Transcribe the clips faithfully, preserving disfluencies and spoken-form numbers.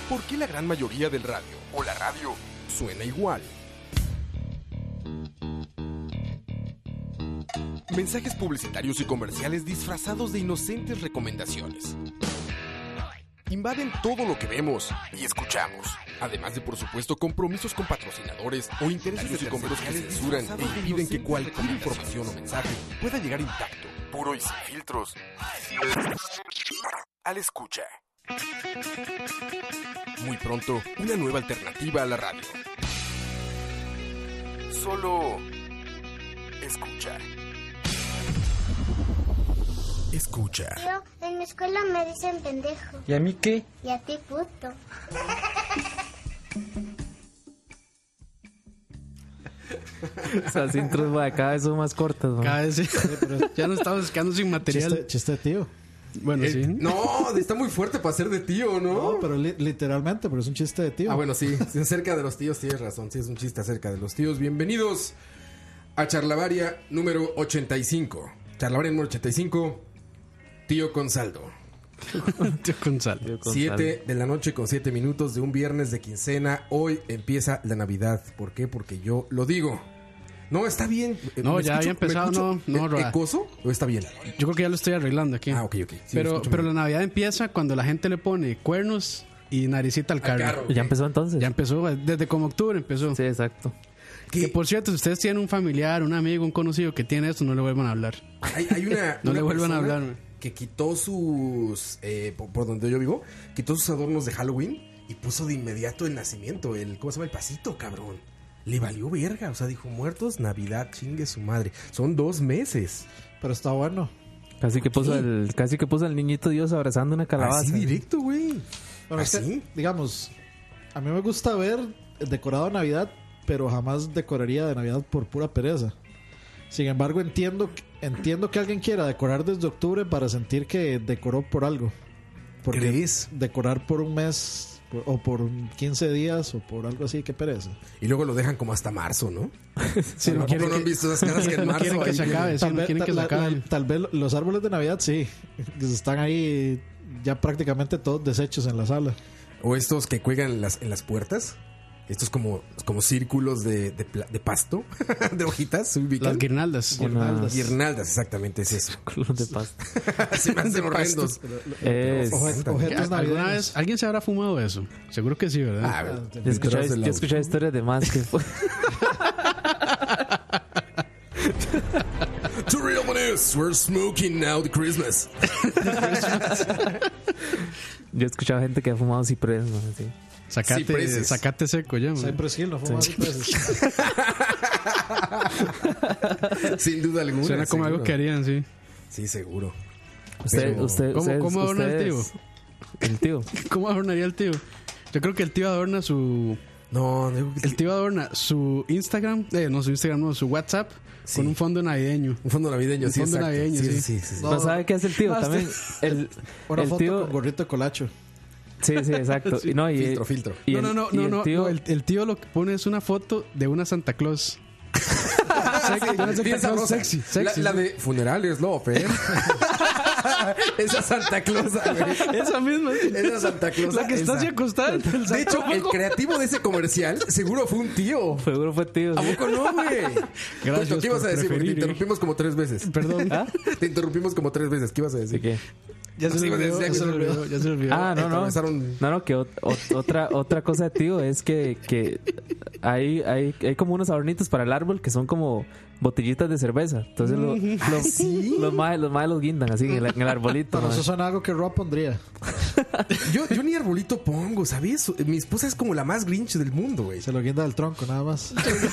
¿Por qué la gran mayoría del radio o la radio suena igual? Mensajes publicitarios y comerciales disfrazados de inocentes recomendaciones. Invaden todo lo que vemos y escuchamos. Además de, por supuesto, compromisos con patrocinadores o intereses de comerciales que censuran e impiden que cualquier información o mensaje pueda llegar intacto, puro y sin filtros, al escucha. Muy pronto, una nueva alternativa a la radio. Solo escucha. Escucha. Yo, en mi escuela me dicen pendejo. ¿Y a mí qué? Y a ti puto. Esas intros, va, cada vez son más cortas, ¿no? Cada vez sí, pero ya nos estamos quedando sin material. Chiste, chiste de tío. Bueno, Eh, sí. No, está muy fuerte para ser de tío, ¿no? No, pero li- literalmente, pero es un chiste de tío. Ah, bueno, sí, sí, acerca de los tíos tienes razón, sí es un chiste acerca de los tíos. Bienvenidos a Charlavaria número ochenta y cinco. Charlavaria número ochenta y cinco, tío con saldo. Tío Gonzalo. Tío Gonzalo. siete de la noche con siete minutos de un viernes de quincena. Hoy empieza la Navidad. ¿Por qué? Porque yo lo digo. No, está bien. No, ¿Me ya había empezado, no, no, ¿E- Roa. ¿Ecoso o está bien? Yo creo que ya lo estoy arreglando aquí. Ah, ok, ok. Sí, pero, escucho pero bien. la Navidad empieza cuando la gente le pone cuernos y naricita al carro. carro. ¿Ya empezó entonces? Ya empezó, desde como octubre empezó. Sí, exacto. Que por cierto, si ustedes tienen un familiar, un amigo, un conocido que tiene esto, no le vuelvan a hablar. Hay, hay una. No una le vuelvan a persona hablar, man. Que quitó sus. Eh, por, por donde yo vivo, quitó sus adornos de Halloween y puso de inmediato el nacimiento. El, ¿Cómo se llama? El pasito, cabrón. Le valió verga. O sea, dijo: muertos, Navidad, chingue su madre. Son dos meses. Pero está bueno. Casi que puso el, casi que puso al niñito Dios abrazando una calabaza. Así directo, güey. Bueno, es que, ¿Así? digamos, a mí me gusta ver decorado Navidad, pero jamás decoraría de Navidad por pura pereza. Sin embargo, entiendo, entiendo que alguien quiera decorar desde octubre para sentir que decoró por algo. Porque ¿Crees? decorar por un mes por- o por quince días o por algo así, qué pereza. Y luego lo dejan como hasta marzo, ¿no? Sí, ¿A no poco quieren no han que- visto esas caras que en no marzo quieren que ahí se vienen? acabe. Sí, no quieren que se la- acabe. la- tal vez los árboles de Navidad sí, que están ahí ya prácticamente todos deshechos en la sala. O estos que cuelgan en las, en las puertas. Estos como, como círculos de, de, pla- de pasto, de hojitas, ¿se ubican? Las guirnaldas. Una- Guirnaldas, exactamente, es eso. Club de pasta. Se me hacen horrendos. Es, Oje- Santa. Objetos ¿Alguna navideños. vez alguien se habrá fumado eso? Seguro que sí, ¿verdad? Ah, a ver, yo escuché, detrás del yo auto. escuché historias de más que fue. To real news, we're smoking now the Christmas. Yo he escuchado gente que ha fumado ciprés, ¿no? Así. Sacate, Cipreses. sacate seco ya, man. Cypress Hill, no fue más veces. Sin duda alguna. Suena como seguro. algo que harían, sí. Sí, seguro. Usted, Pero- usted, ¿Cómo- ustedes- cómo adorna el ustedes- El tío. ¿Cómo adornaría el tío? Yo creo que el tío adorna su... No, digo que El tío adorna su Instagram, eh, no su Instagram, no, su WhatsApp Sí. con un fondo navideño. un fondo navideño, Un sí, fondo exacto. navideño, sí, sí. sí, sí, sí. No. ¿No sabe qué hace el tío? No, También. El, Una el foto tío. con gorrito de colacho. Sí, sí, exacto. Y no, y, Filtro, filtro. y no, el- no, no, y no, el no, tío- no, el, el tío lo que pone es una foto de una Santa Claus. Sexy, una Santa Bien Claus sabrosa. sexy, sexy. La, la de funerales, love, ¿eh? Esa Santa Claus, güey. Esa misma. Esa Santa Claus. La que está así acostada. en el De hecho, el sarcófago. creativo de ese comercial seguro fue un tío. Seguro fue tío. ¿A sí. poco no, güey? Gracias ¿Qué ibas por a decir? Porque te preferir, interrumpimos como tres veces. Perdón. ¿Ah? Te interrumpimos como tres veces. ¿Qué ibas a Así decir? que. Ya se Sí, me olvidó, decía ya que se me se olvidó, ya se me olvidó. Ah, no, no. Atravesaron- No, no, que ot- ot- otra, otra cosa de tío es que, que hay, hay, hay como unos adornitos para el árbol que son como botellitas de cerveza. Entonces lo- lo- ¿sí? los maes los maes los guindan así en el, en el arbolito. Pero mae. eso suena algo que Rob pondría. Yo, yo ni arbolito pongo, ¿sabes? Mi esposa es como la más grinch del mundo, güey. Se lo guinda del tronco, nada más.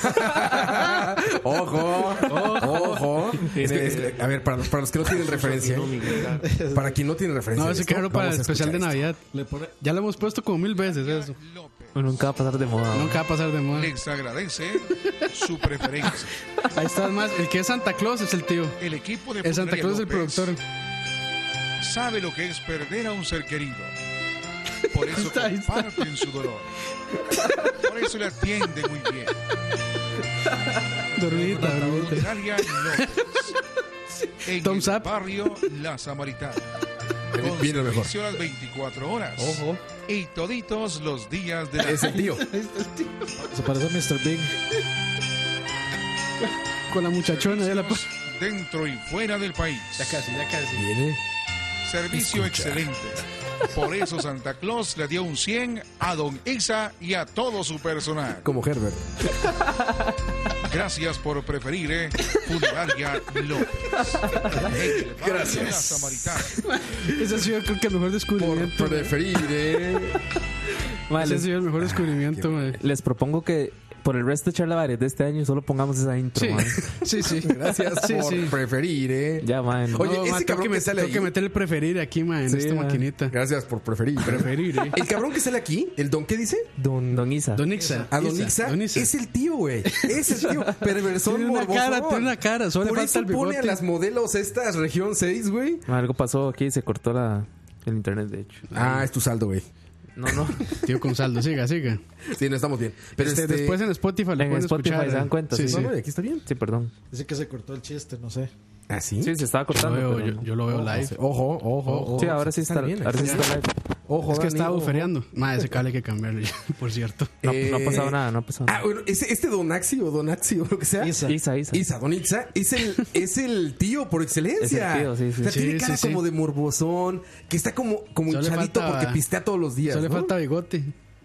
Ojo, ojo. Es que- es que, a ver, para los, para los que no tienen referencia, para quien no tiene referencia. No, de ese esto, quedaron para el vamos a especial de escuchar esto. Navidad. Le pone... Ya lo hemos puesto como mil veces eso. Nunca va a pasar de moda. mae. Nunca va a pasar de moda. Les agradece su preferencia. Ahí está más. El que es Santa Claus es el tío. El equipo de El Santa Funeraria Claus es el López productor. sabe lo que es perder a un ser querido. Por eso está, ahí está. comparten su dolor. Por eso le atiende muy bien. Dormita, dormita. Funeraria López. En Thumbs el up. barrio La Samaritana. Con Viene lo mejor. servicio a las veinticuatro horas. Ojo. Y toditos los días de la Es el tío. Se parece a mister Big. Con la muchachona de la... dentro y fuera del país. Ya casi, ya casi. Viene. Servicio Escucha. excelente. Por eso Santa Claus le dio un cien a Don Isa y a todo su personal. Como Herbert. Gracias por preferir eh, Funeraria López. El barrio Gracias. de la Samaritana. Ese ha sido, creo que el mejor descubrimiento. Por preferir, eh. Ma, Ese ha les, sido el mejor descubrimiento, mae. les propongo que por el resto de charlavares de este año solo pongamos esa intro, Sí, man. sí, sí. Gracias Sí, por sí. preferir, eh. Ya, man. Oye, No, ese ma, tengo cabrón que, que met- sale tengo que ahí- meter el preferir aquí, ma, en Sí, esta ma. maquinita. Gracias por preferir. Preferir, eh. El cabrón que sale aquí, el don, ¿qué dice? Don, Don Isa. Don Ixa. A Don Isa, Ixa, Don Ixa. es el tío, güey. Es el tío. Perversón Tiene una morbosón. cara, tiene una cara, solo le Por falta eso el pone a bigote. las modelos estas, región seis, güey. Ma, algo pasó aquí, se cortó la, el internet, de hecho. Ah, es tu saldo, güey. No, no. Tío con saldo, siga, siga. Sí, no estamos bien. Pero Este, este, Después en Spotify lo en pueden Spotify escuchar. se dan eh. cuenta, Sí, sí, sí. No, no, aquí está bien. Sí, perdón. Dice que se cortó el chiste, no sé. ¿Ah, sí? Sí, se estaba Yo cortando. lo veo, pero yo, no. yo lo veo live. Ojo, ojo, ojo. Sí, ahora sí está, bien. ahora sí está live. Ojo, Es que Dani, estaba ojo. bufereando. Madre, ese cable hay que cambiarlo ya, por cierto. No, Eh, no ha pasado nada, no ha pasado Ah, nada. bueno, ese- este Donaxi o Donaxi o lo que sea. Isa. Isa, Isa. Isa, Don Itza, es el, es el tío por excelencia. Es el tío, sí, sí. O sea, Sí, tiene cara sí, sí. como de morbosón, que está como, como Solo le hinchadito falta- porque pistea todos los días. Solo le ¿no? falta bigote.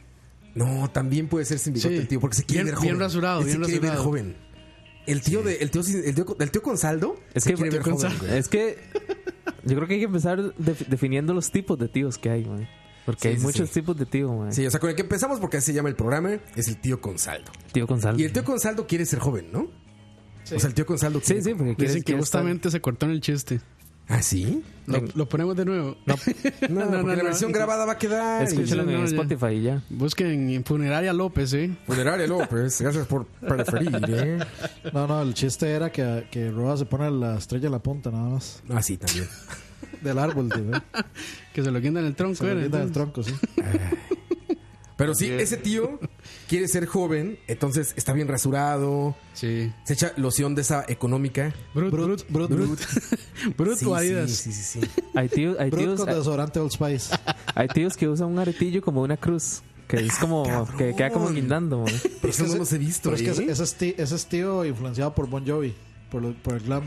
No, también puede ser sin bigote Sí. el tío, porque se quiere Bien- ver joven. bien rasurado, Él bien se quiere ver rasurado. joven. El tío de, el tío, el tío, el tío con saldo Es se que- quiere tío ver con joven, saldo. güey. Es que yo creo que hay que empezar def- definiendo los tipos de tíos que hay, man. Porque Sí, hay sí, muchos sí. tipos de tío, man. Sí, o sea, con el que empezamos, porque así se llama el programa, es el tío con saldo. Tío con saldo. Y el tío con saldo quiere ser joven, ¿no? O sea, el tío con saldo Sí, quiere- sí, porque quiere Dicen que quiere estar- justamente se cortó en el chiste. ¿Ah, sí? Lo, En- lo ponemos de nuevo. No, No, no, porque la no. versión grabada va a quedar. Escúchalo no, en ya. Spotify y ya. Busquen en Funeraria López, ¿eh? Funeraria López, gracias por preferir, ¿eh? No, no, el chiste era que, que Roa se pone la estrella en la punta nada más. Ah, sí, también. Del árbol, tío. ¿eh? Que se lo guindan el tronco, Se le ¿era? quita del Entonces, tronco, sí. Pero sí, ese tío quiere ser joven, entonces está bien rasurado, Sí. se echa loción de esa económica. Brut, brut, brut, brut. Brut Sí, o sí, Adidas. sí, sí, sí. Hay tíos, hay Brut tíos, con desodorante Old Spice. hay tíos que usan un aretillo como una cruz. Que es como, que queda como guindando, man. Pero eso no los he visto, Pero es que ¿eh? ese, ese es ti- ese es tío influenciado por Bon Jovi. Por, lo- por el glam.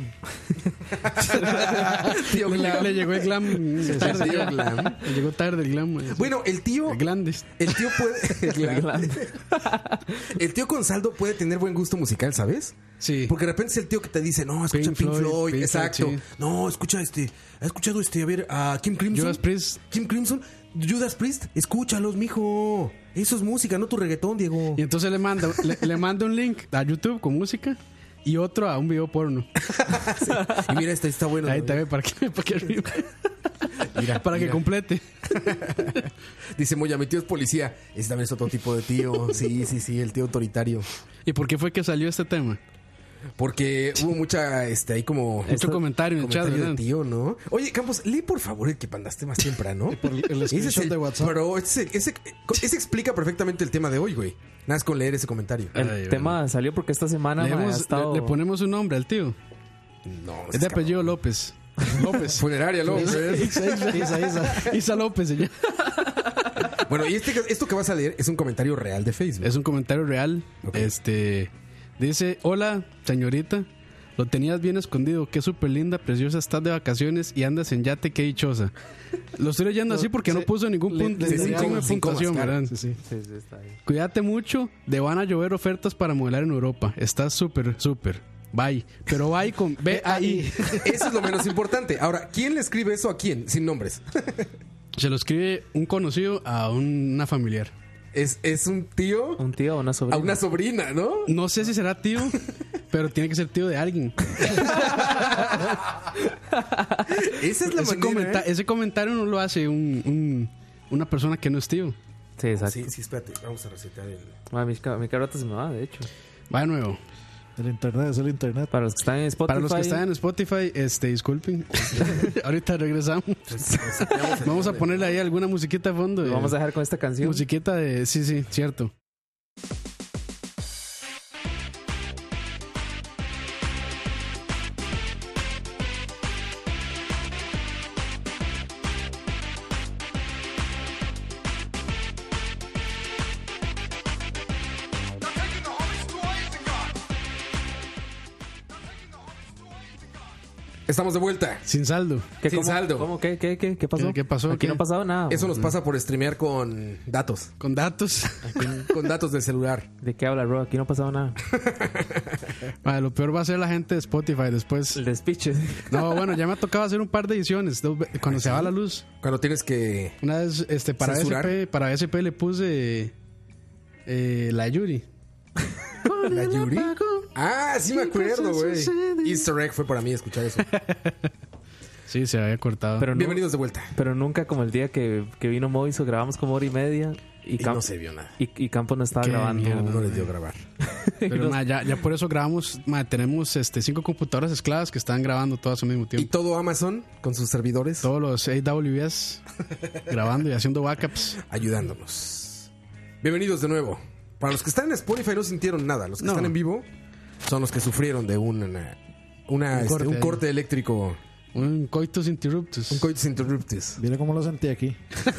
Tío Le, glam. le llegó el glam tarde. tío glam. Le llegó tarde el glam. güey. Bueno, el tío... El glandes. El tío puede... el, glam. El tío con saldo puede tener buen gusto musical, ¿sabes? Sí. Porque de repente es el tío que te dice, no, escucha Pink, Pink Floyd, Floyd, Pink exacto. Floyd, sí. No, escucha este, ¿has escuchado este? A ver, a Kim Crimson. Judas Priest. Kim Crimson, Judas Priest, escúchalos, mijo. Eso es música, no tu reggaetón, Diego. Y entonces le manda, le, le manda un link a YouTube con música y otro a un video porno. Y mira, este está bueno. Ahí ¿no? también para que, para que, Mira, para que mira. complete. Dice Moya, mi tío es policía. Ese también es otro tipo de tío. Sí, sí, sí, el tío autoritario. ¿Y por qué fue que salió este tema? Porque hubo mucha, este, ahí como... Mucho comentario en el chat, comentario de ¿verdad? tío, ¿no? Oye, Campos, lee por favor el que mandaste más temprano. Por el, el Ese es screenshot el, de WhatsApp. Pero ese, ese, ese explica perfectamente el tema de hoy, güey. Nada más con leer ese comentario. El Ay, tema salió porque esta semana, man, ha Leemos- estado... le, le ponemos un nombre al tío. No, Es de apellido López. López. Funeraria López. Isa, Isa, Isa. Isa López se llama. Bueno, y este, esto que vas a leer es un comentario real de Facebook. Es un comentario real. Ok. Este dice: Hola, señorita. Lo tenías bien escondido. Qué súper linda, preciosa. Estás de vacaciones y andas en yate. Qué dichosa. Lo estoy leyendo así porque Sí. no puso ningún Le- punto, le- ningún le- signo de sin comas, puntuación, claro. ¿verdad? Sí, sí. Sí, sí, está ahí. Cuídate mucho. De van a llover ofertas para modelar en Europa. Estás súper, súper. Bye. Pero bye con B A I. Eso es lo menos importante. Ahora, ¿quién le escribe eso a quién? Sin nombres. Se lo escribe un conocido a una familiar. Es, es un tío Un tío o una sobrina. a una sobrina, ¿no? No sé si será tío, pero tiene que ser tío de alguien. Esa es la Ese, manera. comenta- ¿eh? ese comentario no lo hace un, un- una persona que no es tío. Sí, exacto. Sí, sí, espérate. Vamos a recetar el... Man, mi, ca- mi carota se me va, de hecho. Va de nuevo. El internet es el internet. Para los que están en Spotify... Para los que están en Spotify, este, disculpen. Ahorita regresamos. Vamos a ponerle ahí alguna musiquita de fondo. lo de- vamos a dejar con esta canción. musiquita de. Sí, sí, cierto. Estamos de vuelta. Sin saldo. ¿Qué, Sin cómo, saldo. ¿Cómo? ¿Qué, qué, qué, qué pasó? ¿Qué- qué pasó? Aquí ¿Qué? no ha pasado nada. Eso nos pasa por streamear con datos. Con datos. Con datos del celular. ¿De qué habla, bro? Aquí no ha pasado nada. Madre, lo peor va a ser la gente de Spotify después. El despiche. No, bueno, ya me ha tocado hacer un par de ediciones. dos ve- Cuando se va la luz. Cuando tienes que... Una vez, este, para ¿Censurar? S P, para S P le puse eh, la Yuri. ¿La Yuri? Ah, sí me acuerdo, güey. Easter egg fue para mí escuchar eso. Sí, se había cortado. Pero, no- Bienvenidos de vuelta. pero nunca como el día que, que vino Moiso, grabamos como hora y media y, Y Cam- no se vio nada. y, y Campo no estaba Qué grabando. mierda. No les dio grabar. Pero, ma, ya, ya por eso grabamos. Ma, tenemos este, cinco computadoras esclavas que están grabando todas al mismo Y tiempo. todo Amazon con sus servidores Todos los A W S grabando y haciendo backups. ayudándonos. Bienvenidos de nuevo. Para los que están en Spotify no sintieron nada. Los que No. están en vivo son los que sufrieron de una, una, Un este, corte un ahí. corte eléctrico. Un coitus interruptus. Un coitus interruptus. Mira cómo lo sentí aquí.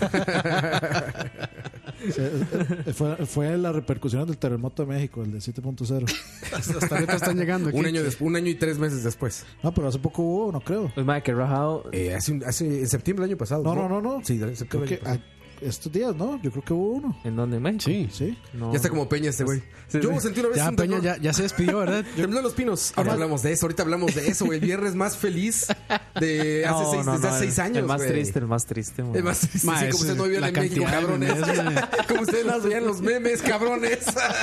Se- eh, fue, fue la repercusión del terremoto de México, el de siete punto cero. Hasta ahorita están llegando aquí. Un año, después, un año y tres meses después. No, pero hace poco hubo, no creo. Pues, madre, que rajado. Eh, hace, un- hace en septiembre del año pasado. No, no, no, no. Sí, en Creo septiembre que del año pasado. ah, estos días, ¿no? Yo creo que hubo uno. ¿En dónde? ¿En México? Sí. Sí. No. Ya está como Peña este güey. Sí, Yo sí. sentí una vez Ya un Peña temblor. ya, ya se despidió, ¿verdad? Tembló en los pinos. Ahora hablamos de eso. Ahorita hablamos de eso, güey. El viernes más feliz de hace No, seis, no, desde no, hace seis el- años. El más güey. triste, el más triste. man. El más triste. Ma, Sí, es, como ustedes no eh, vieron la en México, cantidad de cabrones. memes, Como ustedes las veían los memes, cabrones.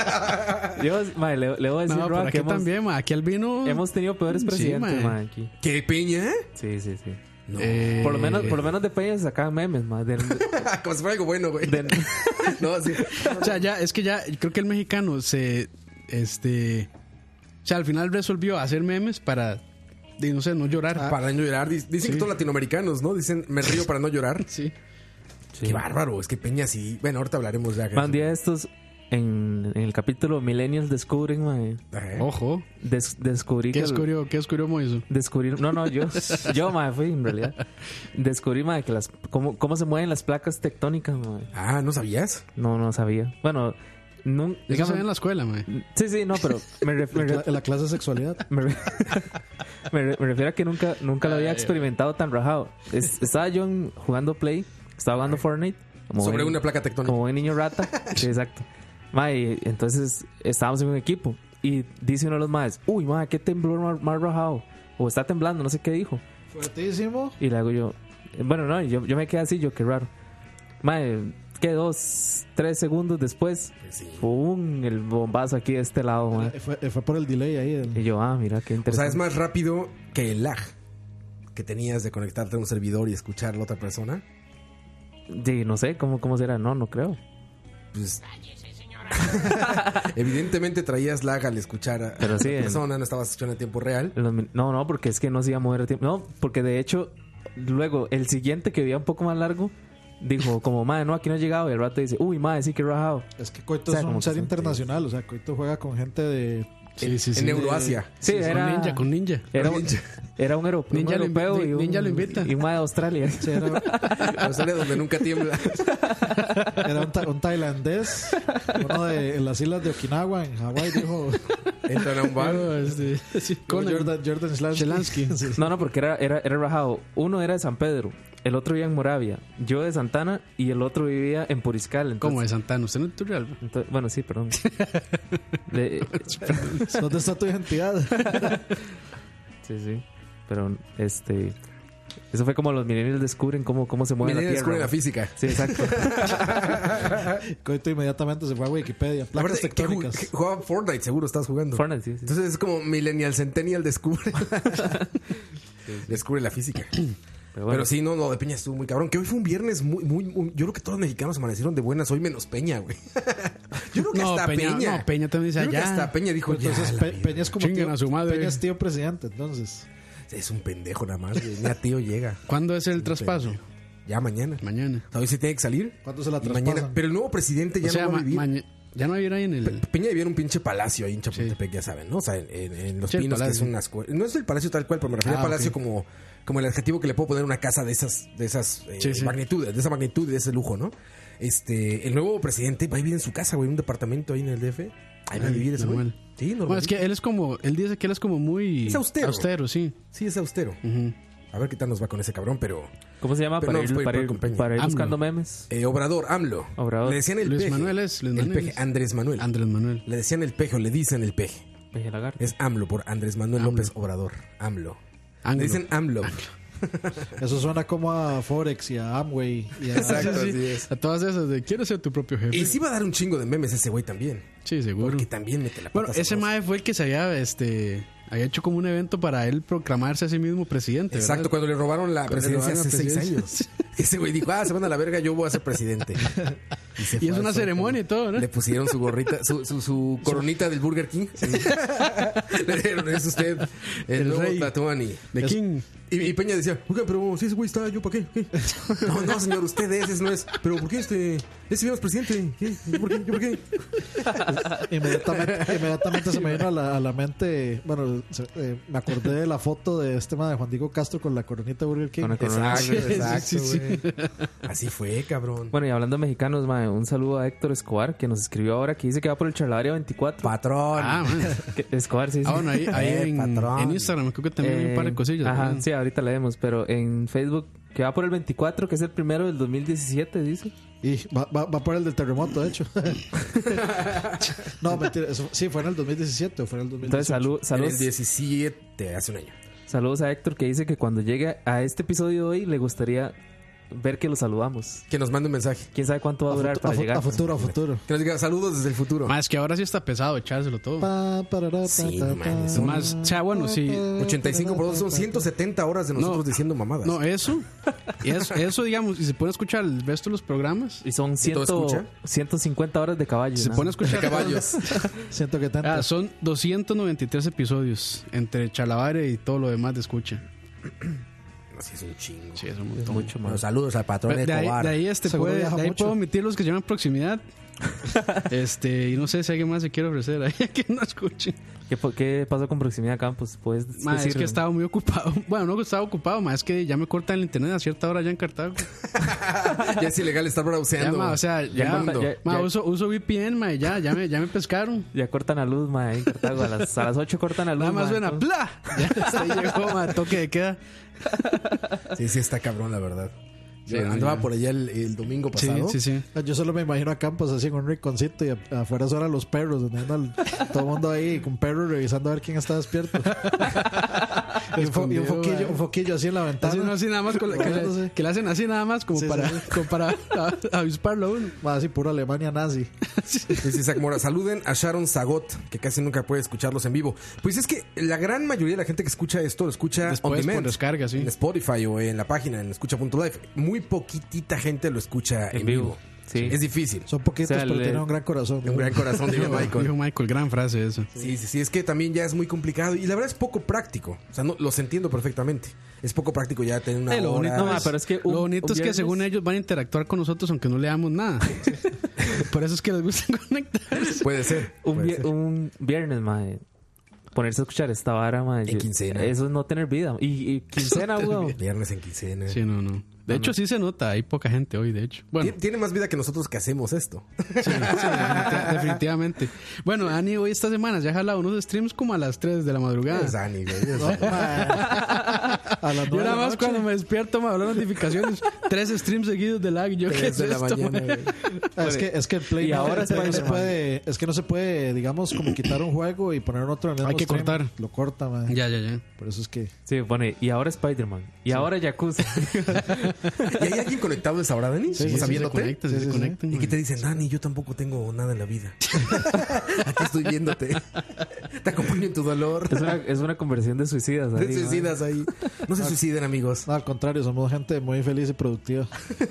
Yo, madre, le, le voy a decir, No, Roa, pero que aquí hemos, también, ma. Aquí al vino. hemos tenido peores Sí, presidentes, mae. man, aquí. ¿Qué Peña? Sí, sí, sí. No. Eh, Por lo menos, por lo menos de Peña se sacaban memes, man. Del- Como si fuera algo bueno, güey. del- No, sí. O sea, ya, es que ya, creo que el mexicano se. Este. O sea, al final resolvió hacer memes para. de, no sé, no llorar. Para no llorar. Dic- Dicen que todos latinoamericanos, ¿no? Dicen, me río para no llorar. Sí. Sí. Qué bárbaro. Es que Peña sí. Bueno, ahorita hablaremos ya. Man, un día de estos, en, en el capítulo Millennials descubren, man, Ajá. Ojo. des- descubrí ¿Qué que... el- descubrió, ¿qué descubrió Moiso? Descubrir, no, no, yo, yo, madre, fui en realidad. Descubrí, madre, que las, cómo, cómo se mueven las placas tectónicas, madre. Ah, ¿no sabías? No, no sabía. Bueno, no, Eso digamos, se ve en la escuela, ma. sí, sí, no, pero me, ref- me, En la, ref- en la clase de sexualidad. me, re- me re- me refiero a que nunca, nunca lo había experimentado tan rajado. Es- estaba yo en- jugando Play, estaba jugando Fortnite. Como Sobre buen- una placa tectónica. Como buen niño rata. Sí, exacto. Mae, entonces estábamos en un equipo y dice uno de los maes, uy, mae, qué temblor más, más rajado. O está temblando, no sé qué dijo. Fuertísimo. Y le hago yo, eh, bueno, no, yo, yo me quedé así, yo, qué raro. Mae, que dos, tres segundos después, Sí. ¡pum! El bombazo aquí de este lado, mae. Fue, fue por el delay ahí. el- Y yo, ah, mira, qué O sea, interesante. es más rápido que el lag que tenías de conectarte a un servidor y escuchar a la otra persona. Sí, no sé, ¿cómo, cómo será? No, no creo. Pues. Evidentemente traías lag al escuchar a, Pero a sí, la en- persona, no estabas escuchando en tiempo real. Los min- No, no, porque es que no se iba a mover el tiempo. No, porque de hecho, luego, el siguiente que veía un poco más largo, dijo como, madre, no, aquí no ha llegado. Y el rato dice, uy, madre, sí que rajado. Es que Coito O sea, es como un ser que- internacional. O sea, Coito juega con gente de. Sí, sí, sí. En Euroasia. Sí, Con era, ninja, con ninja. era, un, era un, euro- un Ninja lo europeo invi- y un, Ninja lo invita. y un madre de Australia. Sí, era, Australia donde nunca tiembla. era un, ta- un tailandés. Uno de en las islas de Okinawa, en Hawái, dijo. Entran a un bar. Claro, este, sí, Con Conan. Jordan, Jordan Slansky. Shelansky. Sí. No, no, porque era, era, era rajado. Uno era de San Pedro, el otro vivía en Moravia, yo de Santana y el otro vivía en Puriscal. Entonces, ¿Cómo de Santana? ¿Usted no es Turrialba? entonces- bueno, sí, perdón. Le- ¿Dónde está tu identidad? Sí, sí. Pero este. Eso fue como los millennials descubren cómo, cómo se mueve la Millennials tierra. descubren la ¿no? física. Sí, exacto. Coito inmediatamente se fue a Wikipedia. La verdad Placas es que jug- tectónicas. que jugaba Fortnite, seguro estás jugando. Fortnite, sí, sí. Entonces es como Millennial Centennial descubre. Descubre la física. Pero bueno, Pero sí, no, no, de Peña estuvo muy cabrón. Que hoy fue un viernes muy, muy, muy- yo creo que todos los mexicanos amanecieron de buenas hoy menos Peña, güey. Yo creo que No, hasta Peña, Peña. no, Peña también dice Yo creo que allá. hasta Peña dijo, Entonces, ya, la Pe- vida. Peña es como Chinguen tío, a su madre. Peña es tío presidente, entonces. Es un pendejo nada más, güey. Ni a tío llega. ¿Cuándo es el traspaso? Ya mañana. Mañana. Hoy se tiene que salir. ¿Cuánto se la Y mañana. traspasan? Pero el nuevo presidente ya O sea, no va a ma- vivir. maña- ya no va a ir ahí en el. Pe- Peña vivía en un pinche palacio ahí en Chapultepec, ya saben, ¿no? O sea, en, en- en Los Sí, el Pinos, que es palacio. una escuela. No es el palacio tal cual, pero me refiero Ah, al palacio ok. como, como el adjetivo que le puedo poner a una casa de esas, de esas eh, Sí, sí. magnitudes, de esa magnitud y de ese lujo, ¿no? Este, el nuevo presidente va a vivir en su casa, güey, en un departamento ahí en el D F. Ahí va a vivir ese güey. normal. Sí, normal. Bueno, es que él es como, él dice que él es como muy Es austero. austero, sí. Sí, es austero. Ujú. A ver qué tal nos va con ese cabrón, pero... ¿Cómo se llama? Pero Para no, ir, fue- para fue ir- con Peña. para ir AMLO. buscando memes. Eh, Obrador, AMLO. Obrador. Le decían el Luis peje. Manuel es, Luis El Manuel. peje, Andrés Manuel. Andrés Manuel. Le decían el peje o le dicen el peje. Peje lagarto. Es AMLO por Andrés Manuel AMLO. López Obrador. AMLO. Anglo. Le dicen AMLO. Eso suena como a Forex y a Amway. Y a, Exacto, Sí, sí. así es. A todas esas de ¿quieres ser tu propio jefe? Y sí va a dar un chingo de memes ese güey también. Sí, seguro. Porque también mete la pata. Bueno, ese sabrosa. mae fue el que se había, este, había hecho como un evento para él proclamarse a sí mismo presidente. Exacto, ¿verdad? cuando le robaron la Cuando le presidencia robaron la hace seis presidencia. años. Ese güey dijo, ah, se van a la verga, yo voy a ser presidente. se Y fue es al una Zócalo. ceremonia y todo, ¿no? Le pusieron su gorrita, su, su, su coronita del Burger King. Le dijeron, es usted el, El nuevo rey. Tlatuani. The King. Y, y Peña decía, oiga, pero si ese güey está, ¿yo para qué? ¿Qué? No, no, señor, usted es, ese no es. Pero ¿por qué este? Ese no es presidente. ¿Qué? ¿Yo por qué? ¿Yo por qué? inmediatamente, inmediatamente se me vino a la, a la mente. Bueno, se- eh, me acordé de la foto de este man de Juan Diego Castro con la coronita de Burger King. Con la corona. Exacto, Sí, exacto, sí, sí. güey. Así fue, cabrón. Bueno, y hablando de mexicanos, mae, un saludo a Héctor Escobar, que nos escribió ahora que dice que va por el Charlavaria veinticuatro. Patrón. Ah, man. Que- Escobar, sí, sí. Ah, bueno, ahí, ahí Eh, en, patrón. en Instagram creo que también hay un par de Eh, cosillas. Ajá, ¿verdad? sí, ahorita leemos, pero en Facebook, que va por el veinticuatro, que es el primero del dos mil diecisiete, dice. Y va, va, va por el del terremoto, de hecho. No, mentira. Eso, sí, fue en el dos mil diecisiete o fue en el dos mil dieciocho. Entonces, salud, En saludos, el diecisiete, hace un año. saludos a Héctor, que dice que cuando llegue a este episodio de hoy le gustaría ver que lo saludamos. Que nos mande un mensaje. ¿Quién sabe cuánto va a A, durar futu- para a fu- llegar? a futuro, a futuro. Que nos diga saludos desde el futuro. Más que ahora sí está pesado echárselo todo. Pa, parará, pa, Sí, ta, no mames, ta, son Más, o sea, bueno, sí. ochenta y cinco por dos son ciento setenta horas de nosotros No. diciendo mamadas. No, eso, y eso, eso, digamos, y se pone a escuchar el resto de los programas. Y son ¿Y todo ciento, escucha? ciento cincuenta horas de caballo. Se ¿no? pone a escuchar Caballos. Siento que tanto. Ah, son doscientos noventa y tres episodios entre Chalabaria y todo lo demás de escucha. Así es un chingo. Sí, es un Es montón. mucho Bueno, más. saludos al patrón de, de ahí, Escobar. de ahí, este Seguro puede, viaja de ahí mucho. puedo omitir los que llaman proximidad. Este, y no sé si alguien más se quiere ofrecer ahí a que no escuche. ¿Qué, po- ¿Qué pasó con Proximidad Campus? Puedes Ma, es decirlo. que estaba muy ocupado. Bueno, no estaba ocupado, ma, es que ya me cortan el internet a cierta hora ya en Cartago. Ya es ilegal estar Ya, browseando. ma, o sea, el ya, mundo. ya- ma, uso, uso V P N, ma, y ya, ya me, ya me pescaron. Ya cortan la luz, ma, ahí en Cartago. A las, a las ocho cortan la luz. Nada más ma, suena entonces- ¡pla! Ya hasta ahí llegó, ma, toque de queda. Sí, sí, está cabrón, la verdad. Yo Sí, no, andaba ya. por allá el, el domingo Sí, pasado. sí, sí. Yo solo me imagino a Campos así con un rinconcito y a- afuera suenan los perros, donde anda el- todo el mundo ahí con perros revisando a ver quién está despierto. y, un fo- y un Escondido, foquillo, man. un foquillo así en la ventana. Así, no, así nada más, con la- que, le, que le hacen así nada más como Sí, para, sí, sí. como para a- avisparlo a uno. Más así pura Alemania nazi. Dice Isaac Mora, saluden a Sharon Zagot, que casi nunca puede escucharlos en vivo. Pues es que la gran mayoría de la gente que escucha esto lo escucha Después on demand, por descarga, sí. en Spotify o en la página, en escucha punto live. Muy poquitita gente lo escucha en, En vivo. vivo, sí. Es difícil. Son poquitos, O sea, pero le- tienen un gran corazón. Un gran corazón, diría Dijo Michael. dijo Michael, gran frase eso. Sí, sí, sí, es que también ya es muy complicado y la verdad es poco práctico. O sea, no, los entiendo perfectamente. Es poco práctico ya tener una Eh, lo hora. bonito, No, es, pero es que un- lo bonito un es que viernes- según ellos van a interactuar con nosotros aunque no le damos nada. Por eso es que les gusta conectarse. Puede ser. Un, puede vier- ser. un viernes, ma, ponerse a escuchar esta vara, ma. yo- quincena. Eso es no tener vida. Y, y quincena, weón. Viernes en quincena. Sí, no, no. De hecho, sí se nota. Hay poca gente hoy, de hecho. Bueno, Tien- Tiene más vida que nosotros que hacemos esto. sí, sí, definitiva- definitivamente. Bueno, Ani hoy esta semana ya ha jalado unos streams como a las tres de la madrugada. Es Dani, güey. es Dani. A las Yo nueve de nada la más noche. cuando me despierto me hablan notificaciones. Tres streams seguidos de lag. Yo, ¿qué Tres es de la esto? mañana, güey. Ah, es que es que el Play Y no- ahora el Play no se Spider-Man. puede, es que no se puede, digamos, como quitar un juego y poner otro en el Hay mismo que stream. cortar. Lo corta, man. Ya, ya, ya. Por eso es que Sí, pone. Y ahora Spider-Man. Y ahora Yakuza. ¿Y hay alguien conectado a esa hora, Dani? Sí, ¿O sí, sea, Sí, se viéndote? conectan, sí, Sí, se sí, sí. conectan. Y que te dicen, Dani, yo tampoco tengo nada en la vida. Aquí estoy viéndote. Te acompaño en tu dolor. es, una, es una conversión de suicidas. Te ahí, ma. suicidas ahí. No se suiciden, amigos. no, al contrario, somos gente muy feliz y productiva.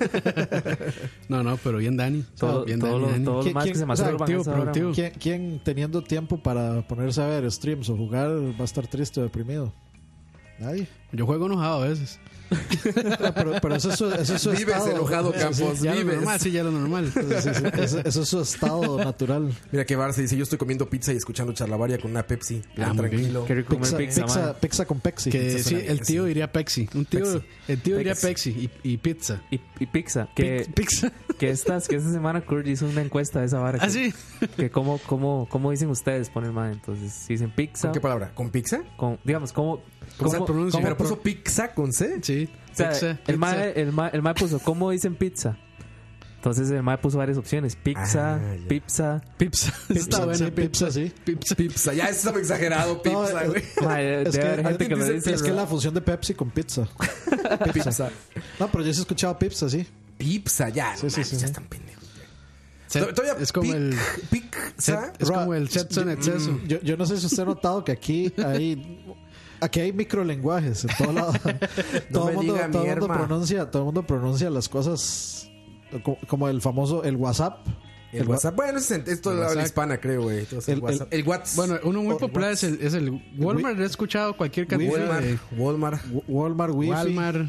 No, no, pero bien Dani. Todo- bien todo Dani, lo- Dani. todos los ¿Quién- más que quién- se o sea, masturban a productivo, esa hora, productivo. ma. ¿Quién, quién teniendo tiempo para ponerse a ver streams o jugar va a estar triste o deprimido? Ay. Yo juego enojado a veces. Pero, pero eso es su, eso es su Vives estado. enojado, Campos. Ya lo Vives. normal, sí, ya lo normal. Sí, sí, sí. Eso, eso es su estado natural. Mira que Barça dice: yo estoy comiendo pizza y escuchando charlavaria con una Pepsi. Bien Ah, muy bien. tranquilo. Qué rico Pizza, comer pizza, pizza, man. pizza con Pepsi. Que Pizza sí, suena bien, el tío sí. diría Pepsi. Un tío, Pepsi. el tío diría Pepsi. Pepsi y, y pizza. Y, y pizza. Que, Pi- Pizza. que, estas, que esta semana Kurt hizo una encuesta de esa vara. ¿Ah, que, sí? que cómo, cómo, cómo dicen ustedes, ponen mal. Entonces, si dicen pizza, ¿Con qué palabra? ¿Con pizza? con, digamos, ¿cómo, ¿Cómo se cómo- pronuncia? cómo ¿Pero puso pizza con C? Sí. O sea, Pizza, el pizza. mae, el, mae, el mae puso, ¿cómo dicen pizza? Entonces el mae puso varias opciones. Pizza, Ah, ya. pizza. Pizza. Está Sí, bueno. pizza, sí. Pizza. Pizza. Ya, eso está exagerado, No, pizza, es- güey. Mae, Es debe haber que, gente que lo dice dice. es que es la fusión de Pepsi con pizza. Pizza. No, pero yo sí he escuchado pizza, sí. Pizza, ya. Sí, no sí, manches, sí, ya sí. están pendejos. Set- Todavía es como pic- el. Pizza. set- es como el sexo en exceso. Yo, yo no sé si usted ha notado que aquí hay aquí hay microlenguajes en todo lado. todo me el mundo, diga todo el mundo mierda. pronuncia, todo el mundo pronuncia las cosas co- como el famoso el WhatsApp. El wa- WhatsApp. Bueno, ese es esto de la habla WhatsApp. hispana, creo, güey. Entonces, El, El- WhatsApp. El WhatsApp. Bueno, uno muy O- popular es el, es el Walmart. He escuchado cualquier cantidad Walmart. de Walmart. Wa- Walmart Wi-Fi. Walmart.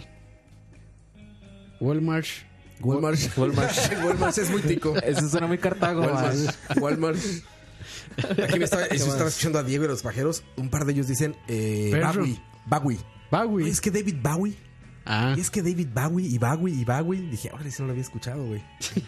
Walmart. Walmart. Walmart. Walmart es muy tico. Eso suena muy cartago, Walmart. mae. Walmart. Aquí me estaba, yo estaba escuchando a Diego y los pajeros. Un par de ellos dicen eh, Perro. Bowie. Bowie. Bowie. Oye, es que David Bowie. Ah. Y es que David Bowie y Bowie y Bowie. Dije, ahora sí no lo había escuchado, güey.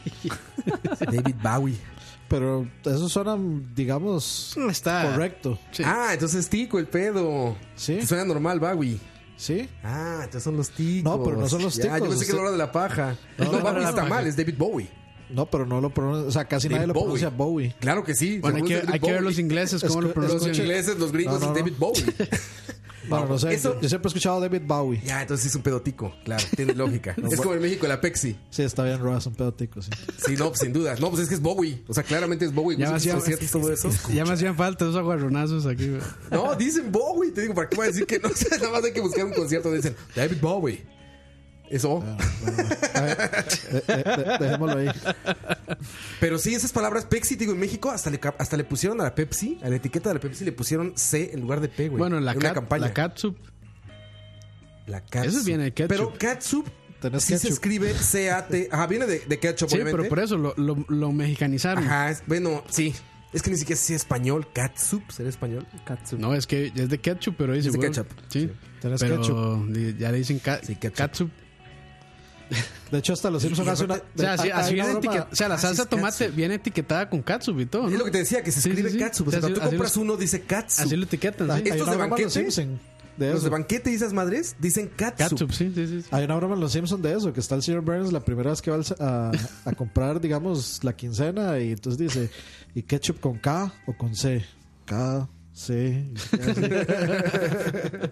David Bowie. Pero eso suena, digamos, Está. correcto. Sí. Ah, entonces es tico el pedo. Sí. Que suena normal, Bowie. Sí. Ah, entonces son los ticos. No, pero no son los Ya, ticos, yo pensé que usted- era la hora de la paja. No, no, Bowie no, está no, mal, no. es David Bowie. No, pero no lo pronuncia, o sea, casi David nadie lo Bowie. pronuncia Bowie. Claro que sí. Bueno, se hay que, pronuncia hay que ver David los ingleses cómo Escu- lo Bowie. pronuncian. Los ingleses, los gringos, No, no, es no. David Bowie. Bueno, no sé, Eso- yo, yo siempre he escuchado David Bowie. Ya, entonces es un pedo tico. Claro, tiene lógica. Es como en México la Pepsi. Sí, está bien, Ross, un pedo tico, sí. Sí, no, pues, sin duda. No, pues es que es Bowie. O sea, claramente es Bowie. Ya No me sé si hacían, son ciertos todo eso. ya me hacían falta esos aguarronazos aquí. güey. No, dicen Bowie. Te digo, ¿para qué voy a decir que no? O sea, nada más hay que buscar un concierto donde dicen David Bowie. Eso. A ver, de- de- de- dejémoslo ahí. Pero sí, esas palabras Pepsi, te digo, en México hasta le, ca- hasta le pusieron a la Pepsi, a la etiqueta de la Pepsi le pusieron C en lugar de P, güey. Bueno, la, En una cat, campaña. la catsup. La catsup. Eso viene de ketchup. Pero catsup Tenés sí se ketchup. escribe C A T. Ajá, viene de, de ketchup, Sí, obviamente. pero por eso lo, lo, lo mexicanizaron. Ajá, es- bueno, sí. Es que ni siquiera sé si es español. Catsup, ¿será español? Katsu. No, es que es de ketchup, pero dice. Es de güey, ketchup. Sí. Tenés Pero ketchup. li- ya le dicen ca- Sí, ketchup. catsup. De hecho, hasta los Simpsons y hace una. O sea, así, hay- así hay viene una broma- etiquet- O sea, la Ah, salsa sí es tomate catsup. viene etiquetada con catsup y todo, ¿no? Es lo que te decía, que se Sí, escribe sí, sí. catsup. O O sea, sea, cuando así- tú compras así lo- uno, dice catsup. Así lo etiquetan, Hay, sí. hay ¿Estos una de broma en los banquete? Simpsons de Los eso. de banquete y esas madres dicen catsup. Catsup, sí, sí, sí. sí. Hay una broma en los Simpsons de eso, que está el señor Burns la primera vez que va al- a, a comprar, digamos, la quincena y entonces dice, ¿y ketchup con K o con C? K, C. y se queda así.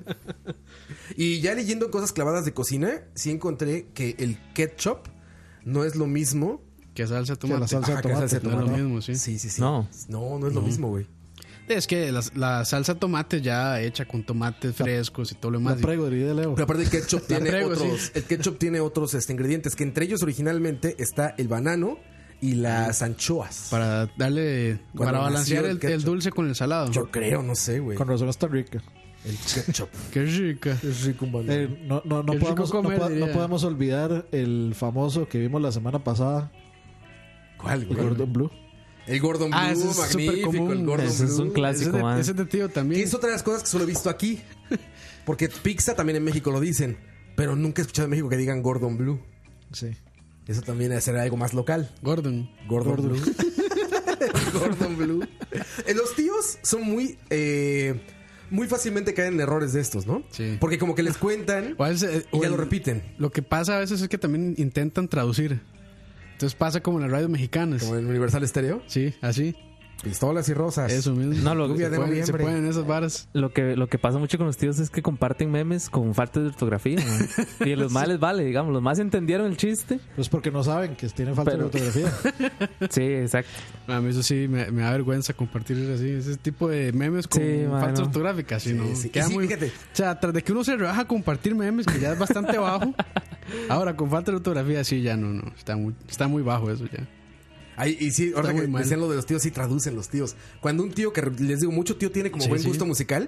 Y ya leyendo cosas clavadas de cocina, sí encontré que el ketchup no es lo mismo Que salsa Que tomate. la salsa de Ajá, que tomate. salsa de No es lo tomate. mismo, sí. Sí, sí, sí. No. No, no es lo mismo, güey. Es que la, la salsa tomate ya hecha con tomates frescos y todo lo demás. La prego, diría Leo. Pero aparte el ketchup tiene prego, otros, sí. el ketchup tiene otros este, ingredientes, que entre ellos originalmente está el banano y las anchoas. Para darle. Cuando para balancear nació el el, el ketchup. dulce con el salado. Yo creo, no sé, güey. Con razón está rica. El ketchup. Qué rica. Es rico un banano. Eh, no, no, no, Qué rico podemos, comer, no, po- no diría. podemos olvidar el famoso que vimos la semana pasada, ¿Cuál, el güey? Gordon Blue. El Gordon Blue, Ah, ese es súper magnífico, común. el Gordon Ese es Blue. un clásico, Ese de, man. ese de tío Que también. es otra de las cosas que solo he visto aquí. Porque pizza también en México lo dicen. Pero nunca he escuchado en México que digan Gordon Blue. Sí. Eso también debe ser algo más local. Gordon. Gordon, Gordon. Blue. Gordon Blue. Eh, los tíos son muy... eh, muy fácilmente caen en errores de estos, ¿no? Sí. Porque como que les cuentan O a veces, eh, y o ya el- lo repiten. Lo que pasa a veces es que también intentan traducir. Entonces pasa como en las radios mexicanas. Como en Universal Stereo. Sí, así. Pistolas y rosas. Eso mismo. No, lo- Lluvia se, de pueden, se noviembre. pueden esas varas. Lo que, lo que pasa mucho con los tíos es que comparten memes con falta de ortografía. man. Y a los más les vale, digamos. Los más entendieron el chiste. Pues porque no saben que tienen falta Pero- de ortografía. Sí, exacto. A mí eso sí me, me da vergüenza compartir así. Ese tipo de memes con Sí, mano. faltas ortográficas. Sí, Sí, ¿no? sí. Queda Y sí, muy- fíjate. O sea, tras de que uno se rebaja a compartir memes, que ya es bastante bajo. Ahora, con falta de ortografía, sí, ya no, no. Está muy, está muy bajo eso ya. Ay, y sí, ahora Está que muy mal. decían lo de los tíos, sí traducen los tíos. Cuando un tío, que les digo, mucho tío tiene como Sí, buen sí. gusto musical,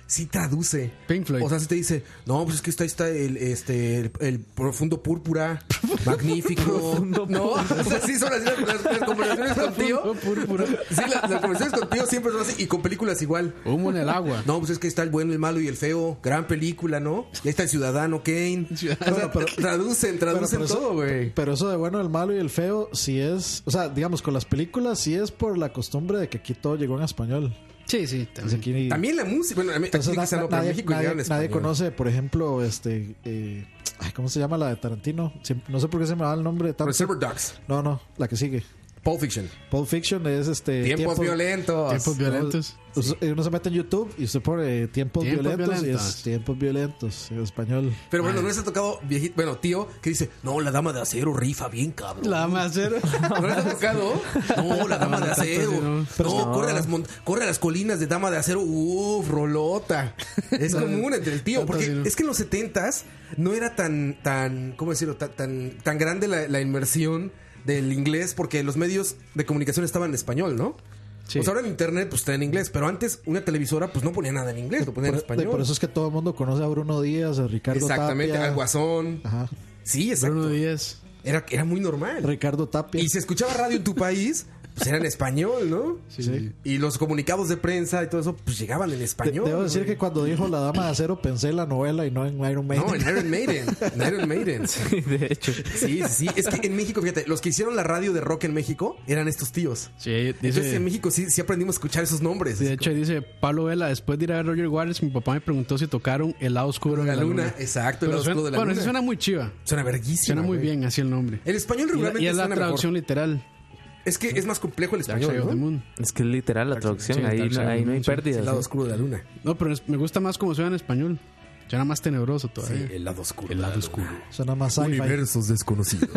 sí traduce. Pink Floyd. O sea, sí te dice, no, pues es que está, está el, este, el, el profundo púrpura, magnífico. No, o sea, sí son así las, las, las conversaciones con tío. Púrpura. Sí, las, las conversaciones con tío siempre son así. Y con películas igual. Humo en el agua. No, pues es que está el bueno, el malo y el feo. Gran película, ¿no? Y ahí está el ciudadano Kane. Ciudadano. O sea, Pero- traducen, traducen Pero- pero todo, güey. Pero eso de bueno, el malo y el feo, sí es. O sea, digamos, con las películas, sí es por la costumbre de que aquí todo llegó en español. Sí, sí. Entonces, También. aquí- También la música. Bueno, a mí- entonces, aquí na- quizá no, na- pero en nadie, México nadie- llegaron en nadie español. conoce, por ejemplo, este. Eh, ay, ¿cómo se llama la de Tarantino? Siempre- no sé por qué se me va el nombre. tanto. Reservoir Dogs. No, no, la que sigue. Pulp Fiction. Pulp Fiction es este. Tiempos violentos. Tiempos violentos. Usted- Uno se mete en YouTube y usted pone tiempos, Tiempos violentos, y violentos. es tiempos violentos en español. Pero bueno, no les ha tocado viejito, bueno, tío, que dice, no, la dama de acero rifa bien, cabrón. La dama de acero. ¿No les ha tocado? No, la dama No, de no tanto acero. así, no. No, corre, a las mon- corre a las colinas de dama de acero. Uf, rolota. Es común entre el tío. Tanto Porque así, no. es que en los setentas no era tan, tan, ¿cómo decirlo? Tan, tan, tan grande la, la inmersión del inglés porque los medios de comunicación estaban en español, ¿no? Sí. Pues ahora en internet pues está en inglés, pero antes una televisora pues no ponía nada en inglés, lo ponía en Por, español. por eso es que todo el mundo conoce a Bruno Díaz, a Ricardo Exactamente, Tapia. al Guasón. Ajá. Sí, exacto. Bruno Díaz. Era, era muy normal. Ricardo Tapia. Y se escuchaba radio en tu país, pues era en español, ¿no? Sí, sí. Y los comunicados de prensa y todo eso, pues llegaban en De- español. Debo decir güey. que cuando dijo La Dama de Acero pensé en la novela y no en Iron Maiden. No, en Iron Maiden. En Iron Maiden. Sí, De hecho. sí, sí. Es que en México, fíjate, los que hicieron la radio de rock en México eran estos tíos. Sí, Entonces en dice, México sí, sí aprendimos a escuchar esos nombres. de hecho dice Pablo Vela, después de ir a ver Roger Waters, mi papá me preguntó si tocaron El lado oscuro la de la luna, luna. exacto, el Pero lado suena- oscuro de la bueno, luna. eso suena muy chiva. Suena verguísima. Suena muy güey. bien así el nombre. El español Y, la- regularmente y es la suena traducción mejor. literal. Es que es más complejo el Dark español, Side of the ¿no? Moon. Es que es literal la traducción. Sí, ahí, Dark Side no, of ahí the no hay Moon, sí. El pérdidas. lado ¿sí? oscuro de la luna. No, pero es- me gusta más como suena en español. Suena más tenebroso todavía. Sí, el lado oscuro. El de la lado luna. oscuro. Suena más sci-fi. Universos desconocidos.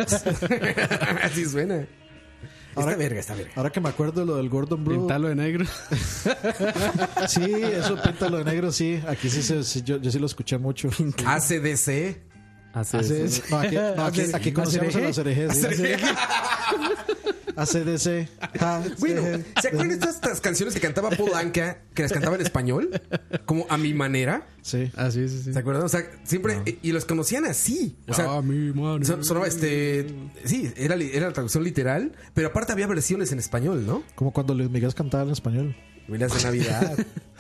Así suena. Ahora- Está verga, está verga. Ahora que me acuerdo de lo del Gordon Blue. Pintarlo de negro. Sí, eso píntalo de negro, sí. Aquí sí, se, sí, yo, yo sí lo escuché mucho. A C D C. Así Hace- es. no, aquí, no, aquí, aquí conocemos a los herejes. ¿sí? A C D C. Ja, Bueno, C- ¿se acuerdan de estas, estas canciones que cantaba Paul Anka, que las cantaba en español? Como a mi manera. Sí. Ah, sí, sí, sí. ¿Se acuerdan? O sea, siempre. Y los conocían así. O sea, Ah, mi mano. son- sonaba este. Sí, era, li- era la traducción literal. Pero aparte había versiones en español, ¿no? Como cuando Luis Miguel cantaba en español. Huilas de Navidad.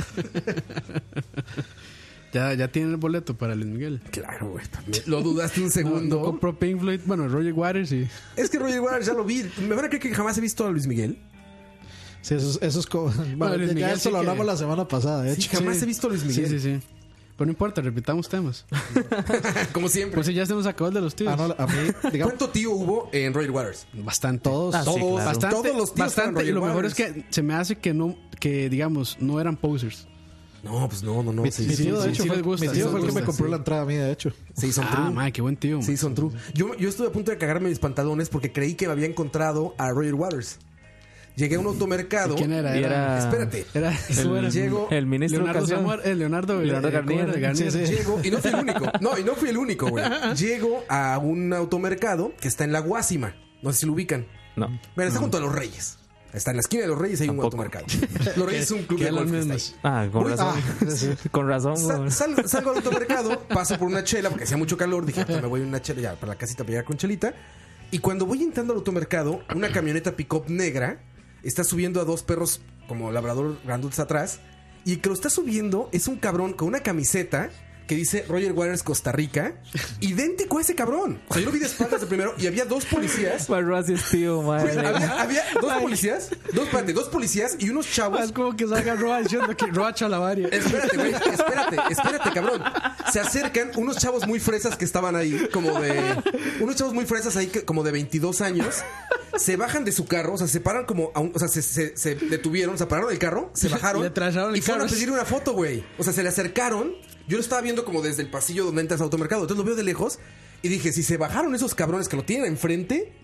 Ya, ya tiene el boleto para Luis Miguel. Claro, güey. también. Lo dudaste un No, segundo. no compró Pink Floyd. Bueno, Roger Waters y... Es que Roger Waters ya lo vi. ¿Me van a creer que jamás he visto a Luis Miguel? Sí, eso, es- eso es como. Bueno, Luis ya Miguel eso sí lo que- hablamos la semana pasada, de Sí, hecho. jamás sí. he visto a Luis Sí, Miguel. sí, sí. Pero no importa, repitamos temas. Como siempre. Pues sí, ya se nos acabó el de los tíos. Ah, no, a mí, digamos, ¿Cuánto tío hubo en Roger Waters? Bastante. todos. Ah, sí, Todos, claro. Bastante, todos los tíos bastante. fueron Y lo Roger mejor es Waters. que se me hace que no, que digamos, no eran posers. No, pues no, no, no. mi, sí, mi sí, tío, sí, de hecho, sí fue, les gusta, mi sí tío les fue el que gusta, me compró sí. la entrada a mí, de hecho. Sí, son Ah, true. madre, qué buen tío. Sí, son true. Yo, yo estuve a punto de cagarme mis pantalones porque creí que me había encontrado a Roger Waters. Llegué a un automercado. ¿Quién era? Y era- Espérate. Era, eso era. Llego, El ministro de Leonardo Educación. Zamora, eh, Leonardo, Leonardo eh, Garnier. ¿cómo era? Garnier. Sí, sí. llego, y no fui el único. No, y no fui el único, güey. Llego a un automercado que está en la Guásima. No sé si lo ubican. No. Pero está junto a los Reyes. Está en la esquina de los Reyes hay un Tampoco. automercado. Los Reyes es un club Que de eran golf los que está mismos. ahí. Ah, con Uy, razón. ah, Con razón. Sa- güey. sal- salgo al automercado, paso por una chela porque hacía mucho calor. Dije, "Ahorita me voy a una chela ya para la casita para llegar con chelita." Y cuando voy entrando al automercado, una camioneta pick-up negra está subiendo a dos perros como labrador grandotes atrás. Y el que lo está subiendo es un cabrón con una camiseta que dice Roger Waters Costa Rica, idéntico a ese cabrón. O sea, yo lo vi de espaldas de primero y había dos policías. Marro así es tío, Güey, madre. había, había dos policías, dos, espérate, dos policías y unos chavos. Es como que salga Roa diciendo que Roa Chalabaria. Espérate, güey, espérate, espérate, cabrón. Se acercan unos chavos muy fresas que estaban ahí, como de. Unos chavos muy fresas ahí, que, como de veintidós años. Se bajan de su carro, o sea, se paran como. A un, o sea, se, se, se detuvieron, se pararon del carro, se bajaron. Le trajeron el y fueron carro. a pedir una foto, güey. O sea, se le acercaron. Yo lo estaba viendo como desde el pasillo donde entras al automercado. Entonces lo veo de lejos y dije: si se bajaron esos cabrones que lo tienen enfrente,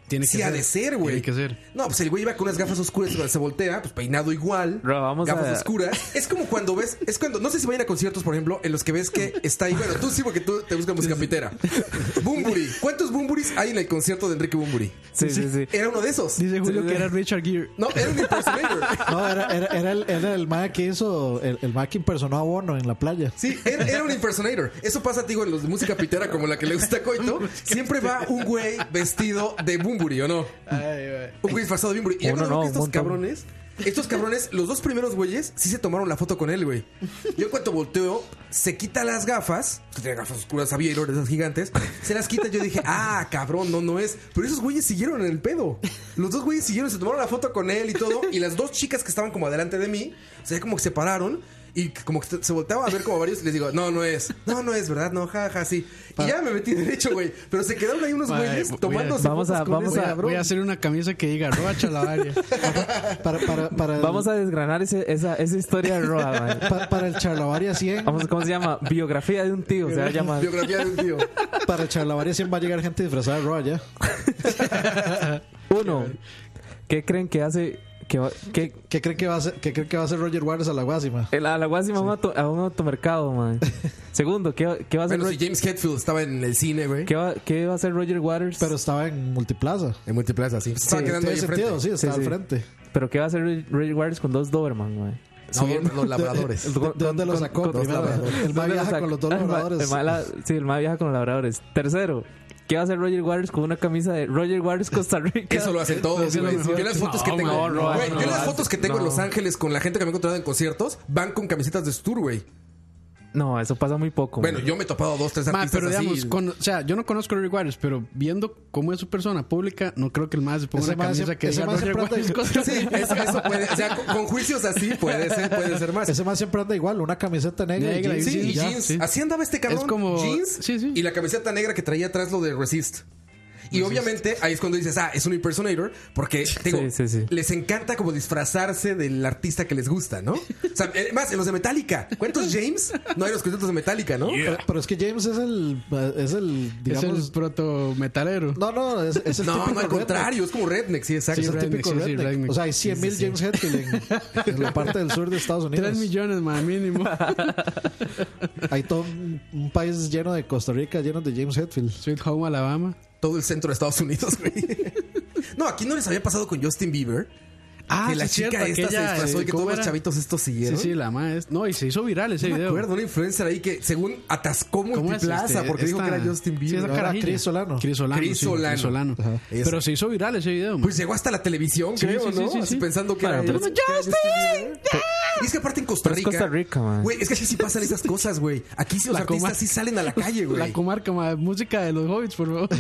Tiene que sí ha ser. de ser, güey. Tiene que ser. No, pues el güey iba con unas gafas oscuras y cuando se voltea, pues peinado igual. Bro, vamos gafas a- oscuras. Es como cuando ves, es cuando, no sé si vayan a conciertos, por ejemplo, en los que ves que está ahí. Bueno, tú sí, porque tú te buscas música pitera. Bumburi. ¿Cuántos Bumburis hay en el concierto de Enrique Bumburi? Sí, sí, sí. Era uno de esos. Dice Julio Sí, que sí. era Richard Gere. No, era un impersonator. No, era, era, era el, era el mae que hizo, el, el mae que impersonó a Bono en la playa. Sí, era, era un impersonator. Eso pasa, digo, en los de música pitera como la que le gusta a Coito. Siempre va un güey vestido de Bumburi, ¿o no? Un güey disfrazado de Bumburi. Y yo Uno creo no, que un estos montón. cabrones, estos cabrones, los dos primeros güeyes, sí se tomaron la foto con él, güey. Yo en cuanto volteo, se quita las gafas, que tiene gafas oscuras, sabía, de esas gigantes, se las quita. Yo dije, ah, cabrón, no, no es. Pero esos güeyes siguieron en el pedo. Los dos güeyes siguieron, se tomaron la foto con él y todo. Y las dos chicas que estaban como adelante de mí, o sea, como que se pararon. Y como que se volteaba a ver como a varios y les digo, no, no es. No, no es, ¿verdad? No, jaja, ja, sí. Y ya me metí derecho, güey. Pero se quedaron ahí unos Vale, güeyes voy a- tomándose vamos fotos a- con vamos ese a- cabrón. Voy a hacer una camisa que diga Roa Chalabaria. Para, para, para el, Vamos a desgranar ese, esa, esa historia de Roa, man. pa- para el Charlavaria cien, Vamos, ¿cómo se llama? Biografía de un tío, se va a llamar. Biografía de un tío. para el Charlavaria cien va a llegar gente disfrazada de Roa ya. Uno, ¿qué creen que hace? Que, va- que ¿Qué creen que va a hacer, qué creen que va a hacer Roger Waters a la Guasima? el, a la Guasima a un auto- a un automercado, man. Segundo, ¿qué, va- qué va a hacer Bueno, si Roger- James Hetfield estaba en el cine, güey. ¿qué, va, qué va a hacer Roger Waters? Pero estaba en Multiplaza. En Multiplaza, sí. Estaba quedando Tiene ahí sentido, enfrente. sí, estaba Sí, al sí. frente. Pero ¿qué va a hacer Roger Waters con dos Doberman, man? No, los labradores. ¿De, de dónde lo Con- sacó? con- dos Primero, labradores. el mae ¿Dónde lo viaja saca? con los dos El ma- labradores. el ma la- sí, el ma viaja con los labradores. Tercero, ¿qué va a hacer Roger Waters con una camisa de Roger Waters Costa Rica? Eso lo hacen todos, Eso es lo güey. mejor. Yo las fotos que No, tengo, no, no, güey, no, yo las no, fotos que tengo en no. Los Ángeles con la gente que me he encontrado en conciertos van con camisetas de Stur, güey. No, eso pasa muy poco. Bueno, man. yo me he topado dos, tres Ma, artistas pero digamos, así. con- o sea, yo no conozco a Roger Waters, pero viendo cómo es su persona pública, no creo que el más se ponga Ese una mae camisa siempre- que ese diga mae Roger siempre anda Waters. en- Costa Sí, Rica. eso, eso puede, o sea, con, con juicios así puede ser, puede ser más. Ese más siempre anda igual, una camiseta negra, Negra y y jeans, Sí, y y ya. jeans. sí. Así andaba este cabrón. Es como- jeans sí, sí. y la camiseta negra que traía atrás lo de Resist. Y obviamente ahí es cuando dices, ah, es un impersonator, porque digo, Sí, sí, sí. les encanta como disfrazarse del artista que les gusta, ¿no? O sea, eh, más en los de Metallica. ¿Cuántos James? No hay los conciertos de Metallica, ¿no? Pero, pero es que James es el, es el, Es digamos... el proto metalero. No, no, es, es el No, típico no, al redneck. contrario, es como redneck, sí, exacto. Sí, es el redneck, típico sí, sí, redneck. redneck. O sea, hay cien mil James Hetfield en, en la parte del sur de Estados Unidos. Tres millones más mínimo. Hay todo un, un país lleno de Costa Rica, lleno de James Hetfield. Sweet Home Alabama. Todo el centro de Estados Unidos, güey. No, aquí no les había pasado con Justin Bieber. Ah, que la sí, chica cierto, esta aquella, se disfrazó eh, y que ¿cómo todos los era? chavitos estos Sí, siguieron. sí, la más. No, y se hizo viral ese No me video. acuerdo, una influencer ahí que según atascó ¿Cómo es Multiplaza este? porque dijo Esta- que era Justin Sí, Bieber. esa No, era carajilla. Chris Solano. Chris Solano. Chris sí, Solano. Chris Solano. Ajá. Pero se hizo viral ese video. man. Pues llegó hasta la televisión, Sí, creo, sí, sí, ¿no? sí, Así sí. pensando que Claro, era pero- que era Justin Bieber. Y es que aparte en Costa Pero es Rica. Costa Rica, man. Güey, es que aquí sí pasan esas cosas, güey. Aquí sí los La artistas coma- sí salen a la calle, güey. La comarca, ma, música de los hobbits, por favor.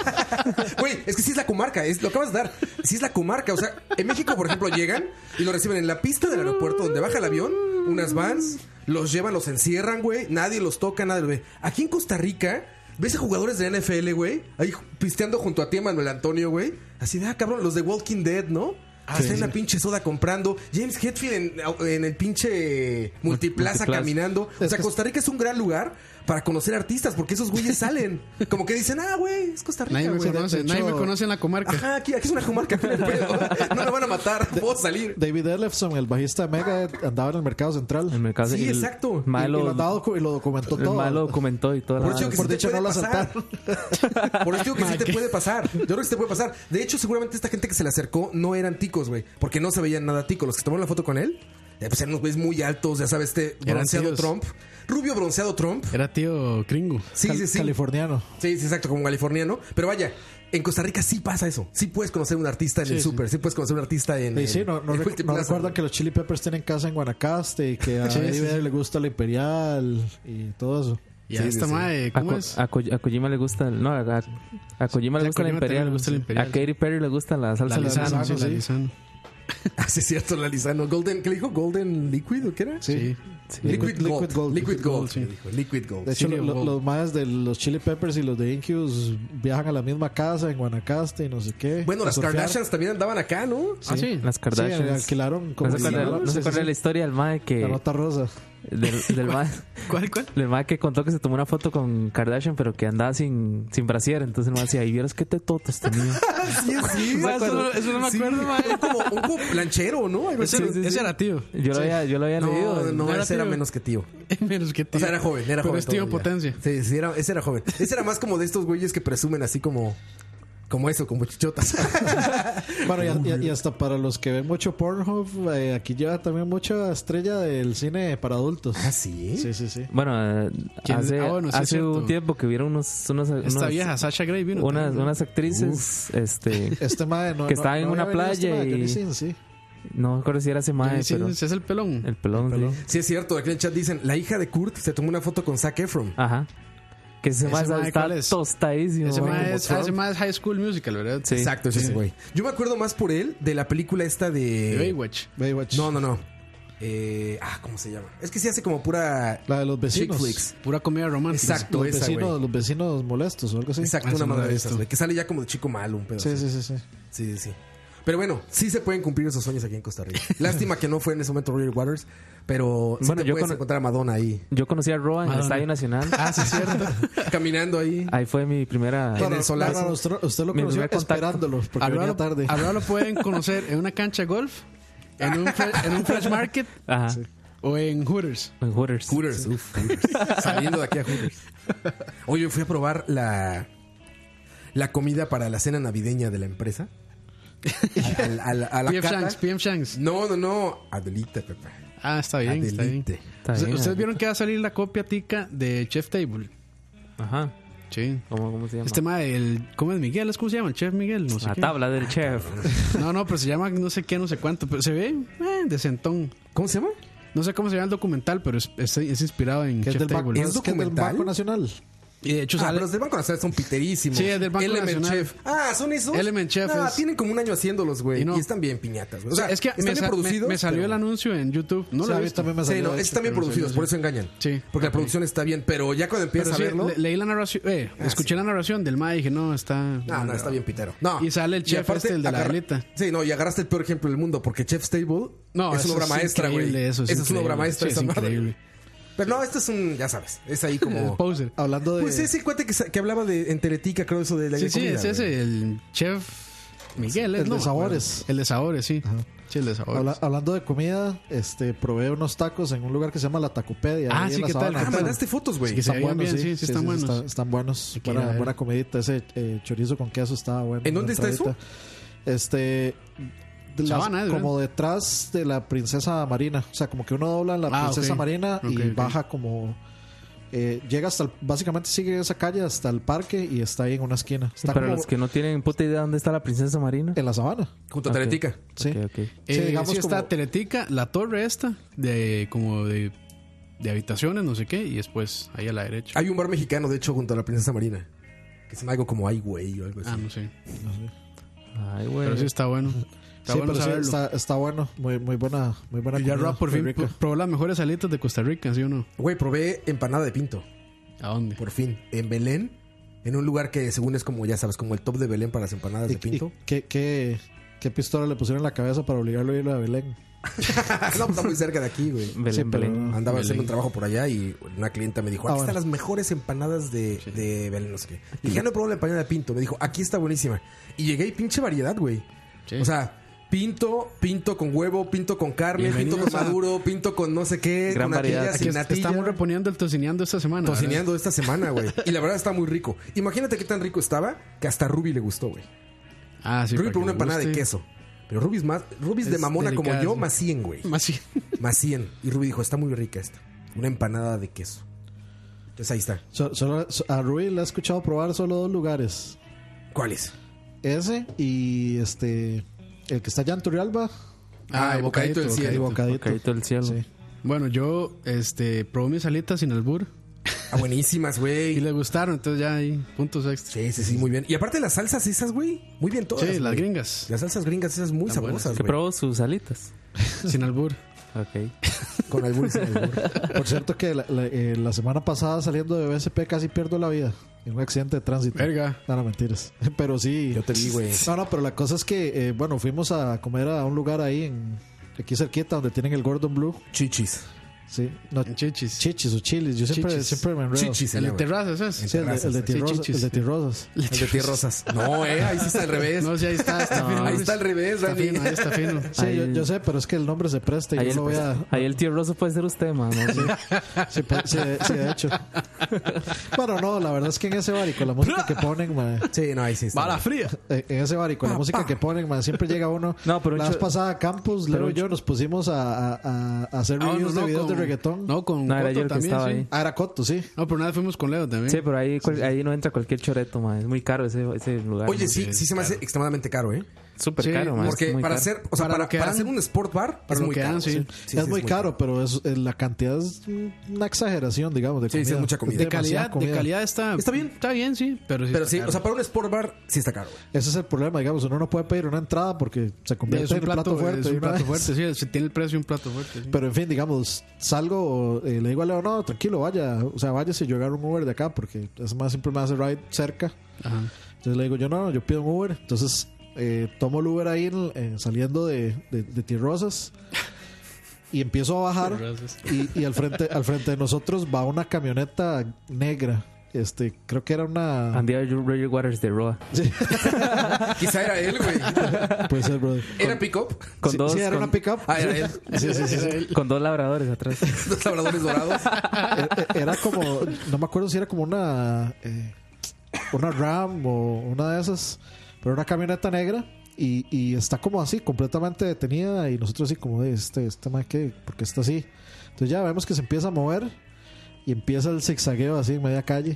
Güey, es que sí es la comarca, es, lo acabas de dar. Sí es la comarca. O sea, en México, por ejemplo, llegan y lo reciben en la pista del aeropuerto donde baja el avión, unas vans, los llevan, los encierran, güey. Nadie los toca, nadie lo ve. Aquí en Costa Rica, ves a jugadores de N F L, güey, ahí pisteando junto a ti, Manuel Antonio, güey. Así de, ah, cabrón, los de Walking Dead, ¿no? Ah, está en la pinche soda comprando. James Hetfield en, en el pinche multiplaza, Multiplaza. caminando. O sea, Costa Rica es un gran lugar para conocer artistas porque esos güeyes salen. Como que dicen, ah, güey, es Costa Rica, Nadie me güey. conoce, de nadie hecho- me conoce en la comarca. Ajá, aquí, aquí es una comarca. No, hay pedo. No me van a matar, puedo salir. David Ellefson, el bajista de Megadeth, andaba en el mercado central. El mercado Sí, y el exacto. Y, y Malo, lo, andaba docu- y lo documentó el todo. malo documentó y todo. Por eso digo que Por sí te dicho, puede no lo pasar. Por eso digo que sí te puede pasar. Yo creo que sí te puede pasar. De hecho, seguramente esta gente que se le acercó no eran ticos, güey. Porque no se veían nada ticos. Los que tomaron la foto con él, eh, pues eran unos güeyes muy altos, ya sabes, este Eran bronceado tíos. Trump. Rubio bronceado Trump. Era tío gringo. Sí, Cal- sí, sí. Californiano. Sí, sí, exacto, como californiano. Pero vaya, en Costa Rica sí pasa eso. Sí puedes conocer un artista en Sí, el sí. súper, sí puedes conocer un artista en. Sí, sí, en- no, no, en rec- Multiplaza. no recuerdan que los Chili Peppers tienen casa en Guanacaste y que a Sí, Eddie sí, Vedder sí. le gusta la Imperial y todo eso. Y Sí, a esta sí, sí. madre, A, ¿cómo Ko- es? a, Ko- a Kojima le gusta el- no a, a- a Kojima le A gusta la Kojima imperial, también le gusta la Imperial. a Katy Perry le gusta la salsa La de Lizano, Lizano, sí, la sí. Lizano. Ah, sí, es cierto, la Lizano. Golden, ¿qué le dijo? ¿Golden Liquid o qué era? Sí. Sí. Liquid, Liquid Gold. Gold. Liquid Liquid Gold, Gold, sí. sí. dijo. Liquid Gold. De hecho, Sí, lo- Gold. los más de los Chili Peppers y los de Incubus viajan a la misma casa en Guanacaste y no sé qué. Bueno, a las surfear. Kardashians también andaban acá, ¿no? Ah, sí. Las Sí, Kardashians. alquilaron ¿No como se acuerda, sí, no se sí, acuerda sí. la historia del mae que La nota rosa. Del, del mae, ¿Cuál, cuál? del mae que contó que se tomó una foto con Kardashian, pero que andaba sin, sin brasier. Entonces el mae decía, y vieras qué tetotas tenía. Sí, sí. Ma, eso, no, eso no me Sí, acuerdo, ma. un como, un como planchero, ¿no? Algo Ese, así. sí, sí. ese era tío. Yo lo había, yo lo había No, leído. no, ¿Era ese era tío? menos que tío. Menos que tío. O sea, era joven, era Pero joven. es tío en todavía. potencia. Sí, sí, era, ese era joven. Ese era más como de estos güeyes que presumen así como... Como eso, como chichotas. Bueno, y, y- y hasta para los que ven mucho Pornhub, eh, aquí lleva también mucha estrella del cine para adultos. ¿Ah, sí? Sí, sí, sí. Bueno, eh, ¿Quién? hace, Ah, bueno, sí, es hace cierto. un tiempo que hubieron unos, unos, Esta unos- vieja, Sasha Grey, vino. unas, también. unas actrices, este, Este mae no, Que no- estaba en no una había venido este playa mae, y- Johnny Sins, sí. no me acuerdo si era ese mae, Sí, pero ese es el pelón. el pelón, pelón. sí. Sí, es cierto. Aquí en el chat dicen, la hija de Kurt se tomó una foto con Zac Efron. Ajá. Que ese Ese mae mae, está ¿cuál es? tostadísimo. Ese mae. más como es, Trump. ese mae es High School Musical, ¿verdad? Sí. Exacto, es ese güey. Yo me acuerdo más por él de la película esta De de... Baywatch. Baywatch. No, no, no. Eh, ah, ¿cómo se llama? Es que sí hace como pura... La de los chick vecinos. flicks. Pura comedia romántica. Exacto, Los esa, vecinos, güey. los vecinos molestos o algo así. Exacto, Ah, una esa no madre la he de esas, visto. güey. Que sale ya como de chico malo, un pedo Sí, así. sí, sí, sí. Sí, sí, sí. Pero bueno, sí se pueden cumplir esos sueños aquí en Costa Rica. Lástima que no fue en ese momento Roger Waters, pero sí Bueno, te yo puedes cono- encontrar a Madonna ahí, Yo conocí a Roa en el Madonna. Estadio Nacional. Ah, sí, es cierto. caminando ahí. Ahí fue mi primera. En el No, solazo. no, no, usted, usted lo Mi conoció primer contacto. esperándolo porque Ahora venía lo, tarde. ahora lo pueden conocer en una cancha de golf, en un, fre- en un Fresh Market Ajá. o en Hooters. En Hooters. Hooters, uf, Hooters. Saliendo de aquí a Hooters. Oye, fui a probar la la comida para la cena navideña de la empresa. A, a- a la- a la P F cata. Shanks, P F Shanks. No, no, no. Adelita, Pepe. Ah, está bien, está bien. Adelite. Está ¿Ustedes bien, ustedes ajá. vieron que va a salir la copia tica de Chef Table? Ajá. Sí. ¿Cómo, cómo se llama? Este mae, el, ¿cómo es Miguel? ¿Es cómo se llama? El Chef Miguel, no sé La qué. tabla del chef. No, no, pero se llama no sé qué, no sé cuánto. Pero se ve eh, decentón. ¿Cómo se llama? No sé cómo se llama el documental, pero es, es, es inspirado en Que es Chef del, banco, Table. ¿Es es que es del documental? Banco Nacional. Y de hecho Ah, sale... pero los del Banco Nacional son piterísimos. Sí, es del Banco Element Nacional. Chef. Ah, ¿son esos? Element Chef Ah, es- tienen como un año haciéndolos, güey. Y Y, no- están bien piñatas, güey. O sea, es que están me, bien sa- me- producidos. me salió pero- el anuncio en YouTube. No Sí, lo a he mí visto. también me Sí, salió. no, de hecho. están bien pero no sé, producidos, no sé. por eso engañan. Sí. Porque la Ok. producción está bien, pero ya cuando Pero empiezas sí, a verlo. le- leí la narración, eh, escuché la narración del mae y dije, no, está... No, no, está bien pitero. No. Y sale el chef este, el de la agarra- velita. Sí, no, y agarraste el peor ejemplo del mundo, porque Chef's Table No, es eso una obra es maestra, güey. increíble, eso es Esa es una obra increíble. maestra, Sí, esa es madre. increíble. Pero no, esto es un, ya sabes, es ahí El como... poser. Hablando de. Pues ese cuate que, sa- que hablaba de en Teletica, creo eso de la Sí, sí, comida, es güey. ese, el chef Miguel. El ¿es, no? de sabores. El de sabores, sí. Sí, el de sabores. habla- hablando de comida, este probé unos tacos en un lugar que se llama La Tacopedia. Ah, ahí sí, en la ¿qué tal? Sabana. Ah, ¿Qué tal? mandaste fotos, güey. Sí, que se Están veían buenos, bien, sí, sí, están buenos. está- están buenos. Hay que ir a Buena, ver. buena comidita. Ese eh, chorizo con queso estaba bueno. ¿En dónde la está eso? entradita. Este. de las- Sabana, ¿eh? como detrás de la Princesa Marina. O sea, como que uno dobla en la Ah, Princesa ok. Marina y Ok, ok. baja como. eh, llega hasta el- básicamente sigue esa calle hasta el parque y está ahí en una esquina. Está Para como los que no tienen puta idea dónde está la princesa Marina. en la sabana. Junto a Ok. Teletica. Sí. Ok, ok. Eh, Sí, digamos sí, está como- Teletica, la torre esta, de como de, de habitaciones, no sé qué, y después ahí a la derecha. Hay un bar mexicano, de hecho, junto a la Princesa Marina. Que se llama algo como Ay, güey, o algo así. Ah, no sé. Ay, güey. Pero sí está bueno. Está Sí, bueno pero sí, saberlo. está, está bueno. Muy, muy buena. Muy buena Y ya comida, Rob por muy fin rica. pr- probó las mejores salitas de Costa Rica, ¿sí o no? Güey, probé empanada de pinto, ¿A dónde? por fin. En Belén, en un lugar que según es como, ya sabes, como el top de Belén para las empanadas ¿Y, de pinto. y qué, qué, qué pistola le pusieron en la cabeza para obligarlo a ir a Belén? No, está muy cerca de aquí, güey. Belén, Sí, pero- Belén. Andaba Belén. haciendo un trabajo por allá y una clienta me dijo, Ah, aquí bueno. están las mejores empanadas de, de Belén, no sé qué. Y ya no probé la empanada de pinto. Me dijo, aquí está buenísima. Y llegué y pinche variedad, güey. Sí. O sea, pinto, pinto con huevo, pinto con carne, pinto Bienvenidos con a- maduro, pinto con no sé qué, Gran con variedad. natilla, Aquí sin est- natilla. estamos reponiendo el tocineando esta semana. ¿verdad? Tocineando esta semana, güey. Y la verdad está muy rico. Imagínate qué tan rico estaba que hasta Ruby le gustó, güey. Ah, sí. Ruby para probó que una le empanada de guste. queso. Pero Ruby es más, Ruby es de Es mamona como delicada, yo, sí. más cien, güey. Más sí. Más cien. Y Ruby dijo, está muy rica esta. Una empanada de queso. Entonces ahí está. So- solo- so- a Rui le he escuchado probar solo dos lugares. ¿Cuáles? Ese y este. El que está allá en Turrialba. Ah, el bocadito del cielo. El bocadito. Bocadito del cielo. Sí. Bueno, yo este, probé mis alitas sin albur Ah, buenísimas, y güey. le gustaron, entonces ya hay puntos extra. Sí, sí, sí, muy bien. Y aparte las salsas esas, güey. Muy bien todas. Sí, las güey. gringas. Las salsas gringas esas muy Están buenas. sabrosas, Que güey. probó sus alitas. Sin albur. Ok. Con albur y sin albur. Por cierto, que la, la- eh, la semana pasada saliendo de B S P casi pierdo la vida en un accidente de tránsito. Verga. No, no, mentiras. Pero sí. Yo te vi, güey. No, no, pero la cosa es que, eh, bueno, fuimos a comer a un lugar ahí en aquí cerquita donde tienen el Gordon Blue. Chichis. Sí, no, En Chichis. chichis o chilis. Yo siempre, Chichis. siempre me enredo. Chichis se El de llama. terrazas, ¿es? Sí, el de, el de Sí, Tirrosas. chichis, El de sí. Tirrosas. El de tierrosas. No, eh, ahí sí está al revés. No, sí, ahí está. está fino, ahí Luis. está al revés, Está Randy. fino, ahí está fino. Sí, Ahí yo, el- yo sé, pero es que el nombre se presta y Ahí yo el, lo voy a... ahí el tío Rosso puede ser usted, man. ¿no? Sí. Sí, pues, sí, sí, de hecho. Bueno, no, la verdad es que en ese bar y con la música que ponen, ma, Sí, no, ahí sí está. Bala fría. eh, en ese bar y con la música que ponen, ma, siempre llega uno. No, pero un la vez cho- pasada Campos, pero Leo un y yo nos pusimos a, a, a- a hacer Ah, no, reviews no, de videos con- de reggaetón. No, con No, era Coto yo el que también, estaba sí. ahí. Ah, era Coto, sí. No, pero una vez fuimos con Leo también. Sí, pero ahí, cual- ahí no entra cualquier choreto, man. Es muy caro ese, ese lugar. Oye, man. sí, sí se me hace extremadamente caro, ¿eh? Súper Sí, caro, man. Porque es muy para caro. hacer, o sea, Para para, lo que para dan- hacer un sport bar para es lo muy que caro. dan, sí. Sí, es sí, muy caro, pero es, eh, la cantidad es una exageración, digamos, de Sí, sí, comida. es mucha comida. De demasiada calidad, de comida. calidad está... Está bien. Está bien, sí. Pero sí, Pero está sí, caro. o sea, para un sport bar sí está caro. güey. Ese es el problema, digamos. Uno no puede pedir una entrada porque se convierte es un en un plato, fuerte. es de un una plato vez. fuerte, sí. Se tiene el precio de un plato fuerte. sí. Pero en fin, digamos, salgo, eh, le digo a Leo, no, tranquilo, vaya, o sea, váyase yo agarro un Uber de acá porque es más, siempre me hace ride cerca. Ajá. Entonces le digo, yo no, yo pido un Uber. Entonces eh, tomo el Uber ahí en- eh, saliendo de, de, de Tirrosas y empiezo a bajar. Y, y al frente al frente de nosotros va una camioneta negra. Este, creo que era una. Andía Roger Waters de Roa. Quizá era él, güey. Puede ser, brother. ¿Era pick-up? Con Sí, dos, sí, era con, una pickup. Ah, era él. Sí, sí, sí, sí. con dos labradores atrás. Dos labradores dorados. Era, era como, no me acuerdo si era como una eh, una Ram o una de esas, pero una camioneta negra y, y está como así, completamente detenida y nosotros así como de este, este man que, ¿por qué está así? Entonces ya vemos que se empieza a mover y empieza el zigzagueo así en media calle.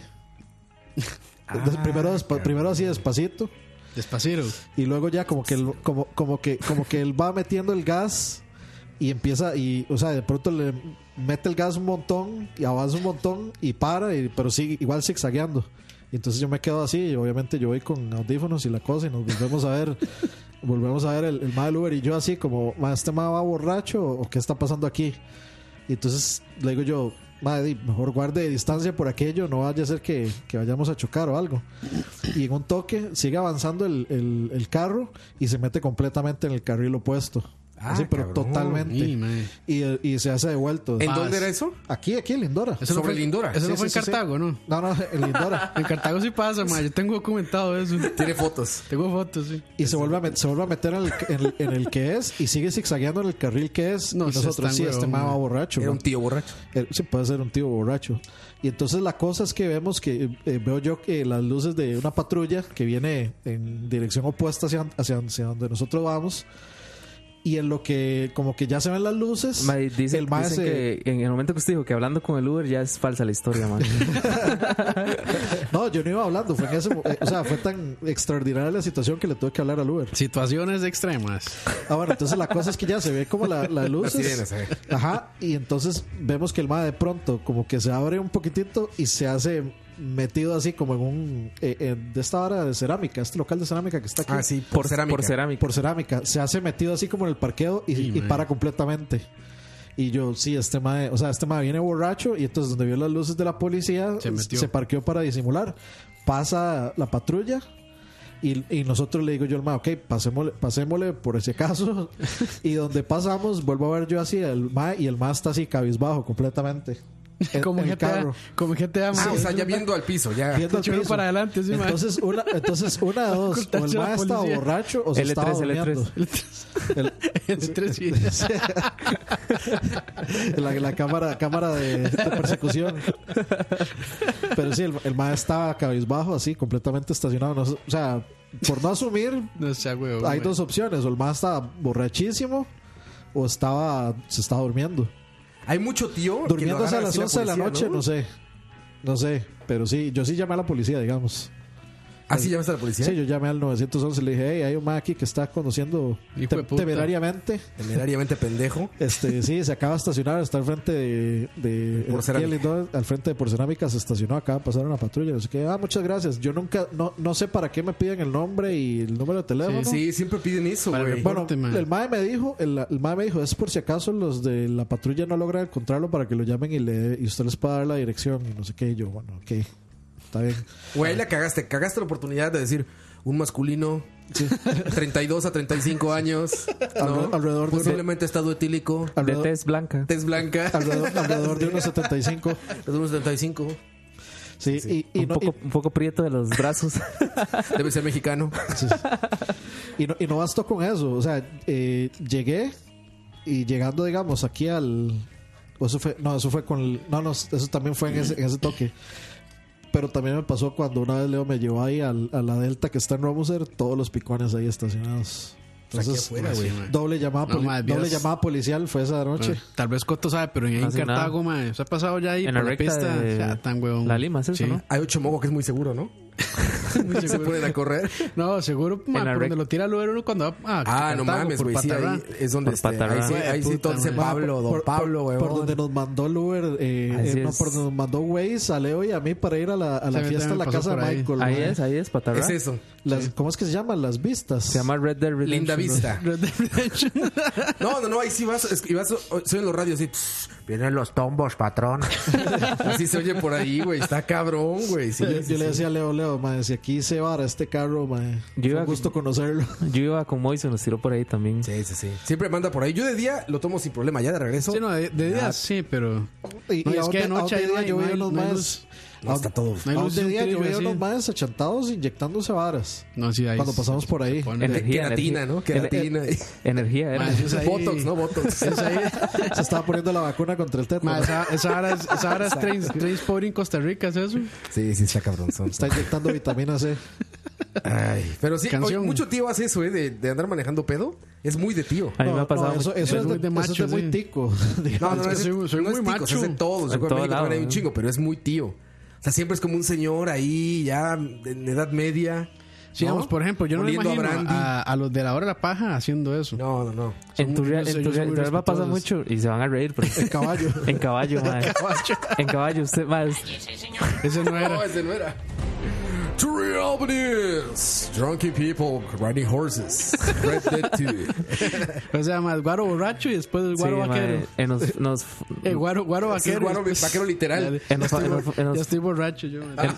Entonces, primero, despa- primero así despacito Despacito. y luego ya como que él, como, como que como que él va metiendo el gas y empieza y o sea de pronto le mete el gas un montón y avanza un montón y para y, pero sigue igual zigzagueando y entonces yo me quedo así y obviamente yo voy con audífonos y la cosa y nos volvemos a ver volvemos a ver el, el ma del Uber y yo así como ma, este ma va borracho o, o qué está pasando aquí y entonces le digo yo madre, mejor guarde distancia por aquello, no vaya a ser que, que vayamos a chocar o algo. Y en un toque sigue avanzando el, el, el carro y se mete completamente en el carril opuesto. Ah, Así, pero cabrón. totalmente. Y, mae. Y, y se hace devuelto. ¿En Ah, dónde es- era eso? Aquí, aquí en Lindora. Eso no Sobre fue- Lindora. Eso no Sí, fue sí, en sí, Cartago, ¿no? No, no, en Lindora. En Cartago sí pasa, ma. Yo tengo documentado eso. Tiene fotos. Tengo fotos, sí. Y se vuelve, a met- se vuelve a meter en el, en, el, en el que es y sigue zigzagueando en el carril que es. No, y se nosotros, están sí, este huevón, ma va man. borracho. Era man. un tío borracho. Eh, Sí, puede ser un tío borracho. Y entonces la cosa es que vemos que eh, veo yo que las luces de una patrulla que viene en dirección opuesta hacia, hacia, hacia donde nosotros vamos. Y en lo que como que ya se ven las luces, Ma, dice, el mae dicen se- que en el momento que usted dijo que hablando con el Uber ya es falsa la historia, man. No, yo no iba hablando, fue en ese, mo- eh, o sea, fue tan extraordinaria la situación que le tuve que hablar al Uber. Situaciones extremas. Ah, bueno, entonces la cosa es que ya se ve como la, la luz. Las sirenas, eh. Ajá, y entonces vemos que el mae de pronto como que se abre un poquitito y se hace metido así como en un eh, eh, de esta hora de cerámica, este local de cerámica que está aquí. Ah, sí, por, Por, cerámica. por cerámica. Por cerámica, se hace metido así como en el parqueo y, Sí, y mae. para completamente. Y yo, sí, este mae, o sea, este mae viene borracho y entonces donde vio las luces de la policía Se metió. se parqueó para disimular. Pasa la patrulla y, y nosotros le digo yo al mae, ok, pasémosle, pasémosle por ese caso. Y donde pasamos, vuelvo a ver yo así al mae y el mae está así cabizbajo completamente. En, Como en G el T A. carro. Como G T A, Ah, ma. o sea, ya viendo al piso, ya. Viendo al Echó uno piso. para adelante, sí, mae. entonces, una, entonces, una de dos. O el Ocultarse a la mae estaba policía. borracho o se L tres, estaba L tres. durmiendo. El- El tres, sí. la, la cámara cámara de, de persecución. Pero sí, el, el mae estaba cabizbajo, así, completamente estacionado. No, o sea, por no asumir, No sea, güey. hay dos opciones: o el mae estaba borrachísimo o estaba se estaba durmiendo. Hay mucho tío. que lo Durmiéndose a agarra las así once de la policía, noche, no sé. No sé, pero sí, yo sí llamé a la policía, digamos. ¿Así llamaste a la policía? Sí, yo llamé al nueve once y le dije, hey, hay un mae aquí que está conduciendo Hijo te- de puta. temerariamente. Temerariamente pendejo. Este, sí, se acaba de estacionar, está al frente de, de Por aquí Cerámica. en Lindor, al frente de Por Cerámica se estacionó, acaba de pasar una patrulla, no sé qué. Ah, muchas gracias. Yo nunca, no, no sé para qué me piden el nombre y el número de teléfono. Sí, siempre piden eso, Para güey. el Bueno, Reporte, mae. el mae me dijo, el, el mae me dijo, es por si acaso los de la patrulla no logran encontrarlo para que lo llamen y le y usted les pueda dar la dirección y no sé qué. Y yo, bueno, ok, está bien. Güey, la cagaste. Cagaste la oportunidad de decir un masculino treinta y dos a treinta y cinco años. ¿no? Alre- alrededor de- Posiblemente estado etílico. De Alrededor, tez blanca. Tez blanca. alrededor, alrededor de unos setenta y cinco. De unos setenta y cinco. Sí, Sí. Y, y Un no, poco, un poco prieto de los brazos. Debe ser mexicano. y, y no, y no bastó con eso. O sea, eh, llegué y llegando, digamos, aquí al. O eso fue, no, eso fue con. el- no, no, eso también fue en ese, en ese toque. Pero también me pasó cuando una vez Leo me llevó ahí al- a la Delta que está en Romuser, todos los picones ahí estacionados. Entonces, Aquí afuera, güey. Sí, man. doble llamada, No, poli- más doble vías. llamada policial fue esa noche. Bueno, tal vez Coto sabe, pero en, No en hace Cartago, mae, se ha pasado ya ahí En por la la recta pista. de Ya, tan huevón. La Lima, ¿es eso, Sí. no? Hay ocho mogo que es muy seguro, ¿no? Muy Se seguro. pueden a correr. No, seguro, mae, En la por rec- donde lo tira luego uno cuando va a Ah, Cartago, no mames, por güey. Sí, Patarrá. ahí es donde Por este, ahí Patarrá. sí, ahí sí Puta, todo dice man. Pablo, don por, Pablo, por, güey. por donde nos mandó el Uber, eh, Así eh, no, es. por donde nos mandó Waze a Leo y a mí para ir a la, a la Sí, fiesta en también la pasó casa por de ahí. Michael. Ahí mae. es, ahí es, Patarrá. Es eso. Las, ¿Cómo es que se llaman? Las vistas. Se llama Red Dead Redemption. Linda Vista. Red Dead Redemption. No, no, no, ahí sí vas, es que vas, soy en los radios así. "Pss, vienen los tombos, patrón." Así se oye por ahí, güey. Está cabrón, güey. Sí, yo sí, yo sí. le decía a Leo, Leo, mae, si aquí se vara este carro, mae, Yo fue iba- un gusto conocerlo. Yo iba con Moise, nos tiró por ahí también. Sí, sí, sí. Siempre manda por ahí. Yo de día lo tomo sin problema. Ya de regreso. Sí, no, de, de día Ah. sí, pero. Y, No, y es a que de dónde- a noche dónde hay- día yo no veía hay- unos no hay más. luz. No, está todo. No hay A luz dónde de un día yo trillo veía así. unos más achantados inyectándose varas. No, sí, ahí. Cuando pasamos por ahí. se pone- Energía, Queratina, energía. ¿no? Queratina. Energía, era. Ma, eso es ahí- Botox, ¿no? Botox. Es ahí. Se estaba poniendo la vacuna contra el Ma, tétano. esa, esa hora es, esa hora es train, Transport en Costa Rica, ¿es eso? Sí, sí, está cabrón. Son, Está inyectando vitamina C. Ay, pero sí, Canción. oye, mucho tío hace eso, ¿eh? De, de andar manejando pedo. Es muy de tío. A mí No, me ha pasado no, eso, mucho. eso Es es, muy de, de eso es de macho, muy sí. tico. No, no, Es no, que es, soy- soy no muy es tico, macho. es de todos. Yo En creo que en todo México lado, también hay un ¿no? chingo, pero es muy tío. O sea, siempre es como un señor ahí, ya en edad media. Sí, ¿no? vamos, por ejemplo, yo no me Oliendo a imagino brandy. a, a los de la hora de la paja haciendo eso. No, no, no. En Son tu muy- real, ellos- en tu ellos son real, muy en tu real va a pasar respetuosos. mucho y se van a reír. Porque El caballo. en caballo, madre. En caballo, usted más. Ese no era. No, ese no era. True Albanies. Drunky people riding horses. Red Dead two. O sea, más guaro borracho y después el guaro Sí, vaquero. madre, en nos, nos, El guaro, guaro Ese es vaquero. guaro vaquero literal. Ya, en los, en los- en los- ya estoy borracho yo. man.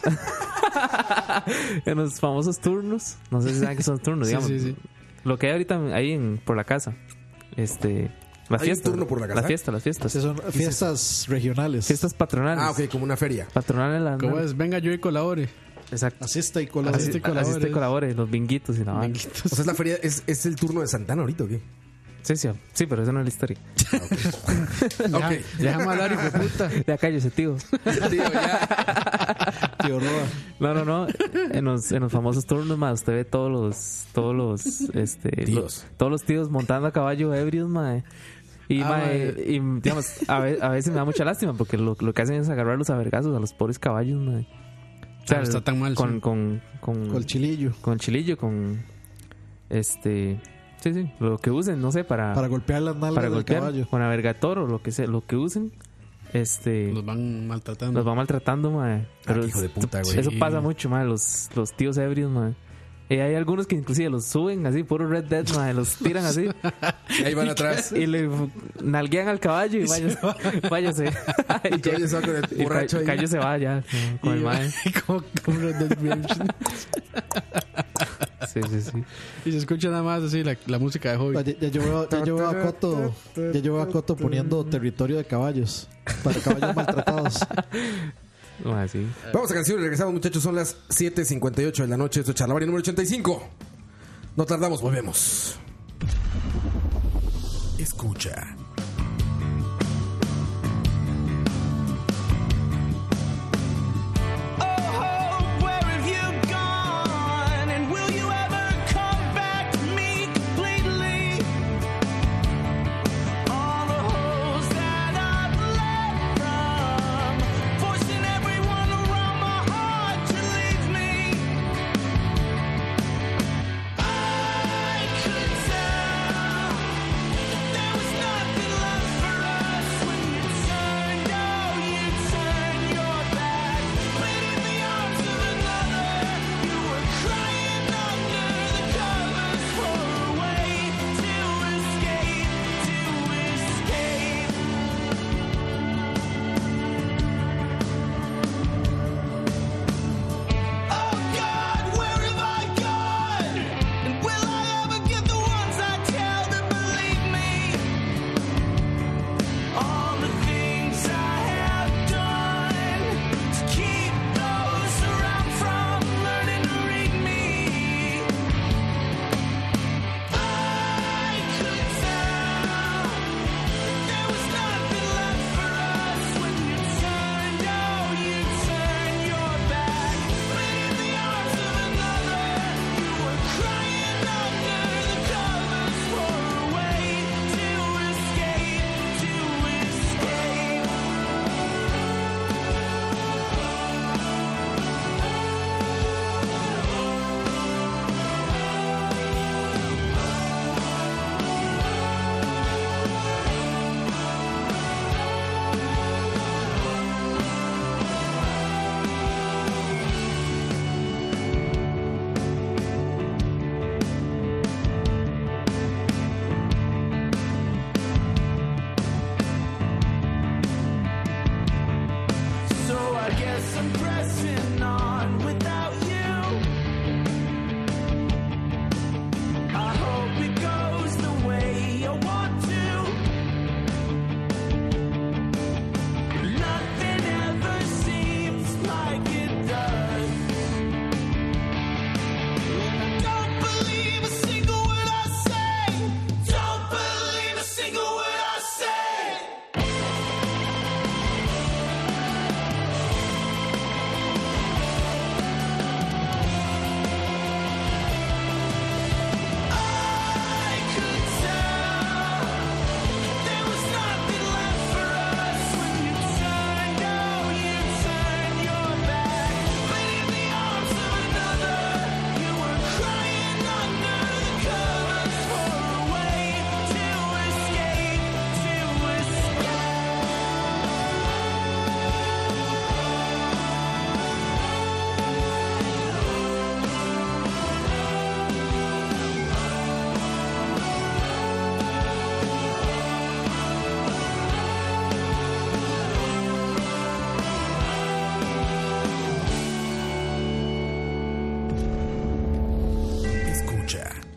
en los famosos turnos. No sé si saben que son turnos, Sí, digamos. sí, sí. Lo que hay ahorita ahí en, por la casa. Este. Las ¿Hay un fiestas. turno por la casa? Las fiestas, las fiestas. Sí, son fiestas regionales. Fiestas patronales. Ah, ok, como una feria. Patronales la ¿Cómo es? Venga yo y colabore. Exacto. Asista y colabora. Asiste y colabore. Asiste y colabore, los binguitos y la vara. O sea, es la feria, es, es el turno de Santana ahorita, ¿o qué? Sí, sí, sí, pero esa no es la historia. Ya, Ok. déjame hablar, hijo de puta. Ya cállese, tío. Tío, ya. Tío Roa. No, no, no. En los, en los famosos turnos, más usted ve todos los, todos los, este, Tíos. los- todos los tíos montando a caballo ebrios, mae. Y, Ah, mae, mae. y digamos, a, ve- a veces me da mucha lástima porque lo, lo que hacen es agarrarlos a vergazos a los pobres caballos, mae. O Ah, está tan mal, Con, sí. con, con, Con el chilillo. con chilillo, con, este, sí, sí, lo que usen, no sé, para, Para golpear las nalgas para del golpear, caballo. con avergatoro, lo que sea, lo que usen, este, Los van maltratando. los va maltratando, mae. Pero Ah, hijo de puta, güey. eso Sí. pasa mucho, mae, los, los tíos ebrios, mae. Y hay algunos que inclusive los suben así, puro Red Dead, mae, los tiran así Y ahí van atrás. y le nalguean al caballo y váyase. váyase. Y que ella se va con el Y borracho ca- ahí. Cayo se va ya con, con el mae. como, como Red Dead Redemption. Sí, sí, sí. Y se escucha nada más así la, la música de Hobby. Ya, ya yo veo, ya yo veo a Coto, ya yo veo a Coto poniendo territorio de caballos para caballos maltratados. Mae, sí. Vamos a canción y regresamos, muchachos. Son las siete cincuenta y ocho de la noche. Esto es Charlavaria número ochenta y cinco. No tardamos, volvemos. Escucha. There was nothing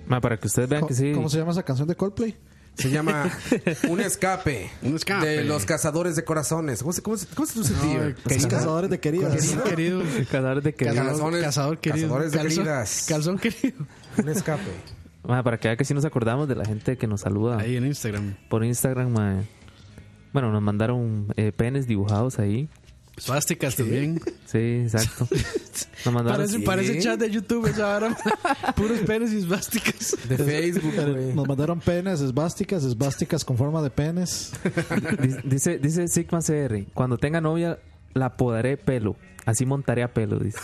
Ma, para que ustedes vean que sí. ¿Cómo se llama esa canción de Coldplay? Se llama Un Escape. Un escape. De los cazadores de corazones. ¿Cómo se, cómo se, cómo se traduce, tío? Los cazadores de queridas. Querido, querido. Cazadores de que. Calzones- Cazador querido. cazadores de Calzón- queridas. Calzón querido. Un escape. Ma, para que vean que sí nos acordamos de la gente que nos saluda Ahí en Instagram. por Instagram, ma. Bueno, nos mandaron eh, penes dibujados ahí. Suásticas también. Sí, exacto. Nos mandaron. Parece, sí. parece chat de YouTube esa hora. Puros penes y suásticas. De Facebook, güey. Nos mandaron penes, esvásticas, esvásticas con forma de penes. Di- Dice, dice Sigma C R, cuando tenga novia la apodaré pelo, así montaré a pelo, dice.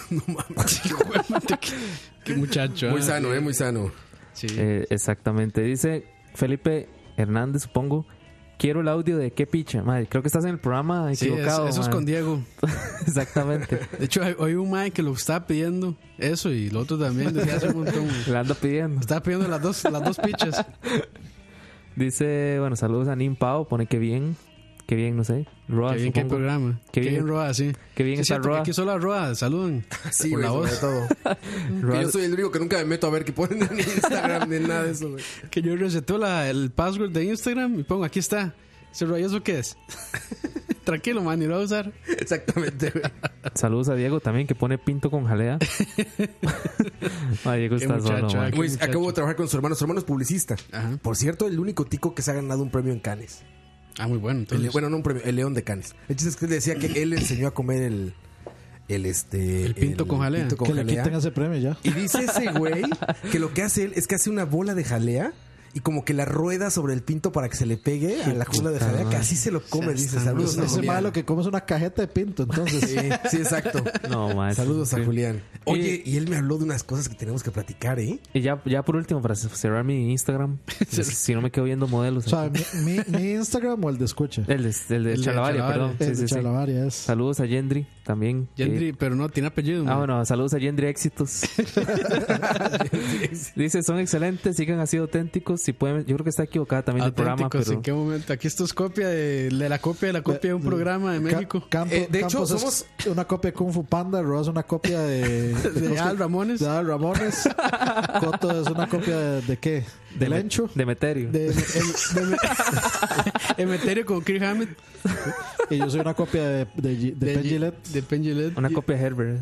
Qué muchacho. Muy ah. sano, eh, muy sano. Sí. Eh, exactamente. Dice Felipe Hernández, supongo. Quiero el audio de qué picha. Madre, creo que estás en el programa Sí, equivocado. es- eso es madre. con Diego. Exactamente. De hecho, hay, hay un mae que lo estaba pidiendo. Eso y lo otro también desde hace un montón. güey. Le ando pidiendo. Estaba pidiendo las dos, las dos pichas. Dice, bueno, saludos a Nim Pao. Pone que bien. Que bien, no sé. Roa, Qué bien, qué supongo. programa. Qué Qué bien. bien, Roa, sí. Qué bien Sí, está cierto que Roa. aquí solo a Roa. Saludan. Sí, por güey, la sobre voz. todo. Roa- Que yo soy el único que nunca me meto a ver qué ponen en Instagram ni nada de eso, güey. Que yo reseteo la, el password de Instagram y pongo, aquí está. Dice Roa, ¿y eso qué es? Tranquilo, man, ni lo voy a usar. Exactamente, güey. Saludos a Diego también, que pone pinto con jalea. Ay, Diego Qué está solo, muchacho, man. Qué Güey, muchacho. acabo de trabajar con su hermano. Su hermano es publicista. Ajá. Por cierto, el único tico que se ha ganado un premio en Cannes. Ah, muy bueno. El- Entonces, bueno, no un premio, el León de Cannes. El chiste es que él decía que él le enseñó a comer el... El, este, El pinto con jalea. pinto con Que le jalea. quiten ese premio ya. Y dice ese güey que lo que hace él es que hace una bola de jalea y como que la rueda sobre el pinto para que se le pegue a la bola de jalea, que así se lo come, dice. Saludos a Ese Julián. malo que come es una cajeta de pinto, entonces. Sí, sí, exacto. No, man. Saludos a Sí. Julián. Oye, y él me habló de unas cosas que tenemos que platicar, ¿eh? Y ya, ya por último, para cerrar mi Instagram, si no me quedo viendo modelos. O sea, aquí. mi, mi, mi Instagram o el de escucha. el de, el de el de Chalabaria, Chalabaria. perdón. Sí, el de sí, sí. Chalabaria es. Saludos a Yendri también. que- Gendry, pero no, tiene apellido. Ah, man. bueno, saludos a Yendri Éxitos. Dice, son excelentes, sigan así auténticos. Si pueden, yo creo que está equivocada también el programa, Auténticos, pero ¿en qué momento? Aquí esto es copia de, de la copia de la copia de un programa de México. Ca- Campo- Eh, de hecho, Campos es somos- una copia de Kung Fu Panda, Roa es una copia de... de Al Ramones. De Al Ramones. Coto es una copia de, ¿de qué? ¿De Lencho? Demeterio. De, de, de- Emeterio con Kirk Hammett. Y yo soy una copia de, de, de, De Penn Gi- Jillette. De Penn Jillette. Una copia de Herbert.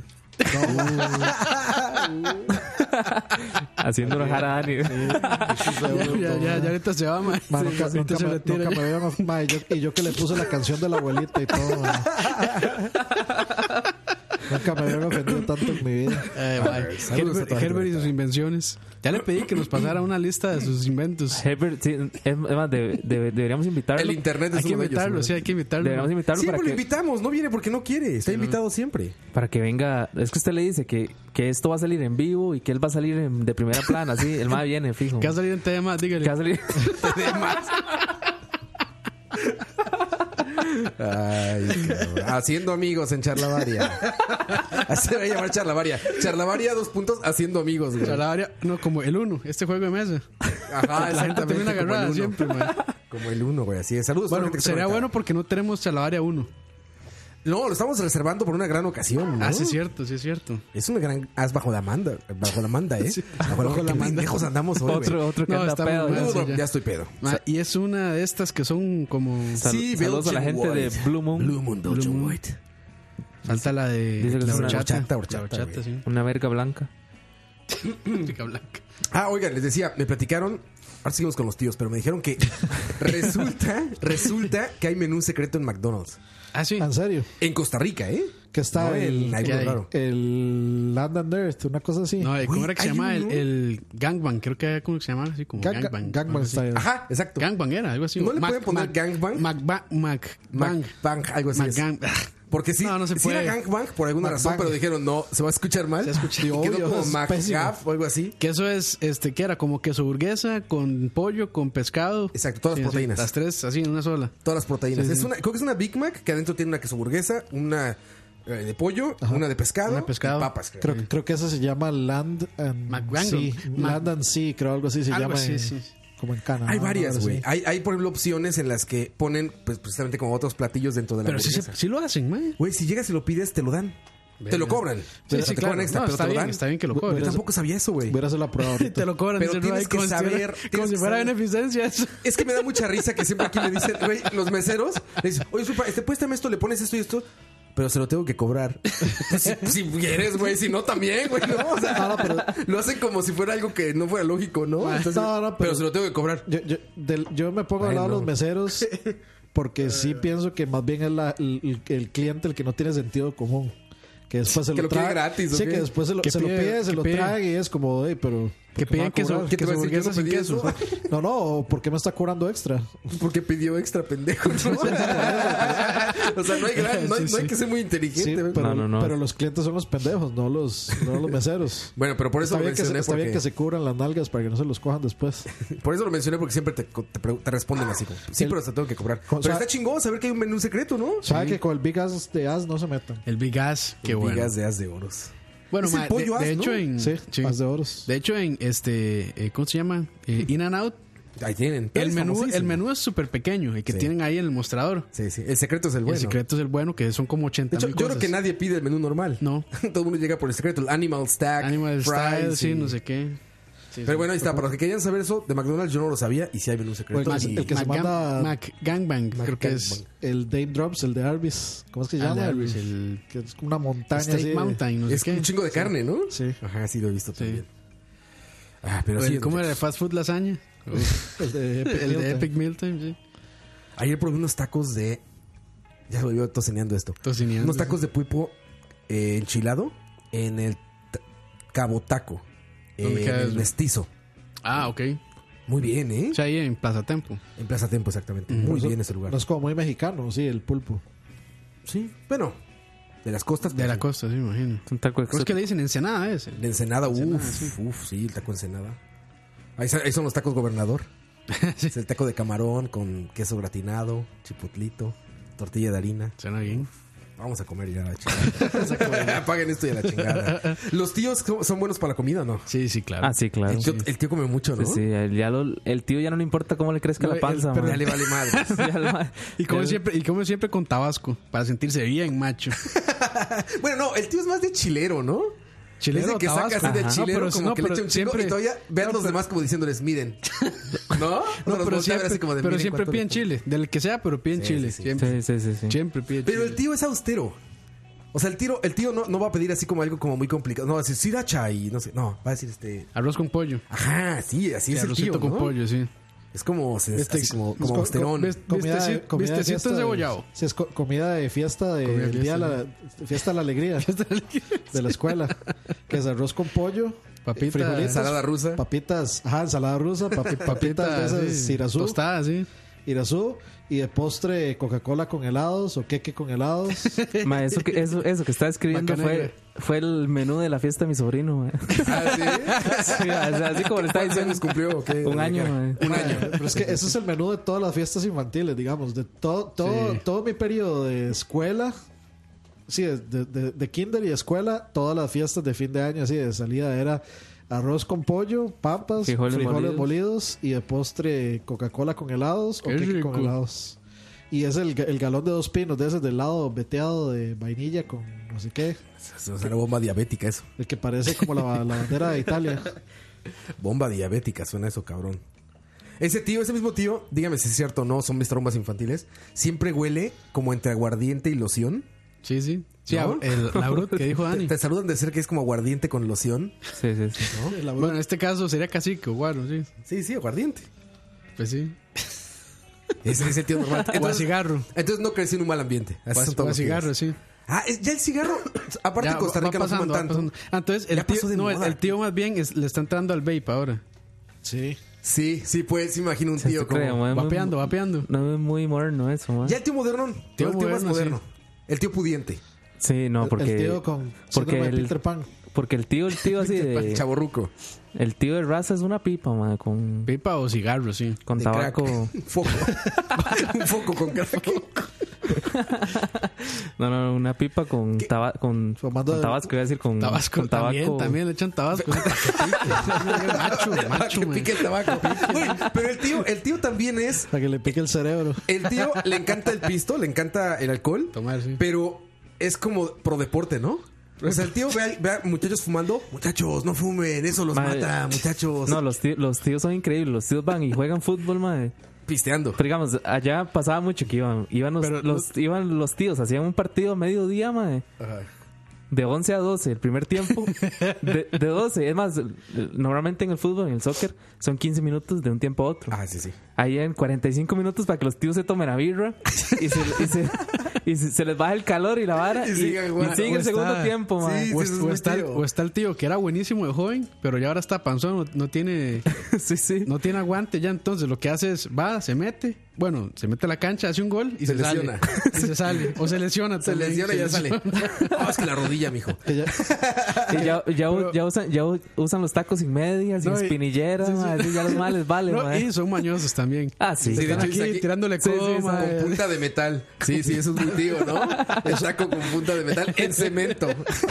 Haciendo una jara a Dani. Ya, ya, ya ahorita se va, man. Ma, Sí, nunca, ahorita nunca se me, retira nunca ya. me vieron, ma, y, yo, y yo que le puse la canción de la abuelita y todo. ma. Nunca me habían ofendido tanto en mi vida. Eh, bye. Saludos a Herbert, toda la Herbert y gente. sus invenciones. Ya le pedí que nos pasara una lista de sus inventos. Herbert, sí, es, es más, de- de- deberíamos invitarlo. El internet Hay es que uno de ellos. invitarlo, ¿no? sí, hay que invitarlo. Deberíamos invitarlo Siempre para lo que, invitamos, no viene porque no quiere. Está invitado siempre. para que venga. Es que usted le dice que, que esto va a salir en vivo y que él va a salir en- de primera plana, sí. El más viene, fijo. ¿Qué va a salir en tema? Dígale. Que va a salir. Ay, cabrón. Haciendo amigos en Charlavaria. Así se va a llamar Charlavaria. Charlavaria, dos puntos, haciendo amigos, güey. Chalabaria, no, como el uno, este juego de mesa. Ajá, La gente termina exactamente, como agarrada el uno. siempre, man. Como el uno, güey. Así es. Saludos. a toda la Bueno, gente que está sería conectada. bueno porque no tenemos Chalabaria uno. No, lo estamos reservando por una gran ocasión, ¿no? Ah, sí es cierto, sí es cierto. Es una gran as bajo la manda, bajo la manda, ¿eh? Bajo, bajo la la manda. manda. Pendejos andamos hoy, güey. otro, otro que No, anda estamos pedo. mal. ¿no? sí, Uh, ya. ya estoy pedo. Ma, y es una de estas que son como... Sal- Sí, saludos a la Belgian gente de White. Blue Moon. Blue Moon, Belgian White. Falta la de... Dice que la es una horchata. horchata, horchata, La horchata, güey. sí. Una verga blanca. Chica blanca. Ah, oigan, les decía, me platicaron. Ahora seguimos con los tíos, pero me dijeron que resulta, resulta que hay menú secreto en McDonald's. Ah, sí. En serio. En Costa Rica, ¿eh? Que está No, el, en algo ¿qué hay? raro. el Land and Earth, una cosa así. No, eh, ¿cómo Güey, era que se hay llama? El, uno. el Gangbang, creo que era como se llamaba así, como Gang- Gangbang. Gangbang algo así. Style. Ajá, exacto. Gangbang era, algo así. ¿No le Mac- pueden poner Mac- Gangbang? Mac- Mac- Bang. Mac Bang, algo así. Mac es. Gang- Porque sí, No, no se sí puede. era gangbang por alguna Mac razón, Bang. pero dijeron no, se va a escuchar mal. Se escucha- Y quedó obvio, como es Mac pésimo. Gaff o algo así. Que eso es, este, que era como queso burguesa con pollo, con pescado. Exacto, todas las Sí, sí, proteínas. las tres, así en una sola. Todas las proteínas. Sí, es sí. una, creo que es una Big Mac que adentro tiene una queso burguesa, una eh, de pollo, una de pescado, Una de pescado. y papas. Creo. Creo, creo que esa se llama Land and McGangle. Sea. Mac- Land and Sea, creo algo así se Algo llama. así, en- sí. Como en Canadá. Hay varias, algo güey. así. Hay, hay, por ejemplo, opciones en las que ponen pues, precisamente como otros platillos dentro de la Pero sí, se- hamburguesa. sí lo hacen, man. Güey, si llegas y lo pides, te lo dan. Te lo cobran. Sí, te sí, cobran claro. extra, No, pero está te lo bien, dan. está bien que lo Yo cobren. tampoco sabía eso, güey. Voy a hacer la prueba ahorita. Te lo cobran, Pero dice tienes Ray, que como si saber, fuera- tienes como si que fuera saber. beneficencia eso. Es que me da mucha risa que siempre aquí me dicen, güey, los meseros, le dicen, oye, supa, este, préstame esto, le pones esto y esto, pero se lo tengo que cobrar. Pues, si, si quieres, güey, si no, también, güey, ¿no? O sea, No, no, pero- lo hacen como si fuera algo que no fuera lógico, ¿no? Entonces, No, no, pero, pero- se lo tengo que cobrar. Yo, yo, del- yo me pongo al lado de Bueno. los meseros porque sí pienso que más bien es la- el, el cliente el que no tiene sentido común. Que después se Que lo lo quiere trae. gratis, ¿o Sí, qué? que después se lo, Que se lo pide- pide, se que lo pide. trae y es como, hey, pero. Que ¿por qué me va piden a queso, cobrar? ¿Qué te queso va a decir? Yo hamburguesa no sin pedí queso. eso. No, no, ¿por qué me está cobrando extra? Porque pidió extra, pendejo, ¿no? O sea, no hay, gran- no hay, no hay que ser muy Sí, inteligente, güey. pero, No, no, no. pero los clientes son los pendejos, no los, no los meseros. Bueno, pero por eso Está, lo bien que, se- mencioné está bien porque... que se cubran las nalgas para que no se los cojan después. Por eso lo mencioné porque siempre te, te, pre- te responden así como, sí, El- pero te tengo que cobrar. O Pero sea- está chingón saber que hay un menú secreto, ¿no? ¿Sabe que con el Big Ass de As no se metan? El Big Ass, qué bueno. Vigas de as de oros. Bueno, Es el ma, pollo de, de as, ¿no? hecho en Sí, sí. As de Oros. De hecho en este eh, ¿cómo se llama? Eh, In and Out. Ahí tienen. El Es menú, famosísimo. el menú es súper pequeño y que Sí. tienen ahí en el mostrador. Sí, sí. El secreto es el bueno. El secreto es el bueno, que son como De ochenta hecho, mil yo cosas. creo que nadie pide el menú normal. No. Todo el mundo llega por el secreto. El Animal Stack. Animal fries Style, sí, y- no sé qué. Sí, Pero sí. bueno, ahí está. Para los que querían saber eso, de McDonald's yo no lo sabía. Y sí hay menú secreto. Pues, y- el que se Mac manda- Mac Gangbang, creo que es. Gangbang. El Dame Drops, el de Arby's. ¿Cómo es que se Ah, llama? de El- Arby's, el que es una montaña Steak así de- Mountain, no sé es qué. un chingo de carne, ¿no? Sí. Ajá, sí lo he visto Sí. también. Ah, pero O sí. el- ¿Cómo era el fast food lasaña? El de Epic el de Meal Epic Meal Time, sí. Ayer probé unos tacos de... Ya se volvió tocineando esto. Tocineando, Unos sí. tacos de pulpo eh, enchilado en el t- Cabo Taco. ¿Dónde En queda el eso? Mestizo. Ah, ok. Muy bien, ¿eh? O sea, ahí en Plaza Tempo. En Plaza Tempo, exactamente. Muy Eso- bien ese lugar. No es como muy mexicano, sí, el pulpo. Sí, bueno. De las costas. De la pero costa, sí, me imagino. Es un taco ¿Cómo es que exótico. le dicen Ensenada ese? De Ensenada, Ensenada, uff, sí. uff, sí, el taco Ensenada. Ahí, sa- ahí son los tacos gobernador. Sí. Es el taco de camarón con queso gratinado, chipotlito, tortilla de harina. Suena bien. Vamos a comer ya la chingada. Apaguen esto y a la chingada. ¿Los tíos son, son buenos para la comida o no? Sí, sí, claro. Ah, sí, claro. El tío, el tío come mucho, ¿no? Sí, sí, el, ya lo- el tío ya no le importa cómo le crezca No, la panza. el- pero man. Ya le vale madre. Ya lo- Y come ya- siempre, y come siempre con tabasco, para sentirse bien macho. Bueno, no, el tío es más de chilero, ¿no? Chilero, Es el que saca tabasco. así de Ajá. chilero, No, pero- como no, que le pero echa un chingo siempre- y todavía vean no, los pero- demás como diciéndoles, miren. ¿No? No, Los pero voltea a ver siempre, así como de, pero "Miren siempre cuánto piden le pongo". chile. Del que sea, pero piden Sí, chile. sí, sí. Siempre, Sí, sí, sí, sí. siempre piden Pero chile. el tío es austero. O sea, el tío, el tío no, no va a pedir así como algo como muy complicado. No va a decir sriracha y no sé. No, va a decir este... Arroz con pollo. Ajá, sí, así Sí, es el tío, arrocito con ¿no? pollo, sí. Es como, se- Este- así como, Es como co- austerón. co- ves- Comida de, Visteci- comida de vistecitos fiesta. cebollado. Sí, es co- comida de fiesta de, Comida de el día de la, fiesta de la alegría de la escuela. Que es arroz con pollo, Papita, frijolitos, Ensalada rusa. papitas, ajá, ensalada rusa, papi- papitas de esas, sí, irazú, tostada, sí. irazú, y de postre Coca-Cola con helados o queque con helados. Ma, eso, que, eso, eso que está escribiendo Vaca fue, negra. fue el menú de la fiesta de mi sobrino. ma. Ah, ¿sí? Sí, o sea, así como le está ¿Cuántos diciendo. años cumplió? o qué? Un año. ma. Un año. Pero es que eso es el menú de todas las fiestas infantiles, digamos, de todo todo Sí. todo mi periodo de escuela. Sí, de, de, de kinder y escuela, todas las fiestas de fin de año, así de salida era arroz con pollo, papas, Frijoles frijoles, molidos. molidos y de postre Coca-Cola con helados o Qué queque rico. con helados. Y es el, ga- el galón de dos pinos de ese de helado veteado de vainilla con no sé qué, Eso es una bomba diabética eso. el que parece como la, la bandera de Italia. Bomba diabética, suena eso, cabrón. Ese tío, ese mismo tío, dígame si es cierto o no, son mis traumas infantiles, siempre huele como entre aguardiente y loción. Sí, sí. Sí, ¿No? el, la brut que dijo Te, Dani. te saludan de cerca, es como aguardiente con loción. Sí, sí, sí. Bueno, en este caso sería cacique o guaro, sí. Sí, sí, aguardiente. Pues sí. Ese es el tío normal. O a Entonces, cigarro. entonces no crecí en un mal ambiente. Así O a, son o todos a los tíos. cigarro, sí. Ah, es- ya el cigarro, aparte Ya, en Costa va- Rica va no fuman pasando, va tanto. pasando. Ah, entonces el Ya tío, pasó de no, el, moda. el tío más bien es- le está entrando al vape ahora. Sí. Sí, sí, pues, sí, imagino un Se tío te como... cree, ma, es muy- Vapeando, vapeando. No es muy moderno eso, ma. Ya el tío moderno, Tío el tío más moderno, moderno. El tío pudiente. Sí, no, porque. el tío con porque síndrome de el- Peter Pan. Porque el tío, el tío así de. Chaborruco. El tío de raza es una pipa, ma, con, Pipa o cigarro, sí. con De tabaco. crack. Un foco. Un foco con crack. No, no, una pipa con, taba, con, Fumando con de- tabasco, iba a decir con, Tabasco, con tabaco. también, también le echan tabasco. macho, macho, que man. pique el tabaco. Güey, pero el tío, el tío también es... Para que le pique el cerebro. El tío le encanta el pisto, le encanta el alcohol. Tomar, sí. Pero es como pro deporte, ¿no? O sea, el tío ve a, ve a muchachos fumando. Muchachos, no fumen, eso los Mae, mata, muchachos. No, los tíos, los tíos son increíbles. Los tíos van y juegan fútbol, mae. Pisteando. Pero digamos, allá pasaba mucho que iban, iban, los, Pero los, iban los tíos, hacían un partido a mediodía, mae. Ajá. De once a doce el primer tiempo. De, de doce, es más, normalmente en el fútbol, en el soccer, son quince minutos de un tiempo a otro. Ah, sí, sí. Ahí en cuarenta y cinco minutos para que los tíos se tomen la birra y se, y se, y se, se les baja el calor y la vara Y y, sigan y jugando. sigue O el segundo está- tiempo, mae. Sí, O, sí, es- eso es o mi está el, tío. o está el tío que era buenísimo de joven, pero ya ahora está panzón, no, no tiene Sí, sí. no tiene aguante ya. Entonces lo que hace es, va, se mete, bueno, se mete a la cancha, hace un gol y Se se, sale. lesiona. Y se sale. O se lesiona Se también. lesiona y ya sale. No, es que la rodilla, mijo. Que ya- Y ya, ya, ya, usan, ya usan los tacos sin medias, sin No, y- espinilleras, sí, sí. mae, así ya los males vale, No, mae. y son mañosos también. Ah, sí. Sí, de Están hecho, aquí dice aquí- tirándole Sí, sí, coma. Con eh. punta de metal. Sí, sí, eso es muy tío, ¿no? El saco con punta de metal en cemento.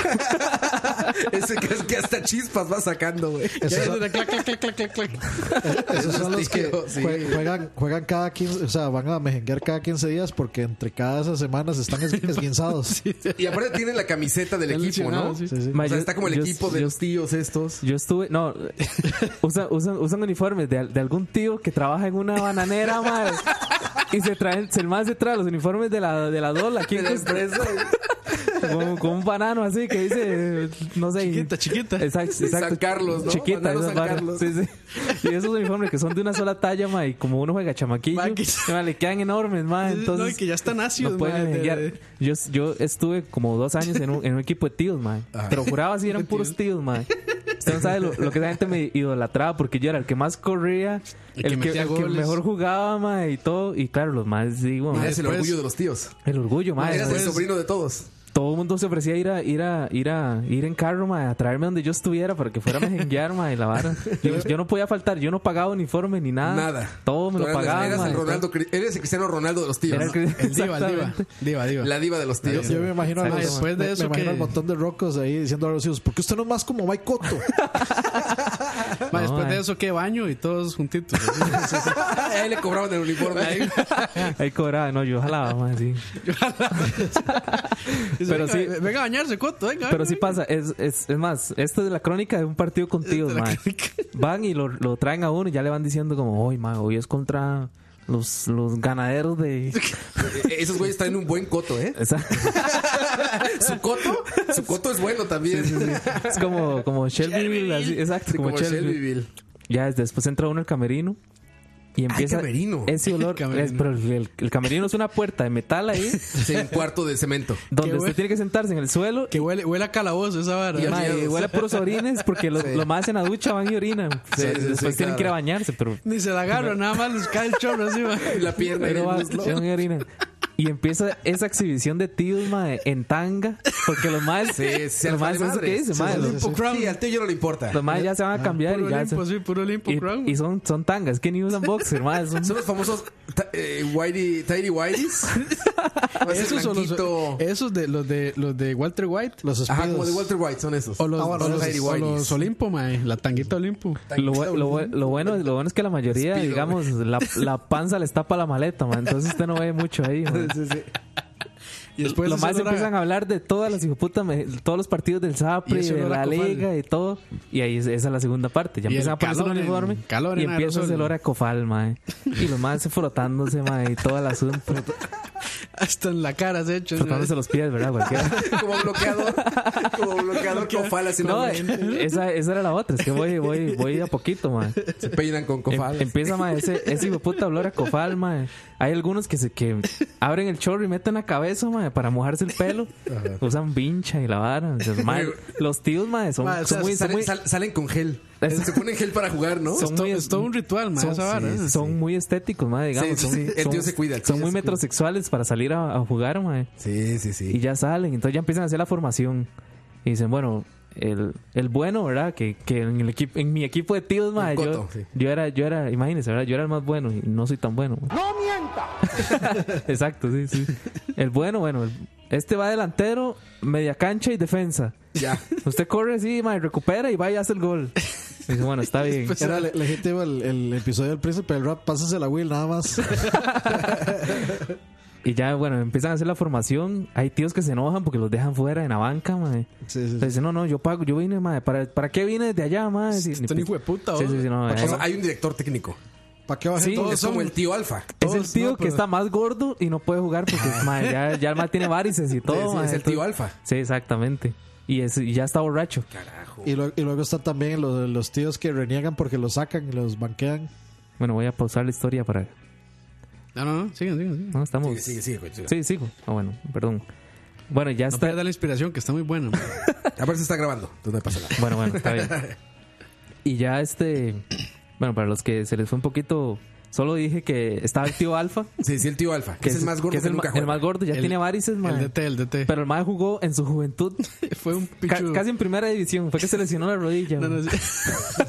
Ese que, es que hasta chispas va sacando, güey. Ya es de clac, clac, clac, clac, clac, clac. Esos son los que tío, sí. jue- juegan, juegan cada quince, o sea, van a mejenguear cada quince días porque entre cada esas semanas están es- esguinzados. Y aparte tienen la camiseta del Están equipo, ¿no? lesionados, sí. Sí, sí. O Mae, sea, yo- está como el yo- equipo de yo- los tíos estos. Yo estuve, no, usan, usan, usan uniformes de, de algún tío que trabaja en una bananera, madre. Y se traen, el más se trae los uniformes de la, de la Dol aquí en De la Costa- empresa. con, con un banano así que dice, no sé. Chiquita, chiquita. Exacto, exacto. San Carlos, ¿no? Chiquita, Banano esas San varas. Carlos. Sí, sí. Y esos uniformes que son de una sola talla, ma, y como uno juega chamaquillo, Ma, que- ma, le quedan enormes, ma. Entonces, no, y que ya están ácidos, no pueden ma, de- mejenguear. de- Yo, yo estuve como dos años en un, en un equipo de tíos, ma. Te lo juraba, si eran puros tíos, ma. Usted no sabe lo, lo que esa gente me idolatraba porque yo era el que más corría, El que el que, metía el que goles. mejor jugaba, ma, y todo. Y claro, los más, digo, ma, Eres el después- orgullo de los tíos. el orgullo, ma. Eras el después- sobrino de todos. todo el mundo se ofrecía a ir a ir a ir a ir en carro, ma, a traerme donde yo estuviera para que fuera a mejenguear, ma, y la vara. Yo, yo no podía faltar, yo no pagaba uniforme ni nada. Nada. Todo me Tú lo eras- pagaban, Eras ma, el y todo. Ronaldo, Cri- eres el Cristiano Ronaldo de los tíos. Era ¿no? el, El diva, el diva. exactamente. Diva, diva. La diva de los tíos. Yo me imagino a Ma, los, después de me- eso me imagino que- al montón de rocos ahí diciendo a los hijos, ¿por qué usted no es más como Mike Cotto? Ma, No, después de eh. eso, ¿qué baño? Y todos juntitos. Ahí le cobraban el uniforme. Ahí cobraba, no, yo jalaba, ma, sí. Pero sí. Venga, venga a bañarse, Coto, venga. Pero venga, sí venga. pasa, es, es, es más, esto es la crónica de un partido con tíos, de la ma. crónica. Van y lo, lo traen a uno y ya le van diciendo como, hoy, ma, hoy es contra los, los ganaderos de... Eh, Esos güeyes están en un buen coto, ¿eh? Esa- Su coto, su coto es bueno también. es como, como Shelbyville, así, exacto, Sí, como, como Shelbyville. Shelbyville. Ya es- después entra uno al camerino y empieza camerino. ese olor. Camerino. es- pero el, el camerino es una puerta de metal ahí Sí, un cuarto de cemento. donde Qué usted bueno. tiene que sentarse en el suelo. Que huele, huele a calabozo esa vara. Y a Ma, y miedos. huele a puros orines porque los, Sí. los más en la ducha van y orinan. O sea, Sí, sí, después sí, tienen que ir a claro. bañarse, pero, Ni se la agarran, nada más les cae el chorro encima. Y la pierna y el pero va- muslo. van y orinan. Y empieza esa exhibición de tíos, ma, en tanga, porque los más, Sí, sí, los más, vale eso que madres. dice, Sí, ma, sí, los, sí, sí. Sí, al tío ya no le importa. los más ya se van a cambiar Puro y ya limpo, se- sí, puro limpo crown. y, y son, son tangas, que ni usan boxer, ma, son- Son los famosos ta- eh, whitey, tidy whiteys. Esos son los, blanquito. esos de los de los de Walter White Los Ajá, como de espidos. Walter White son esos. o los, Ah, bueno, o los, tidy o whiteys. los Olimpo, mae, la tanguita Olimpo. Lo, bu- lo, bu- lo bueno, lo bueno es que la mayoría, Speedo, digamos, la, la panza les tapa la maleta, man. Entonces usted no ve mucho ahí, man. Sí, sí. Y después Lo ese más olor a- empiezan a hablar de todas las hijoputas, me- todos los partidos del Y Sapri, ese de olor a la cofal. liga y todo. Y ahí es- esa es la segunda parte. Ya Y empiezan el a ponerse el calor en- uniforme calor y en empieza aerosol. ese olor a cofal, man. Y los más frotándose, man, y todo el asunto. hasta en la cara se echan. Frotándose los pies, ¿verdad? Cualquiera. Como bloqueador. Como bloqueador cofal así No, no, esa, esa era la otra. Es que voy, voy, voy a poquito, man. se peinan con Em- cofal. empieza, ma, ese, ese hijo de puta olor a cofal, ma. Hay algunos que se que abren el chorro y meten la cabeza, ma, para mojarse el pelo. Usan vincha y la vara. O sea, ma, los tíos, ma, son, Ma, o son sea, muy, son Salen, muy, sal- salen con gel. Es- Se ponen gel para jugar, ¿no? son Esto- muy- es todo un ritual, mae, son, esa vara. sí, ¿eh? son muy estéticos, ma, digamos. Sí, sí, son, sí. El son- tío se cuida, el tío Son se muy cuida. metrosexuales para salir a, a jugar, ma. Sí, sí, Y sí. ya salen. Entonces ya empiezan a hacer la formación. Y dicen, bueno, el, el bueno, ¿verdad? Que, que en el equipo, en mi equipo de tíos, ma, El yo, coto, sí. yo era, yo era, imagínense, ¿verdad? Yo era el más bueno y no soy tan bueno. ma. ¡No mienta! Exacto, sí, sí. El bueno, bueno, el- este va delantero, media cancha y defensa. Ya. Usted corre así, ma, y recupera y va y hace el gol. Y dice, bueno, está bien. Era le- legítimo el, el episodio del príncipe del rap. Pásase la Will, nada más. Y ya, bueno, empiezan a hacer la formación. Hay tíos que se enojan porque los dejan fuera en la banca, mae. Sí, sí, sí. Entonces dicen, no, no, yo pago, yo vine, mae. ¿Para, ¿para qué vine desde allá, mae? Sí, Están hijo de puta, sí, sí, sí, no, O eh, sea, hay un director técnico. ¿Para qué bajen Sí, todos? Es como el tío Alfa. es el todos, tío no, que pero- está más gordo y no puede jugar porque mae, ya, ya el mae tiene varices y todo. Sí, sí, mae, es el tío entonces- Alfa. Sí, exactamente. Y, es, y ya está borracho. Carajo. Y, luego, y luego están también los, los tíos que reniegan porque los sacan y los banquean. Bueno, voy a pausar la historia para... No, no, no, sigan, sigan, sigan. No, estamos... Sigue, sigue, sigue, güey, sigue. Sí, sigo. Ah, bueno, perdón. Bueno, ya No está... pierdas la inspiración, que está muy buena. man. A ver si está grabando. Entonces no pasa nada. Bueno, bueno, está bien. Y ya este... Bueno, para los que se les fue un poquito... Solo dije que estaba el tío Alfa. Sí, sí, el tío Alfa. Que es el más gordo que que, es el, nunca ma- el juega. más gordo. Ya El- tiene varices, El mae. D T, el D T. Pero el mae jugó en su juventud. Fue un ca- pichudo. casi en primera división. Fue que se lesionó la rodilla. No, mae. no, sí.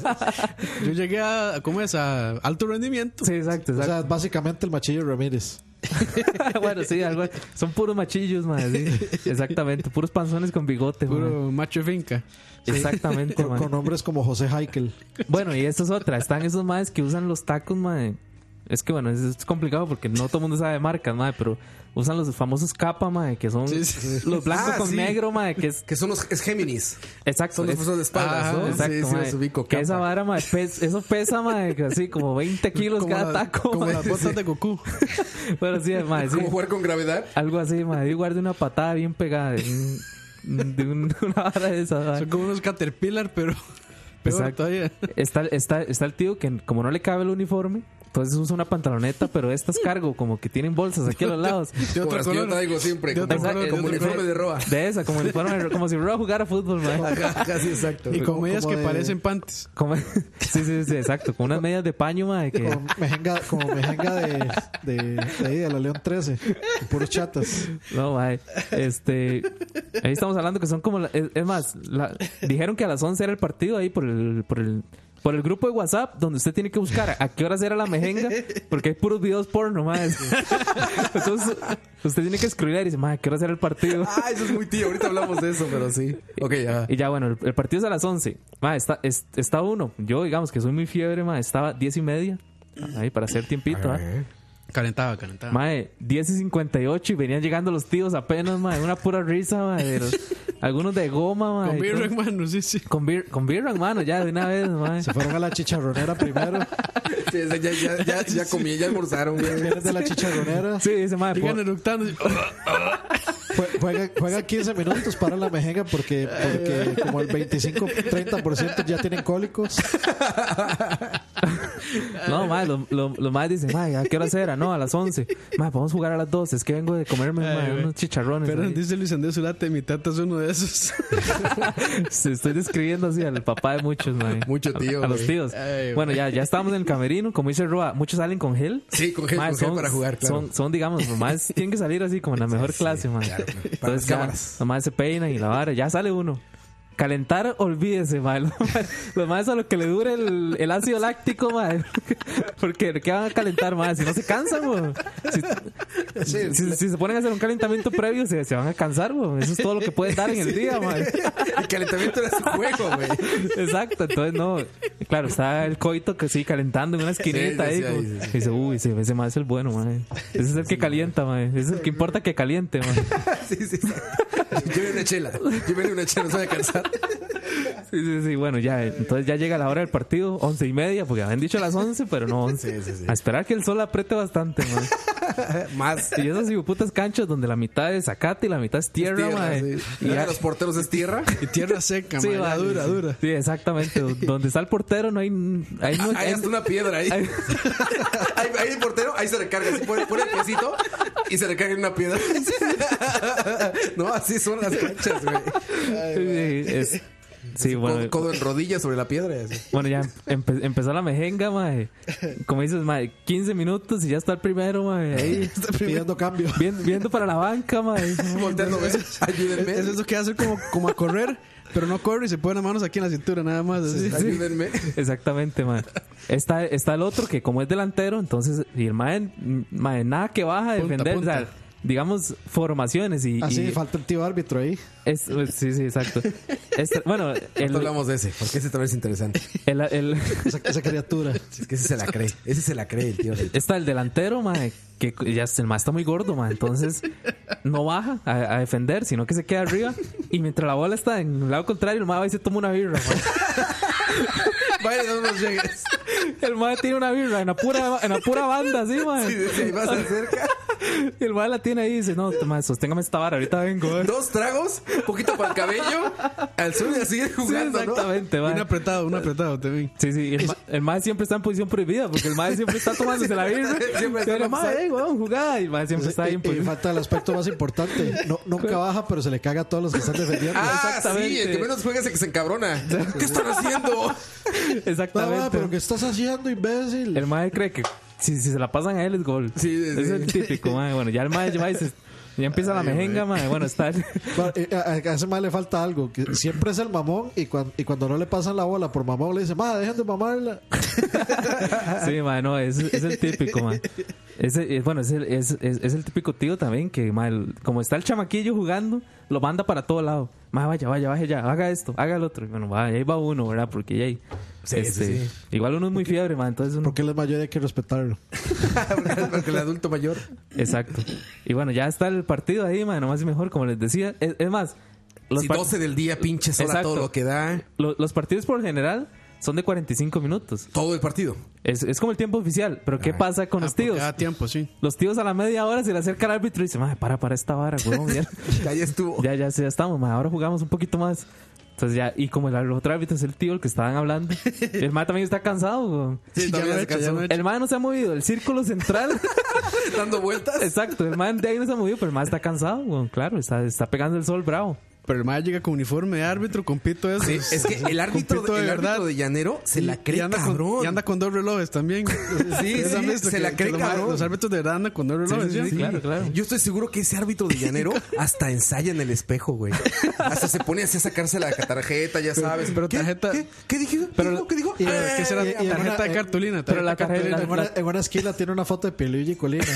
Yo llegué a, ¿cómo es? A alto rendimiento. Sí, exacto, O exacto. sea, básicamente el Machillo Ramírez. Bueno, sí, algo. Son puros machillos, mae. Sí. Exactamente. Puros panzones con bigote, mae. Puro macho de finca. Exactamente, Con, mae. con nombres como José Heikel. Bueno, y esto es otra. Están esos maes que usan los tacos, mae. Es que bueno, es, es complicado porque no todo el mundo sabe de marcas, mae, pero usan los famosos capa, mae, que son Sí, sí. los blancos Ah, con sí. negro, mae, que es Que son los... Es Géminis. exacto. Son los es- profesores de espaldas, Ajá, ¿no? Exacto, sí, sí, mae. los ubico. Que esa capa. vara, mae, pes- eso pesa, mae, que así como veinte kilos Como, cada la- taco, como mae. las botas de Goku. Bueno, sí, mae, sí. ¿Cómo jugar con gravedad? Algo así, mae. Yo guardé una patada bien pegada de, un- de un- una vara de esa, mae. Son como unos Caterpillar, pero peor Exacto. todavía. Está, está, está el tío que como no le cabe el uniforme, entonces usa una pantaloneta, pero estas cargo como que tienen bolsas aquí a los lados. De Como otro las que yo color. traigo siempre. De Como, otro color, de como otro uniforme color. de Roa. De esa, como, uniforme, como si Roa jugara fútbol, mae. Casi exacto. Y con medias como que de- parecen panties. Como- sí, sí, sí, exacto. Con unas medias de paño, mae, que... Como mejenga, como mejenga de, de, de ahí, de la León trece. Con puros chatas. No, mae. Este... Ahí estamos hablando que son como... la- es, es más, la- dijeron que a las once era el partido ahí por el... Por el por el grupo de WhatsApp, donde usted tiene que buscar a qué horas era la mejenga, porque hay puros videos porno, mae. Entonces, usted tiene que escribir y dice, mae, ¿a qué horas era el partido? Ah, eso es muy tío. Ahorita hablamos de eso, pero sí. Ok, ya. Y ya, bueno, el, el partido es a las once. Ma, está, es- está uno. Yo, digamos que soy muy fiebre, ma, estaba diez y media. Ahí, para hacer tiempito, ¿ah? Calentaba, calentaba. Mae, diez y cincuenta y ocho y venían llegando los tíos apenas, mae. Una pura risa, mae. de los- algunos de goma, mae. Con y birra, todo. hermano, sí, sí. Con birra, con birra, hermano, ya de una vez, mae. Se fueron a la chicharronera primero. Sí, ya, ya, ya, ya, ya comí, ya almorzaron, güey. Vienes de la chicharronera. Sí, dice, mae, Llegan po- eructando. Jue- Juega, juega quince minutos para la mejenga porque, porque como el veinticinco treinta por ciento ya tienen cólicos. No, mae, los lo, lo más dicen, mae, ¿a qué hora era? No, a las once. Mae, podemos jugar a las doce. Es que vengo de comerme, Ay, mae, güey. unos chicharrones. Pero ahí. dice Luis Andrés Zulate, mi tata es uno de esos. Se estoy describiendo así al papá de muchos, mae. Mucho A- tío, A, los güey. tíos. Ay, bueno, ya, ya estábamos en el camerino. Como dice Roa, muchos salen con gel. Sí, con gel, Mae, con gel para jugar, claro. Son, son, digamos, los más tienen que salir así como en la mejor clase, mae. claro, claro. Para las Entonces ya, cámaras. nomás se peinan y la vara. Ya sale uno. Calentar, olvídese, mae. Lo más, lo más a lo que le dure el, el ácido láctico, mae. Porque ¿qué van a calentar, mae? Si no se cansan, güey. Si, si- si se ponen a hacer un calentamiento previo, se, se van a cansar, güey. Eso es todo lo que pueden dar en el día, mae. El calentamiento era su juego, güey. Exacto, entonces no. Claro, está el coito que sí calentando en una esquinita Sí, sí, ahí. sí, como- ahí, sí, sí. Y dice, uy, ese, ese más es el bueno, mae. Ese es el que calienta, mae. Ese es el que importa que caliente, mae. Sí, sí, sí. Llévenle una chela. Llévenle una chela, no se vaya a cansar. Sí, sí, sí, bueno, ya. Entonces ya llega la hora del partido, once y media, porque habían dicho las once, pero no once. Sí, sí, sí. A esperar que el sol apriete bastante, mae. Más. Y esas putas canchas donde la mitad es zacate y la mitad es tierra, Tierra, mae. sí. Y Y ya- los porteros es tierra. Y tierra seca, Sí, man. va, dura, sí, dura. Sí, exactamente. Donde está el portero no hay... Ahí no Hay hasta una piedra ahí. Hay- Ahí, ahí el portero, ahí se recarga. Así pone, pone el piecito y se recarga en una piedra. No, así son las canchas, güey. Sí, es- sí, bueno. Codo, codo en rodillas sobre la piedra. y así. Bueno, ya empe- empezó la mejenga, mae. Como dices, mae, quince minutos y ya está el primero, mae. Ahí, Pidiendo cambio. viendo, viendo para la banca, mae. Volteando, ¿ves? Ayúdenme. Es eso que hace como, como a correr, pero no corre y se pone las manos aquí en la cintura, nada más. Así. Ayúdenme. Exactamente, mae. Está, está el otro que como es delantero, entonces, y el mae, mae, nada que baja a Punta, defender. punta. O sea, digamos, formaciones y... Así y falta el tío árbitro ahí. es, sí, sí, exacto. Este, bueno, No el, hablamos de ese, porque ese también es interesante. el, el, Esa, esa criatura. Es que ese se la cree. Ese se la cree el tío. está el delantero, mae, que ya el mae está muy gordo, mae, entonces no baja a, a defender, sino que se queda arriba y mientras la bola está en el lado contrario, el mae va y se toma una birra, mae. Vaya, no nos llegues. El mae tiene una birra en la pura, en la pura banda, así, mae. Sí, desde ahí vas cerca. Y el mae la tiene ahí y dice, no, mae, sosténgame esta vara, ahorita vengo, eh. Dos tragos, un poquito para el cabello, al sur y a seguir Sí, jugando, ¿no? exactamente, mae. Un apretado, un apretado también. Sí, sí, el, ma- el mae siempre está en posición prohibida porque el mae siempre está tomándose la birra. Siempre está Y el en mae, offside. eh, weón, jugada. Y el mae siempre está ahí en Y, y posición. falta el aspecto más importante. No, nunca baja, pero se le caga a todos los que están defendiendo. Ah, Exactamente. sí, el que menos juega es el que se encabrona. ¿Qué están haciendo? No, ma, Exactamente. pero ¿qué estás haciendo, imbécil? El mae cree que si, si se la pasan a él es gol. Sí, sí, Es sí. el típico, mae. Bueno, ya el mae ya, va y se- ya empieza la mejenga, mae. Bueno, está el- Bueno, eh, a, a ese mae le falta algo. Que siempre es el mamón. Y, cuan- y cuando no le pasan la bola por mamón, le dice, ma, dejen de mamarla. Sí, mae, no, es, es el típico, mae. Ese, es, bueno, es el, es, es, es el típico tío también que, mae, el- como está el chamaquillo jugando, lo manda para todo lado. Mae, vaya, vaya, vaya ya, haga esto, haga el otro. Y bueno, vaya, ahí va uno, ¿verdad? Porque ya ahí. Sí, este, sí, sí. Igual uno es muy fiebre, mae, entonces uno. Porque él es mayor y hay que respetarlo. porque, porque el adulto mayor. Exacto. Y bueno, ya está el partido ahí, mae, nomás y mejor, como les decía. Es, es más, los, Si par- doce del día, pinche sola, Exacto. todo lo que da. lo- los partidos por lo general son de cuarenta y cinco minutos. Todo el partido. Es, es como el tiempo oficial. Pero ¿qué pasa con Ah, los porque tíos? da tiempo, sí. Los tíos a la media hora se le acerca al árbitro y dice, mae, para, para esta vara, huevón. Ya, Ya, ya estuvo. ya, ya, ya estamos, mae, ahora jugamos un poquito más. Entonces ya, y como el otro árbitro es el tío el que estaban hablando, el mae también está cansado, huevón. Sí, Ya también lo he se hecho, ya cansó. lo he hecho. El mae no se ha movido, el círculo central. Dando vueltas. Exacto, el mae de ahí no se ha movido, pero el mae está cansado, huevón. Claro, está, está pegando el sol bravo. Pero el mae llega con uniforme de árbitro, con pito eso. Sí, es que el árbitro, Con pito de, el verdad. árbitro de llanero se la cree, y anda cabrón. Con, y anda con dos relojes también. Sí, ¿Ustedes han sí, visto se que- la que cree, los ma- cabrón. Los árbitros de verdad andan con dos relojes. sí, sí, ¿sí? claro, claro. Yo estoy seguro que ese árbitro de llanero hasta ensaya en el espejo, güey. Hasta se pone así a sacarse la tarjeta, ya sabes. pero ¿Qué? tarjeta- ¿Qué, ¿Qué dije? ¿Qué dijo? ¿Qué dijo? y- Ah, ¿Qué será? Y- y en Tarjeta una- de cartulina. pero la tarjeta de tarjeta- En una, en una esquina tiene una foto de Pierluigi y Colina.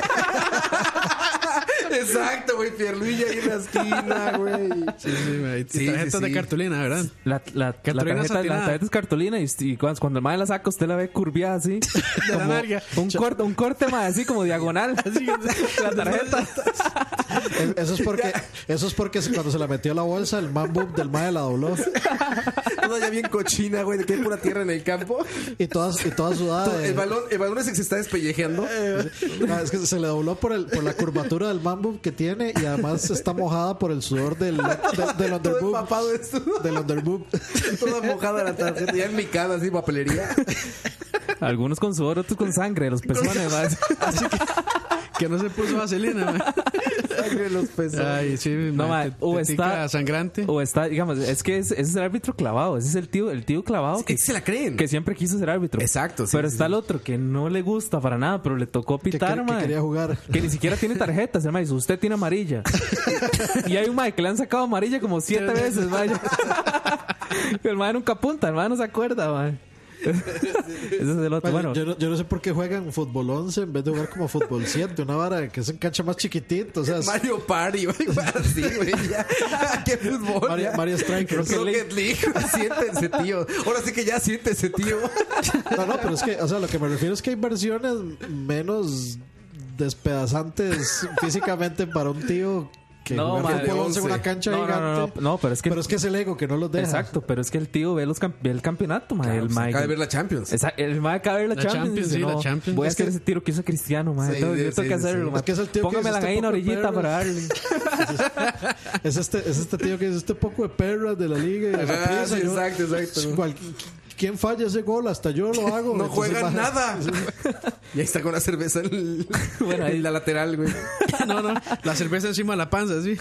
Exacto, güey. Pierluigi ahí en la esquina, güey. Sí, sí, mae. Y Sí, tarjetas sí, de sí. cartulina, ¿verdad? La, la, la, Cartulina tarjeta, la satinada. tarjeta es cartulina y, y cuando, cuando el mae la saca usted la ve curviada así la como nalga. un corte un corte mae, así como diagonal así, la tarjeta. Eh, Eso es porque eso es porque cuando se la metió a la bolsa, el man boob del mae la dobló. Toda ya bien cochina, güey. De que hay pura tierra en el campo. Y todas, y toda sudada. Todo- de- el balón, el balón es el que se está despellejeando. No, es que se le dobló por, el, por la curvatura del man boob que tiene y además está mojada por el sudor del, del, del Todo underboob. empapado esto. Del underboob. Toda mojada la tarjeta. Ya enmicada así, papelería. Algunos con sudor, otros con sangre, los pezones, mae. Que no se puso vaselina, mae. Sangre en los pesos. Ay, sí, No, mae, mae, o te- tetica está- sangrante. O está, digamos, es que es- ese es el árbitro clavado, ese es el tío, el tío clavado que, que se la creen. que siempre quiso ser árbitro. Exacto, sí, Pero sí, está sí. el otro que no le gusta para nada, pero le tocó Que, pitar, que- que mae. quería jugar. Que ni siquiera tiene tarjetas, el mae dice, usted tiene amarilla. Y hay un mae que le han sacado amarilla como siete veces, mae. El mae nunca apunta, el mae no se acuerda, mae. Ese es el otro. Bueno, Bueno, yo, no, yo no sé por qué juegan fútbol once en vez de jugar como fútbol siete, una vara que es en cancha más chiquitito. O sea, es- Mario Party, güey. Así, güey. Ya. ¿Qué fútbol? Mario, ya. Mario Strikers. Rocket League. Siéntense, tío. Ahora sí que ya siéntese, tío. No, no, pero es que, o sea, lo que me refiero es que hay versiones menos despedazantes físicamente para un tío que No, jugar madre, fútbol once en once. una cancha no, no, gigante. no, no, no, pero es que... Pero es que es el ego que no los deja. Exacto, pero es que el tío ve, los cam- ve el campeonato, mae. Claro, el pues, mae acaba de ver la Champions. Esa- el mae acaba de ver la, La Champions, Champions, y dice, sí, la no, Champions. voy a Es hacer que- ese tiro que hizo Cristiano, mae. Sí, Tengo- yo sí, tengo que sí, hacerlo, sí. mae. Es que es el tío que Póngame dice, la este gallina poco de orillita perros. para darle. Es este, es este tío que es este poco de perras de la liga. Y de Ajá, Saprissa, sí, yo- exacto, exacto. cual- ¿Quién falla ese gol? Hasta yo lo hago. No Entonces, juegan baja- nada. Y ahí está con la cerveza en, el- Bueno, ahí- en la lateral, güey. No, no. La cerveza encima de la panza, así.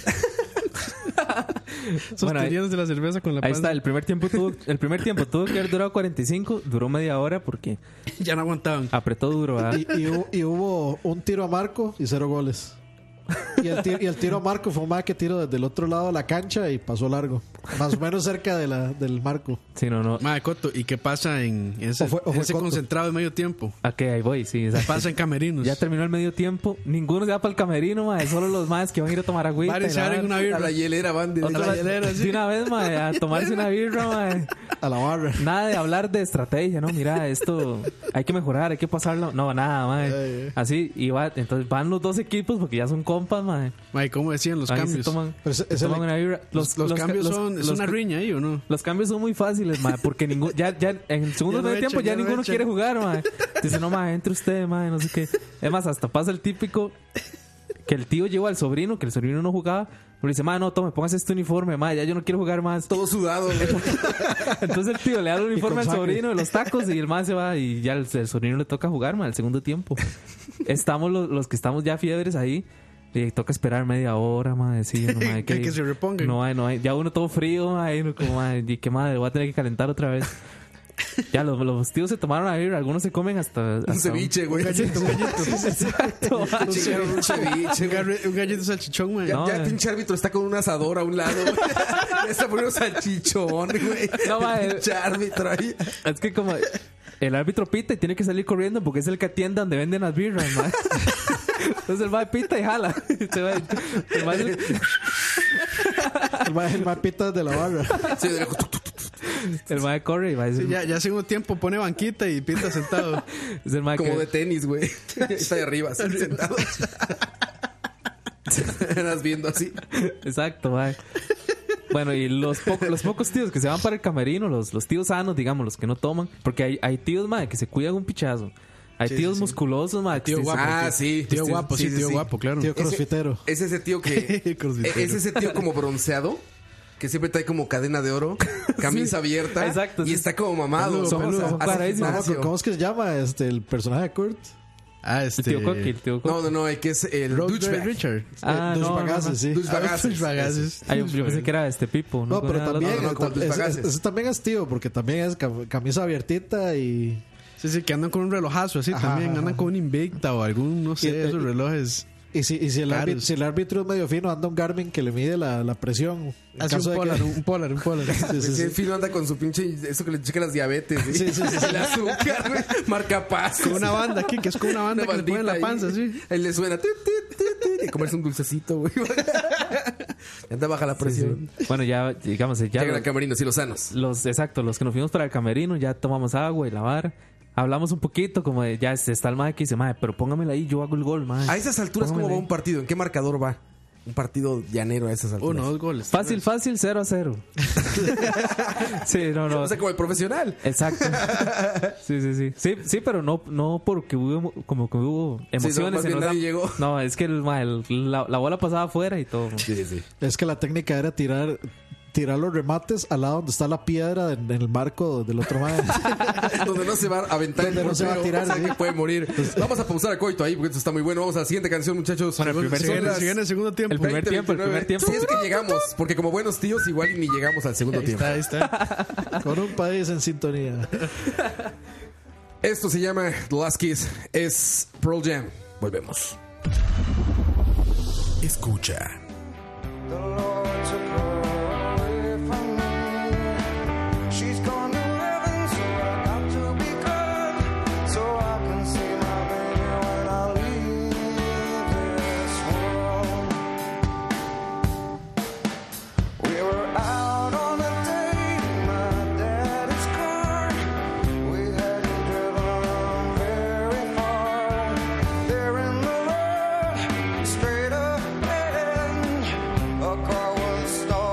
Bueno, ahí- Sosteniéndose la cerveza con la Ahí panza. está, el primer tiempo tuvo, el primer tiempo tuvo que haber durado cuarenta y cinco, duró media hora porque Ya no aguantaban. apretó duro, ¿verdad? Y, y hubo, y hubo un tiro a marco y cero goles. Y el, tiro, y el tiro a marco fue un mae que tiró desde el otro lado de la cancha y pasó largo. Más o menos cerca de la, del marco. Sí, no, no. Mae, Coto, ¿y qué pasa en ese, O fue- o fue ese Coto. concentrado de medio tiempo? ¿A qué? Ahí voy, sí, ¿Qué exacto. pasa en camerinos? Ya terminó el medio tiempo. Ninguno se va para el camerino, mae. Solo los más que van a ir a tomar agüita. Varios y se la abren vara. una A birra. la hielera van de... Otra la vez, hielera, sí. de una vez, mae, a tomarse una birra, mae. A la barra. Nada de hablar de estrategia, ¿no? Mira, esto hay que mejorar, hay que pasarlo. No, nada, mae. Así, y va, entonces van los dos equipos porque ya son compas, mae. Mae, ¿cómo decían los Ahí se cambios? toman, Pero ese- se ese toman le- una birra. Los, los cambios los- son... ¿Es los- una riña ahí o no? Los cambios son muy fáciles, mae, porque ningún, ya, ya en el segundo Ya no medio tiempo echan, ya ya no ninguno echan. quiere jugar, mae. Dice, no, mae, entre usted, mae, no sé qué. Es más, hasta pasa el típico que el tío lleva al sobrino, que el sobrino no jugaba, pero dice, mae, no, tome, póngase este uniforme, mae, ya yo no quiero jugar más. Todo sudado, güey. Entonces el tío le da el uniforme al con sangre. sobrino de los tacos y el mae se va y ya el, el sobrino le toca jugar, mae, al segundo tiempo. Estamos los, los que estamos ya fiebres ahí. Y toca esperar media hora, mae, sí, no, mae, Que- que se repongan. No hay, no hay. Ya uno todo frío, mae, uno como, mae, y qué madre, voy a tener que calentar otra vez. Ya los, los tíos se tomaron a ir, algunos se comen hasta, hasta Un ceviche, güey. Un gallito, un gallito. Exacto, mae. Chingaron un ceviche, Un, güey. garre- un gallito salchichón, mae. Ya, No, ya eh. el pinche árbitro está con un asador a un lado, güey. Ya está poniendo salchichón, güey. No, ma, El eh. pinche árbitro ahí. Es que como el árbitro pita y tiene que salir corriendo porque es el que atiende donde venden las birras, mae. Entonces el mae pita y jala. Se va- el mae- El mae, el mae pita de la barra. Sí, de lejos. el mae corre y va a decir, Sí, ya, ya segundo tiempo pone banquita y pinta sentado. es el mae Como que- de tenis, güey. Está ahí arriba, así, sentado. Estás viendo así. Exacto, mae. Bueno, y los, po- los pocos tíos que se van para el camerino, los, los tíos sanos, digamos, los que no toman, porque hay, hay tíos, mae, que se cuidan un pichazo. Hay Sí, tíos sí, sí. musculosos, mae. que Tío sí- guapo. Ah, sí. Tío Este, guapo, sí, tío guapo, claro. Tío Ese- crossfitero. Es ese tío que... Crossfitero. Es ese tío como bronceado. Que siempre trae como cadena de oro, camisa abierta. exacto, Y sí. está como mamado. Peludo, Son- peludo. son Hace cuadradísimos. gimnasio. ¿Cómo es que se llama este, el personaje de Kurt? Ah, El este... tío Coqui, el tío Coqui. No, no, no, el que es el Road douchebag. Richard. Ah, Eh, no, Douchebagases, no, no. sí. Douchebagases. Douchebagases. Ah, yo, yo pensé que era este Pipo. No, pero ¿Cómo era el también, otro? no, no, como ese, Douchebagases. ese- ese también es tío, porque también es cam- camisa abiertita y... Sí, sí, que andan con un relojazo así Ajá, también. ajá, Andan con un Invicta o algún, no sé, Y- esos y- relojes. Y si, y si, el, Caros. árbitro, si el árbitro es medio fino, anda un Garmin que le mide la, la presión. En Hace caso un de que- polar, un polar, un polar. Sí, sí, Sí, sí. el fino anda con su pinche... Eso que le checa las diabetes. ¿sí? Sí, sí, sí, sí. El azúcar, güey. Marca paz. Con una banda aquí, que es con una banda Una que le ponen en la bandita panza, ahí. sí. Él le suena. Ti, ti, ti, ti, y comerse un dulcecito, güey. Ya anda baja la presión. Bueno, ya, digamos, ya Llegan los, al camerino, sí, los sanos. los- exacto, los que nos fuimos para el camerino, ya tomamos agua y lavar. Hablamos un poquito, como de, ya está el mae que dice, mae, pero póngamela ahí, yo hago el gol, mae. A esas alturas, ¿cómo Póngamela va ahí. un partido? ¿En qué marcador va? Un partido llanero a esas alturas. Uno, dos goles. Fácil, fácil, cero a cero. sí, no, no. O sea, como el profesional. Exacto. Sí, sí, sí. Sí, sí, pero no, no porque hubo como que hubo emociones. más bien en los nadie am- llegó. No, es que el, ma, el- la, la bola pasaba afuera y todo. Sí, sí, sí. Es que la técnica era tirar tirar los remates al lado donde está la piedra en, en el marco del otro mae. Donde no se va a aventar el Donde no se va a portero, tirar, o sea, sí. que puede morir. Vamos a pausar a Coito ahí porque esto está muy bueno. Vamos a la siguiente canción, muchachos. Bueno, el primer Se Son viene, las se viene el segundo tiempo. El primer tiempo, el primer tiempo. Sí, es que llegamos. Porque como buenos tíos, igual y ni llegamos al segundo Ahí tiempo. está, ahí está. Con un país en sintonía. Esto se llama The Last Kiss. Es Pearl Jam. Volvemos. Escucha. She's gone to heaven, so I got to be good, so I can see my baby when I leave this world. We were out on a date in my daddy's car. We hadn't driven very far. There in the road, straight ahead, a car was stalled.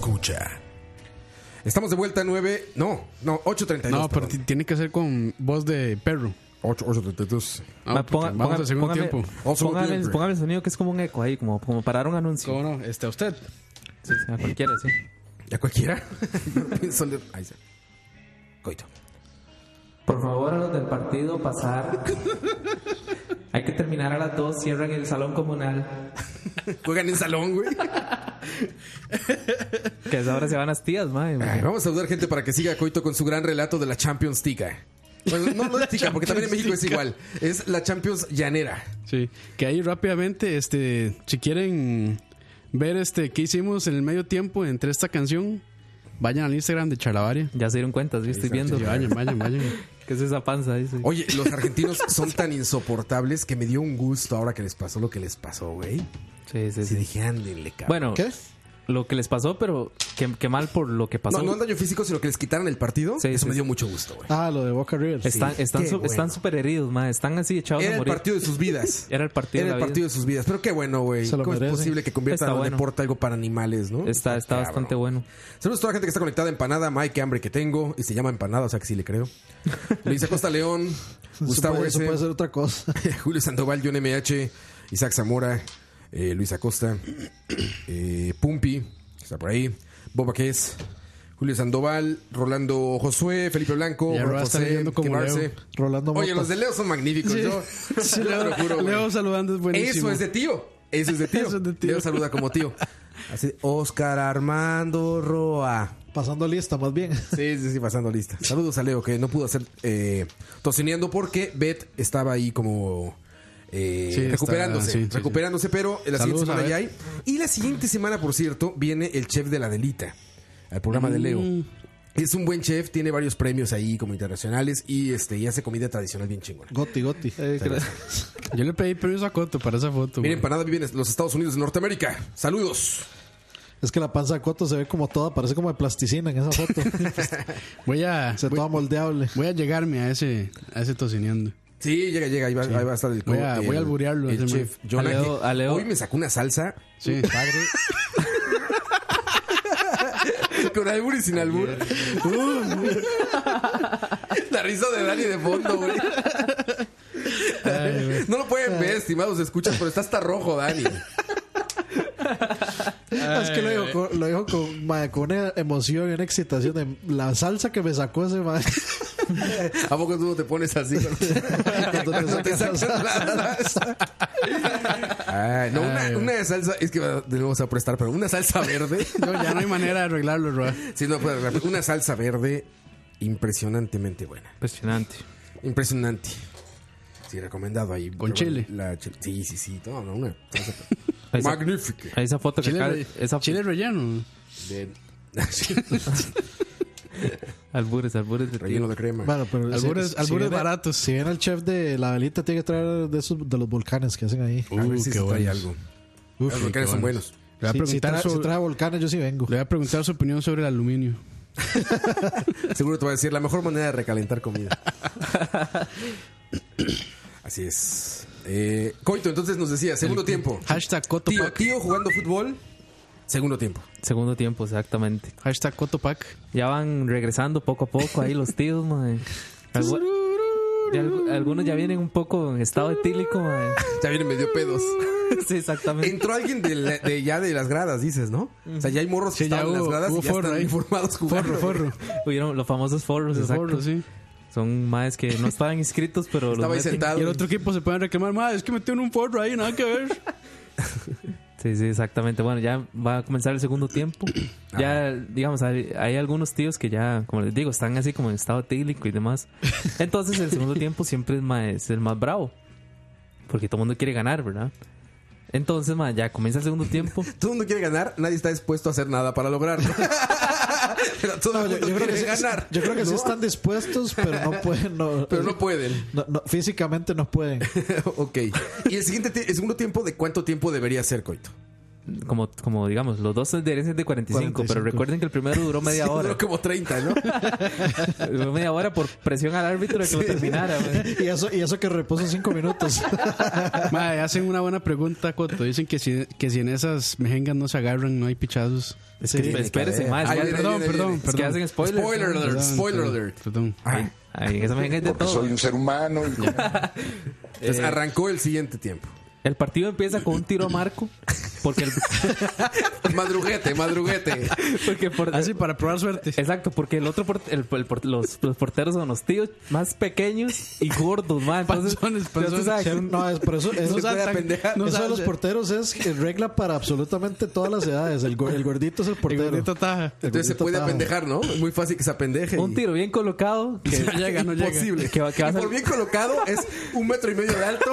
escucha. Estamos de vuelta a nueve. No, no, ocho treinta y dos. No, pero t- tiene que ser con voz de perro. ocho treinta y dos. Ah, Ma, ponga- porque vamos ponga- al segundo póngame- tiempo. Also Póngame, tiempo. póngame el sonido que es como un eco ahí, como, como para dar un anuncio. ¿Cómo no? Este, a usted. Sí, sí, a cualquiera, sí. ¿Ya cualquiera? Yo pienso en- Ahí está. Coito. Por favor, a los del partido pasar. Hay que terminar a las dos. Cierran el salón comunal. Juegan en salón, güey. Que a esa hora se van las tías, madre. Ay, vamos a saludar gente para que siga Coito con su gran relato de la Champions Tica. Bueno, no, no es tica, porque también en México es igual. Es la Champions llanera. Sí, que ahí rápidamente, este, si quieren ver este qué hicimos en el medio tiempo entre esta canción, vayan al Instagram de Charlavaria. Ya se dieron cuenta, sí, estoy viendo. Sí, vayan, vayan, vayan. ¿Qué es esa panza? Dice. Oye, los argentinos son tan insoportables que me dio un gusto ahora que les pasó lo que les pasó, güey. Sí, sí, Si sí. dije, ándenle, cabrón. Bueno, ¿Qué? lo que les pasó, pero qué, qué mal por lo que pasó. No, no el daño físico, sino que les quitaran el partido. Sí, Eso sí, me dio sí. mucho gusto, güey. Ah, lo de Boca River. Están, Sí, están, qué su- bueno. están súper heridos, madre. Están así echados Era a el morir. partido de sus vidas. Era el partido Era de el la partido vida. de sus vidas. Pero qué bueno, güey. Se lo ¿Cómo es merecen. posible que conviertan Está el bueno. deporte algo para animales, no? Está, está cabrón. bastante bueno. Saludos a toda la gente que está conectada. Empanada, Mike, qué hambre que tengo. Y se llama Empanada, o sea que sí le creo. Luis Acosta León, Eso Gustavo puede, eso S., puede ser otra cosa. Julio Sandoval, John M H, Isaac Zamora, eh, Luis Acosta, eh, Pumpi, que está por ahí, Boba Ques, Julio Sandoval, Rolando Josué, Felipe Blanco, Ya lo Ron va a estar José, leyendo como Quemarse. Leo. Rolando Oye, Motas. los de Leo son magníficos. Yo, Sí, yo te Leo, lo juro, güey. Leo saludando es buenísimo. Eso es de tío. Eso es de tío. Eso es de tío. Leo saluda como tío. Así, Oscar Armando Roa. Pasando lista, más bien. Sí, sí, sí, pasando lista. Saludos a Leo, que no pudo hacer eh, tocineando porque Beth estaba ahí como eh, Sí, está- recuperándose. sí, sí, recuperándose, pero la Saludos siguiente a semana ya hay. Beth. Y la siguiente semana, por cierto, viene el chef de la Delita al programa de Leo. Mm. Es un buen chef, tiene varios premios ahí como internacionales y este y hace comida tradicional bien chingona. Goti, Goti. Eh, que- Yo le pedí permiso a Coto para esa foto. Miren, güey. Empanada vive en los Estados Unidos de Norteamérica. Saludos. Es que la panza de Coto se ve como toda, parece como de plasticina en esa foto. Voy a Se voy, toda moldeable. voy a llegarme a ese a ese tocineando. Sí, llega, llega, ahí va, ahí va a estar el, Voy a- el- voy a alburearlo, el ese chef Jonah, A Leo- que a Leo- hoy me sacó una salsa Sí. padre. Con albur y sin albur. La risa de Dani de fondo, güey. No lo pueden ver, estimados escuchas, pero está hasta rojo, Dani. Es que lo dijo, con, lo dijo con, mae, con una emoción y una excitación de la salsa que me sacó ese mae. ¿A poco tú no te pones así? Cuando te Cuando te sacas sacas la salsa. Ay, no, una, una salsa, es que de nuevo se va a prestar, pero una salsa verde. No, ya no hay manera de arreglarlo, Roa. Sí, no puede arreglar, pero una salsa verde impresionantemente buena. Impresionante. Impresionante. Sí, recomendado ahí. Con Pero chile. La chile. Sí, sí, sí. No, no, una salsa Ahí esa- magnífica. ahí esa foto que Chile, acaba- re- esa chile relleno. De- albures, albures de Relleno de crema. Bueno, pero Albures- albures viene- baratos. Si viene el chef de la velita, tiene que traer de esos de los volcanes que hacen ahí. A ver Uh, si qué se trae buenos. algo. Uf, Los qué volcanes son buenos. Le voy a Sí, si, preguntar trae, si sobre- trae volcanes, yo sí vengo. le voy a preguntar su opinión sobre el aluminio. Seguro te va a decir la mejor manera de recalentar comida. Así es. Eh, Coito, entonces nos decía, segundo tiempo. Hashtag Tío, Cotopac. tío jugando fútbol, segundo tiempo. segundo tiempo, exactamente. Hashtag Cotopac. Ya van regresando poco a poco ahí los tíos, mae. Algu- ya algu- algunos ya vienen un poco en estado etílico, mae. Ya vienen medio pedos. Sí, exactamente. Entró alguien de, la- de ya de las gradas, dices, ¿no? O sea, ya hay morros que Sí, ya estaban en las hubo- gradas hubo y ya forro están ahí. informados jugando. Forro, forro. Hubieron los famosos forros, El exacto. forro, sí. Son maes que no estaban inscritos, pero los Estaba ahí meten. sentado. Y el otro equipo se pueden reclamar, madre, es que metió en un forro ahí, nada que ver. Sí, sí, exactamente. Bueno, ya va a comenzar el segundo tiempo. Ya, digamos, hay, hay algunos tíos que ya, como les digo, están así como en estado etílico y demás. Entonces, el segundo tiempo siempre es, más, es el más bravo. Porque todo el mundo quiere ganar, ¿verdad? Entonces, ma, ya comienza el segundo tiempo. Todo el mundo quiere ganar, nadie está dispuesto a hacer nada para lograrlo. Pero todo No, el yo, mundo yo creo que quiere sí, ganar. yo creo que sí ¿no? están dispuestos, pero no pueden. No, Pero no pueden. no- no, físicamente no pueden. Ok. ¿Y el siguiente ti- el segundo tiempo de cuánto tiempo debería ser, Coito? como, como digamos, los dos deberían ser de cuarenta y cinco, cuarenta y cinco. pero recuerden que el primero duró media Sí, hora. duró como treinta, ¿no? Duró media hora por presión al árbitro de que lo terminara. man. Y eso, y eso que repuso cinco minutos. Mae, hacen una buena pregunta, Coto. Dicen que si, que si en esas mejengas no se agarran, no hay pichazos. Es que Tiene que espérese, haber. más. Ahí viene, Perdón, viene, perdón, viene. Es que hacen spoilers. Spoiler ¿no? alert, Perdón, spoiler perdón, alert. Perdón. Ajá. Ahí, en esa mejenga hay de Porque todo. soy un ser humano y Entonces arrancó el siguiente tiempo. El partido empieza con un tiro a marco. Porque el, Madruguete, madruguete. porque por, Así para probar suerte. Exacto, porque el otro port- el, el port- los, los porteros son los tíos más pequeños y gordos, man. Entonces, Panzones, ya usted panzones. sabe que Sí, un- no, es por eso, eso, se puede saltan, apendejar. no eso de los saltan. porteros es regla para absolutamente todas las edades. El, go- el gordito es el El portero. gordito taja. Entonces se gordito puede taja. apendejar, ¿no? Es muy fácil que se apendeje. un y- tiro bien colocado que No llega, no llega. Imposible. Que va- que va a Y por sal- bien colocado es un metro y medio de alto.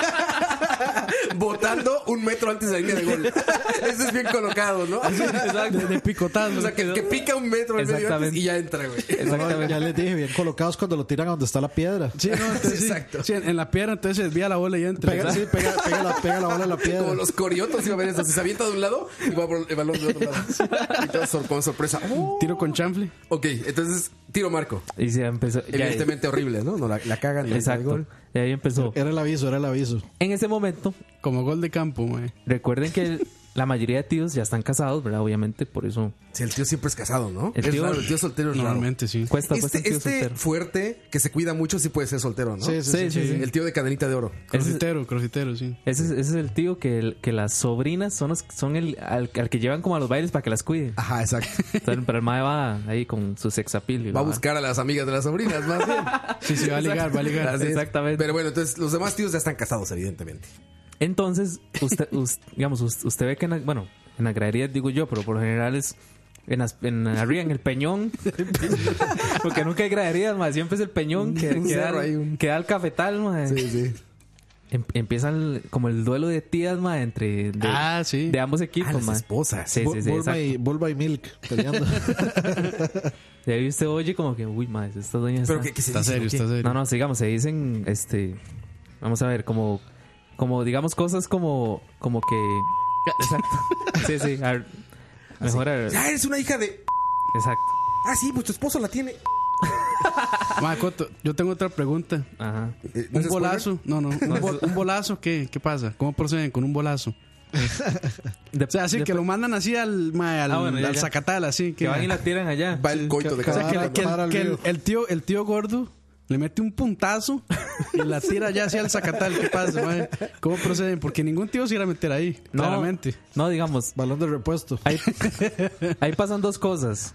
Botando un metro antes de la línea de gol. Eso es bien colocado, ¿no? De, de picotazo. O sea, que, que pica un metro y medio antes Exactamente. y ya entra, güey. No, exactamente. ya les dije, bien colocados cuando lo tiran a donde está la piedra. Sí, no, entonces, sí. Exacto. Sí, en, en la pierna, entonces se desvía la bola y entra. Pega, sí, pega, pega, la, pega la bola a la piedra. Como los coriotos iba a ver eso. Se avienta de un lado y va por el balón del otro lado. Y todo sor- con sorpresa. ¡Oh! Tiro con chanfle. Ok, entonces, tiro marco. Y se empezó. ya- Evidentemente horrible, ¿no? No la, la cagan. y el exacto. gol. Y ahí empezó. Era el aviso, era el aviso. En ese momento, Como gol de campo, mae. recuerden que el- la mayoría de tíos ya están casados, ¿verdad? Obviamente, por eso Sí, el tío siempre es casado, ¿no? El es tío- raro, el tío soltero es raro. Normalmente sí. cuesta, cuesta Este, un tío este soltero. fuerte, que se cuida mucho, sí puede ser soltero, ¿no? Sí, sí, Sí, sí, sí. El tío de cadenita de oro. Ese, Crocitero, crocitero, sí. ese es- ese es el tío que, el- que las sobrinas son, los, son el al, al que llevan como a los bailes para que las cuide. Ajá, exacto. Entonces, pero el mae va ahí con su sex appeal. y Va a la- buscar a las amigas de las sobrinas, más bien. Sí, sí, va a ligar, va a ligar. Así es. Exactamente. Pero bueno, entonces los demás tíos ya están casados, evidentemente. Entonces, usted, us- digamos, us- usted ve que, en la- bueno, en las graderías digo yo, pero por lo general es en, las- en arriba, en el peñón. Porque nunca hay graderías, más siempre es el peñón que, Un que, da, cerro ahí, un- que da el cafetal, mae. Sí, sí. Em- empieza el- como el duelo de tías, mae, entre de, Ah, sí. de ambos Ah, equipos, las mae. esposas. Sí, sí, sí, Bulma, exacto. y, Bulma y Milk peleando. Y ahí usted oye como que, uy, mae, estas doñas Pero están- que, que se Está dice, serio, ¿o qué? está serio. No, no, sigamos, se dicen, este, vamos a ver, como, como digamos cosas como, como que, exacto, sí, sí, a ver, mejor, a ver, Ah, eres una hija de... exacto, Ah, sí, pues tu esposo la tiene. Mae, Coto, yo tengo otra pregunta. ajá. Eh, ¿no ¿Un es bolazo? No, no. ¿Un, bol- un bolazo qué? ¿Qué pasa? ¿Cómo proceden con un bolazo? De- O sea, así de- que lo mandan así al, mae, al, Ah, bueno, ya, al ya. zacatal, así. que van y la tiran allá. Va el coito de O sea, casa. que, Para- que el- para al que el, río. el tío, el tío gordo le mete un puntazo y la tira ya hacia el zacatal. ¿Qué pasa, mae? ¿Cómo proceden? Porque ningún tío se irá a meter ahí, No, claramente. no, digamos, Balón de repuesto. ahí, ahí pasan dos cosas.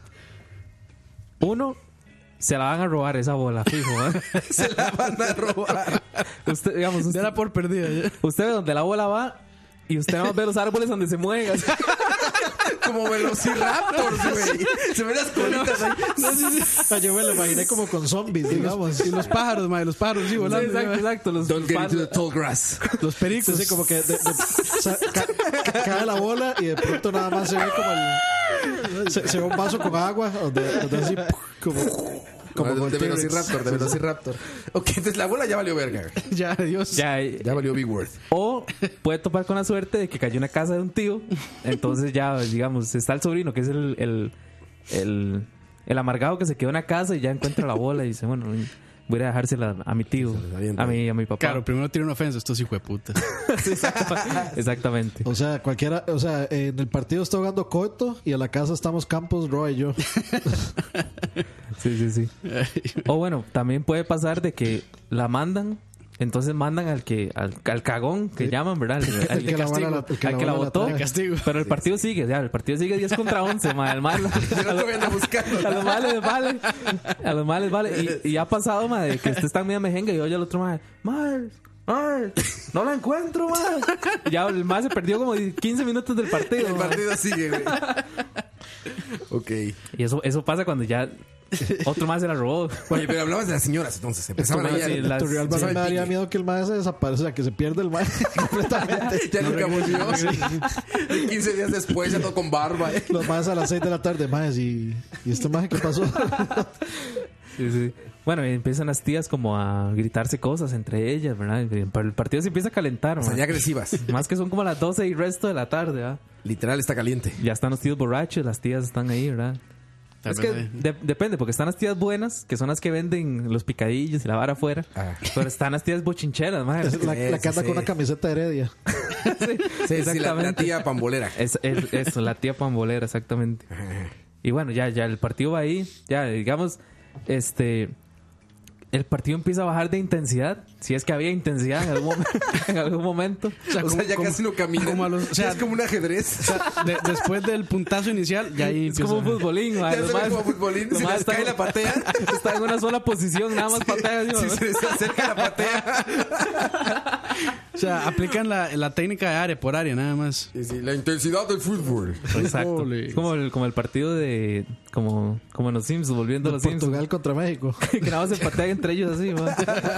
Uno, se la van a robar esa bola, fijo, ¿eh? Se la van a robar. Usted, digamos, Ya usted, era por perdida. ya. usted ve donde la bola va y usted no ve los árboles donde se mueven. así. Como velociraptors, güey. Se ven las colitas ahí. Ah, yo me lo imaginé como con zombies, digamos. Y los pájaros, mae, los pájaros, sí, Sí, volando. exacto, ya. exacto. Los, Don't get los- into the tall grass. Los pericos. Sí, sí, como que de- de- sa- ca- ca- cae la bola y de pronto nada más se ve como el. Se, se ve un vaso con agua, donde, donde así, como. Como Como con de T-Rex. velociraptor, de velociraptor. Ok, entonces la bola ya valió verga. güey. Ya, Dios. ya, Ya valió Big Word. o puede topar con la suerte de que cayó en la casa de un tío. Entonces ya, digamos, está el sobrino, que es el, el, el, el amargado que se quedó en la casa y ya encuentra la bola y dice, bueno, voy a ir a dejársela a mi tío, a mi, a mi papá. Claro, primero tira una ofensa, estos hijos de puta. Sí, exacto. Exactamente. O sea, cualquiera. O sea, en el partido está jugando Coto y a la casa estamos Campos, Roa y yo. Sí, sí, sí. O bueno, también puede pasar de que la mandan, entonces mandan al que al, al cagón que llaman, ¿verdad? Al, al El que la bola la- el que al la que la bola la botó. trae. Castigo. Pero el partido sigue, ya, el partido sigue diez contra once, ma, el mal, Yo no te voy a andar buscando. a los males vale, a los males vale. Y, y ha pasado, ma, de que usted está en media mejenga y oye al otro, ma, mal, mal, no la encuentro, ma. Y ya el ma se perdió como quince minutos del partido. El ma. partido sigue, güey. Ok. Y eso, eso pasa cuando ya otro más se la robó. Oye, pero hablabas de las señoras entonces. Empezaban ahí. Sí, a- las- Tu Real sí, me daría pique. miedo que el maestro se desaparezca, o sea, que se pierda el maestro completamente. Ya nunca volvió. quince días después, ya todo con barba. ¿eh? Los maestros a las seis de la tarde, maestro, y, y este maestro, ¿qué pasó? Sí, sí. Bueno, y empiezan las tías como a gritarse cosas entre ellas, ¿verdad? Y el partido se empieza a calentar, O sea, man. ya agresivas. Más que son como las doce y resto de la tarde, ¿verdad? Literal está caliente. Ya están los tíos borrachos, las tías están ahí, ¿verdad? Es que de- depende, porque están las tías buenas, que son las que venden los picadillos y la vara afuera. Ah. Pero están las tías bochincheras, man. Es la, Sí, la que anda sí, con sí. una camiseta de Heredia. Sí, sí, la, la Exactamente. tía pambolera. Es, es- eso, la tía pambolera, exactamente. Y bueno, ya, ya el partido va ahí. Ya, digamos, este... El partido empieza a bajar de intensidad. Si es que había intensidad en algún, mom- en algún momento. O sea, como- ya como- casi no camina. como a los- o sea, es como un ajedrez. O sea, de- después del puntazo inicial, ya ahí Es como un empieza- futbolín, man. Ya Lo se ve más- como futbolín. lo Si más les está- cae la patea, Está en una sola posición, nada más patea. así, si man. se les acerca la patea. O sea, aplican la, la técnica de área por área, nada más. Sí, sí, la intensidad del fútbol. Exacto. Ole. Es como el, como el partido de... Como, como en los Simpsons, volviendo a los Simpsons. Portugal contra México. Que nada más se patean entre ellos así, man.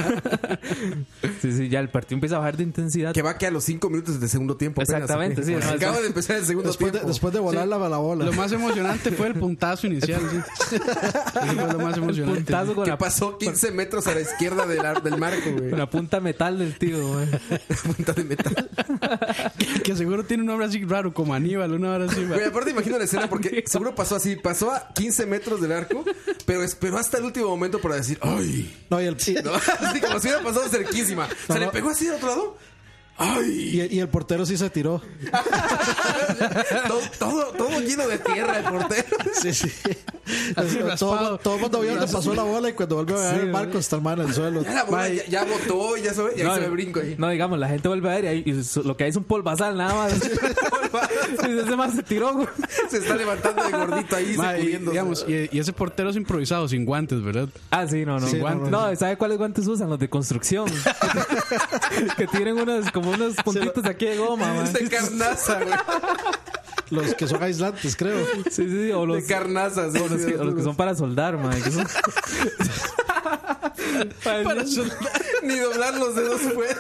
Sí, sí, ya el partido empieza a bajar de intensidad. Que va que a los cinco minutos de segundo tiempo. apenas, Exactamente, ¿o sí, qué? no, Acaba eso- de empezar el segundo Después de, tiempo. después de volar la, la bola. Lo más emocionante fue el puntazo inicial. Sí. Eso fue lo más emocionante. Puntazo con Que la, pasó quince metros a la izquierda del, ar- del marco, güey. con la punta metal del tío, man. Punta de metal. Que, que seguro tiene un nombre así raro, como Aníbal, una hora así. Güey, aparte imagino la escena porque seguro pasó así. Pasó a quince metros del arco, pero esperó hasta el último momento para decir, ¡ay! No, y el, y, ¿No? Así como si hubiera pasado cerquísima. ¿Se No, le no. pegó así del otro lado? ¡Ay! y- y el portero sí se tiró. todo, todo, todo lleno de tierra el portero. Sí, sí. Así todo, raspado. todo el mundo vio dónde pasó la bola y cuando vuelve a ver Sí, el marco está el man en el suelo. Ya la bola ya, ya botó y ya se ve, y ahí se ve brinco ahí. No, digamos, la gente vuelve a ver y, ahí- y su- lo que hay es un polvazal nada más. Y ese man se tiró, güey. Se está levantando de gordito ahí, Ma, y, sacudiéndose. digamos, y, y ese portero es improvisado, sin guantes, ¿verdad? Ah, sí, no, no. Sí, Guantes. no, no, No, ¿sabe cuáles guantes usan? Los de construcción. Que tienen unos, como unos puntitos aquí de goma, man. de carnaza, güey. Los que son aislantes, creo. Sí, sí, sí. O los, De carnaza, sí, o los, sí, que, o los que son para soldar, man. Que son... Para soldar. Ni doblar los dedos puede.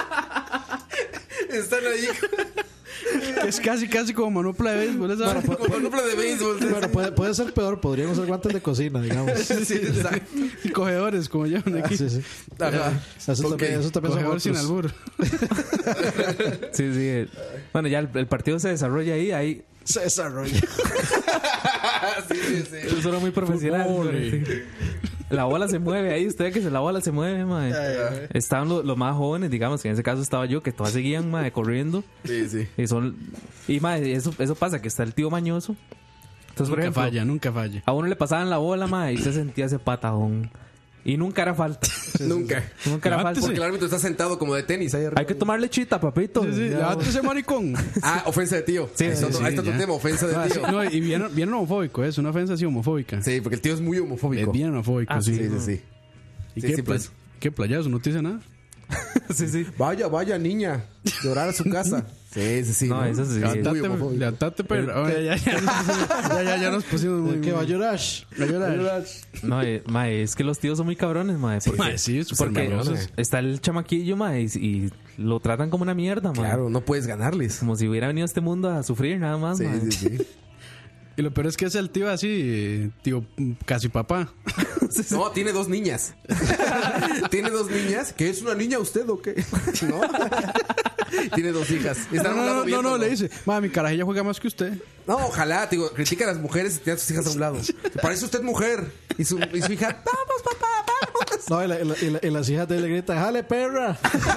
Están ahí Es casi, casi como manopla de béisbol. ¿Esa? como manopla de béisbol. Bueno, puede, puede ser peor. Podrían usar guantes de cocina, digamos. Sí, exacto. Y cogedores, como llaman Ah, aquí. sí, sí. Ajá. Eso, Ok. también, eso también son Cogedor sin otros. albur. Sí, sí. eh. Bueno, ya el, el partido se desarrolla ahí. Ahí Se desarrolla. Sí, sí, sí. eso era muy profesional. Fútbol, pero sí. La bola se mueve ahí. Usted ve que se- la bola se mueve, man. Estaban los, los más jóvenes, digamos, que en ese caso estaba yo, que todas seguían, man, corriendo. Sí, sí. Y son... Y, man, eso, eso pasa, que está el tío mañoso. Entonces, por Nunca ejemplo, falla, nunca falla. a uno le pasaban la bola, man, y se sentía ese patadón. Y nunca era falta. Nunca. Nunca era falta. Porque el árbitro está sentado como de tenis ahí arriba. Hay que tomarle chita, papito. Sí, sí, Ya, levante ese maricón. Ah, ofensa de tío. Sí, ahí está, sí, otro- ahí está sí, tu ya. tema, ofensa de Ah, sí, tío. no, y bien, bien homofóbico, es una ofensa así homofóbica. Sí, porque el tío es muy homofóbico. Es bien homofóbico, Ah, sí. Sí, sí, sí. ¿Y Sí, qué, sí, pla- pues. qué playazo? ¿No te dice nada? sí, sí. Vaya, vaya, niña. Llorar a su casa. Sí, sí, sí. No, eso sí. Muy Levantate, homofóbico. levantate, pero... Ya, ya, ya, ya, ya, ya nos pusimos muy... ¿Qué va a muy- llorar? a llorar. No, eh, mae, es que los tíos son muy cabrones, mae. Porque, Mae, sí, súper porque mañosos. está el chamaquillo, mae, y, y lo tratan como una mierda, mae. Claro, no puedes ganarles. Como si hubiera venido a este mundo a sufrir nada más, Sí, mae. sí, sí. Y lo peor es que es el tío así, eh, tío mm, casi papá. No, tiene dos niñas. Tiene dos niñas. ¿Qué es una niña usted o qué? ¿No? Tiene dos hijas. Están a No, un lado no, no, viendo, no, le dice, mami, mi carajilla juega más que usted. No, ojalá, te digo, critica a las mujeres y tiene a sus hijas a un lado. Parece usted mujer. Y su, y su hija, vamos, papá, vamos. No, y, la- y la- y la- y las hijas de él le gritan, ¡jale, perra!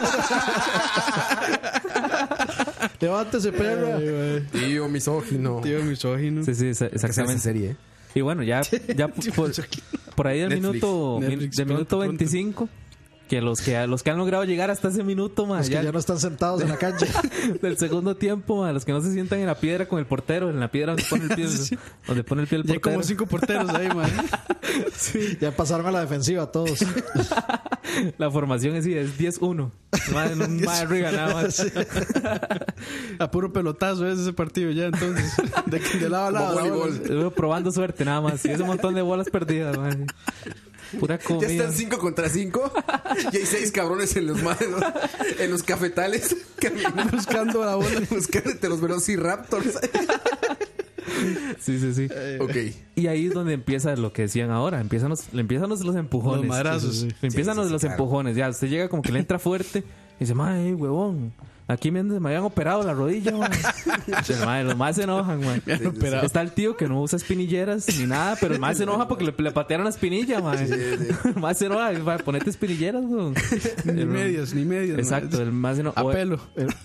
¡Levántese, perra! Tío misógino. Tío misógino. Sí, sí, exa- Esa es esa exactamente. serie, ¿eh? Y bueno, ya, ya por, por ahí del Netflix. minuto, Netflix, del minuto pronto, pronto. veinticinco, que los que los que han logrado llegar hasta ese minuto, mae, Los que ya- ya no están sentados en la cancha. del segundo tiempo, mae, los que no se sientan en la piedra con el portero, en la piedra donde pone el pie, donde pone el pie el Ya hay portero. como cinco porteros ahí, man. Ya pasaron a la defensiva todos. La formación es, sí, es diez uno. Mae, un mae arriba nada más. A puro pelotazo es ese partido ya, entonces. De, de lado a lado. Como la bola. voleibol. Estuve probando suerte nada más. Y ese montón de bolas perdidas, mae. Pura Ya comida. están cinco contra cinco. Y hay seis cabrones en los, ma- en los, en los cafetales caminando, Buscando la bola. buscándote los velociraptors. Sí, sí, sí. Ok. Y ahí es donde empieza lo que decían ahora. Empiezan los, empiezan los, los empujones. Los madrazos. Sí, sí, sí. Empiezan Sí, sí, los, sí, los claro. empujones. Ya, usted llega como que le entra fuerte. Y dice, mae, huevón. Aquí me, me habían operado la rodilla, man. Dice, mae, los más se enojan, man. Me han operado. Está el tío que no usa espinilleras ni nada, pero el más se enoja porque le, le patearon la espinilla, man. El más se enoja. Va, ponete espinilleras, weón. Ni El- medias, ni medias. Exacto, el más se enoja. A pelo.